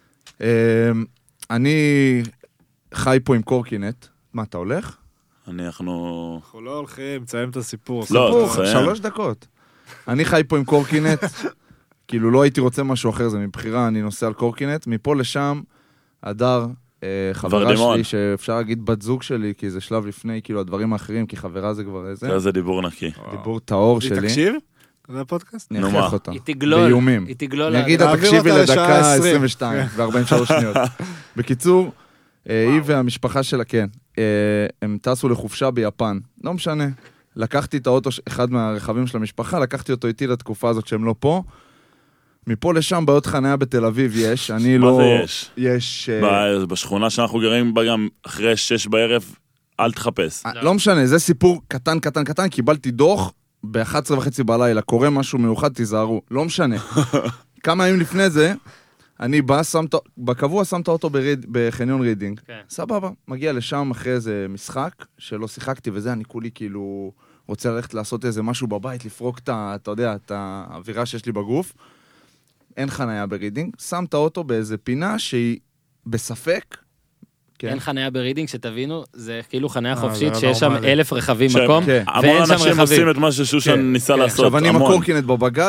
C: אני חי פה עם קורקינט. מה, אתה הולך?
E: אנחנו
D: לא הולכים, תסיים את הסיפור.
E: לא,
C: 3 דקות. אני חי פה עם קורקינט, כאילו לא הייתי רוצה משהו אחר, זה מבחירה, אני נוסע על קורקינט, מפה לשם, הדר, חברה שלי, שאפשר להגיד בת זוג שלי, כי זה שלב לפני, כאילו הדברים האחרים, כי חברה זה כבר איזה.
E: זה דיבור נקי.
C: דיבור טהור שלי.
D: היא תקשיב? זה הפודקאסט?
C: אני אכריח אותה.
A: היא תגלול.
C: באיומים.
A: היא תגלול.
C: נגיד, תקשיבי לדקה 22 ו-43 שניות. בקיצור, היא והמשפחה שלה, כן, הם טסו לחופשה ביפן, לא משנה. לקחתי את האוטו, אחד מהרכבים של המשפחה, לקחתי אותו איתי לתקופה הזאת שהם לא פה. מפה לשם בעיות חניה בתל אביב יש, אני לא...
E: מה זה
C: יש?
E: בשכונה שאנחנו גרים בה גם אחרי 6 בערב, אל תחפש.
C: לא משנה, זה סיפור קטן, קטן, קטן, קיבלתי דוח ב-11:30 בלילה, קורא משהו מיוחד, תיזהרו, לא משנה. כמה ימים לפני זה, אני בא, בקבוע שמת אותו בחניון רידינג, סבבה, מגיע לשם אחרי איזה משחק, שלא שיחקתי וזה, אני כולי כאילו רוצה ללכת לעשות איזה משהו בבית, לפרוק אתה יודע, את האווירה שיש לי בגוף, אין חניה ברידינג, שם את האוטו באיזה פינה שהיא בספק,
A: אין חניה ברידינג, שתבינו, זה כאילו חניה חופשית, שיש שם 1,000 רכבים מקום,
E: המון אנשים עושים את מה ששושן ניסה לעשות.
C: עכשיו אני עם הקורקינט בבגאז',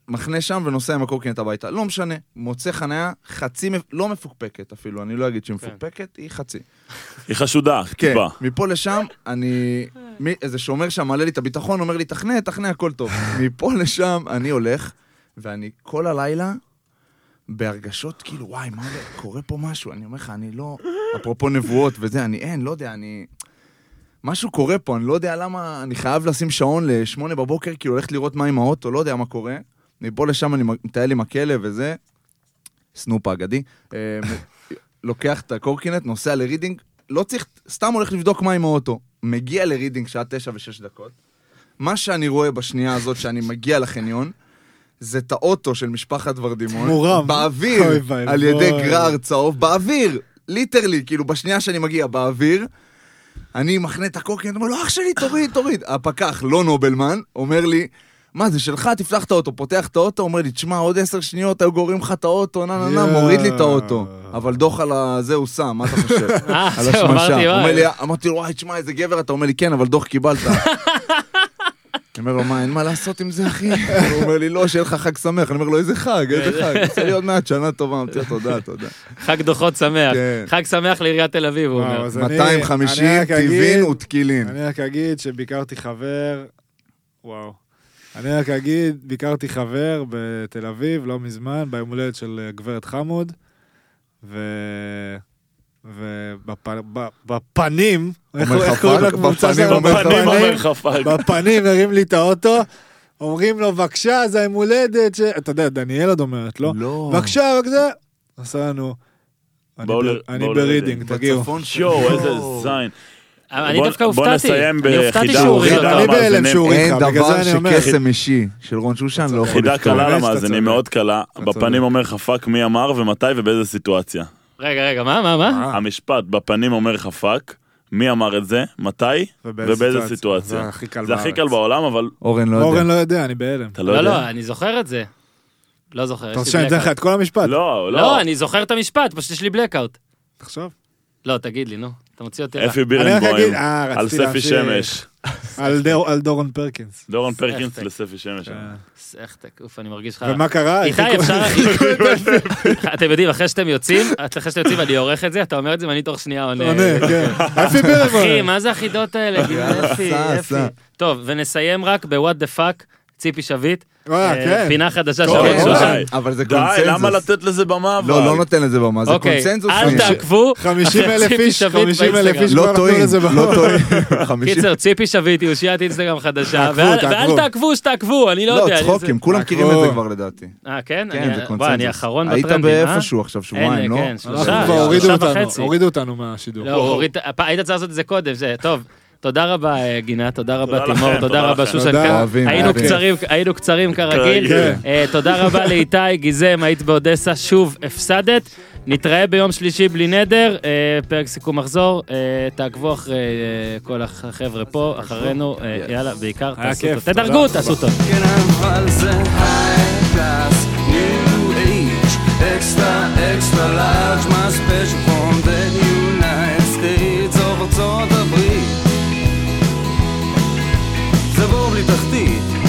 C: מחנה שם ונוסע עם הקורקינט הביתה. לא משנה, מוצא חניה חצי, לא מפוקפקת אפילו, אני לא אגיד שהיא מפוקפקת, היא חצי.
E: היא חשודה,
C: כן,
E: טיפה.
C: מפה לשם, איזה שומר שם מעלה לי את הביטחון, אומר לי, תחנה, הכל טוב. מפה לשם, אני הולך, ואני כל הלילה, בהרגשות, כאילו, וואי, מה קורה פה משהו? אני אומר לך, אני לא, אפרופו נבואות וזה, לא יודע, משהו קורה פה, אני לא יודע למה, אני חייב לשים שעון ל8 בבוקר, כאילו הולכת לראות מה עם האוטו, לא יודע מה קורה. מפה לשם אני מטייל עם הכלב וזה, סנופ האגדי, לוקח את הקורקינט, נוסע לרידינג, לא צריך, סתם הולך לבדוק מה עם האוטו. מגיע לרידינג שעה 9:06. מה שאני רואה בשנייה הזאת שאני מגיע לחניון, זה את האוטו של משפחת ורדימון,
D: מורם.
C: באוויר, על ידי גרר צהוב, באוויר, ליטרלי, כאילו בשנייה שאני מגיע באוויר, אני מכנה את הקורקינט, אומר לו, אח שלי, תוריד. הפקח, לא נובלמן, אומר לי, מה זה שלך? תפתח את האוטו, פותח את האוטו, אומר לי, תשמע, עוד 10 שניות, היו גוררים לך את האוטו, מוריד לי את האוטו. אבל דוח על זה הוא שם, מה אתה חושב? על השמשה. אמרתי לו, וואי, תשמע, איזה גבר, אתה אומר לי, כן, אבל דוח קיבלת. אני אומר לו, מה, אין מה לעשות עם זה, אחי? הוא אומר לי, לא, שיהיה לך חג שמח. אני אומר לו, איזה חג? עושה לי עוד מעט, שנה טובה, אמרתי, תודה.
A: חג דוחות שמח. חג שמח לעיריית תל אביב, הוא אומר.
C: 250 טבעין ותקילין.
D: אני רק אגיד שביקרתי חבר, ביקרתי חבר בתל אביב, לא מזמן, ביום הולדת של גברת חמוד, ובפנים, בפנים הרים לי את האוטו, אומרים לו, בבקשה, זה היום הולדת, אתה יודע, דניאל עוד אומרת, לא? בבקשה, רק זה, עשה לנו, אני ברידינג, תגיעו.
E: שואו, איזה זין.
A: אני דווקא
E: בוא נסיים בחידה.
D: אני בהלם שהוא
C: אין דבר שקסם אישי של רון שושן לא יכול
E: חידה קלה למאזינים, מאוד קלה. בפנים אומר לך פאק מי אמר ומתי ובאיזה סיטואציה.
A: רגע, מה?
E: המשפט בפנים אומר לך פאק, מי אמר את זה, מתי ובאיזה סיטואציה. זה הכי קל בעולם, אבל
C: אורן
D: לא יודע, אני בהלם.
A: לא, אני זוכר את זה. לא זוכר.
D: אתה רוצה שאני אתן לך את כל המשפט?
A: לא, אני זוכר את המשפט, פשוט יש לי בלקאוט.
D: תחשוב.
A: לא, תגיד לי, נו. אתה מוציא אותי.
E: אפי בירנבוים, על ספי שמש.
D: על דורון פרקינס.
E: דורון פרקינס לספי שמש.
A: איך תקוף, אני מרגיש לך...
D: ומה קרה?
A: איתי, אפשר... אתם יודעים, אחרי שאתם יוצאים, אני עורך את זה, אתה אומר את זה, ואני תוך שנייה עונה.
D: אפי בירנבוים.
A: אחי, מה זה החידות האלה? אפי. טוב, ונסיים רק ב-What the fuck, ציפי שביט. פינה חדשה של שושן.
C: אבל זה קונצנזוס.
E: די, למה לתת לזה במה?
C: לא נותן לזה במה, זה קונצנזוס.
A: אל תעקבו.
D: 50,000 איש, 50,000 איש.
C: לא טועים.
A: קיצר, ציפי שביט היא אושיית אינסטגרם חדשה, ואל תעקבו, אני לא יודע.
C: לא, צחוקים, כולם מכירים את זה כבר לדעתי.
A: כן?
C: כן, זה קונצנזוס.
A: אני האחרון
C: היית
A: בטרנדים,
C: באיפשהו עכשיו שבועיים, לא?
A: כן, 3.5.
D: הורידו אותנו מהשידור.
A: היית צריך לעשות את זה קודם, זה טוב. תודה רבה גינה, תודה רבה תימור, תודה רבה שושן, היינו קצרים כרגיל, תודה רבה לאיתי, גיזם, היית באודסה, שוב הפסדת, נתראה ביום שלישי בלי נדר, פרק סיכום מחזור, תעקבו אחרי כל החבר'ה פה, אחרינו, יאללה, בעיקר תעשו טוב, תדרגו, תעשו טוב.
B: כן, אבל זה high class, new age, extra large, my special from the United States of ארצות הברית. זה בור בלי תחתית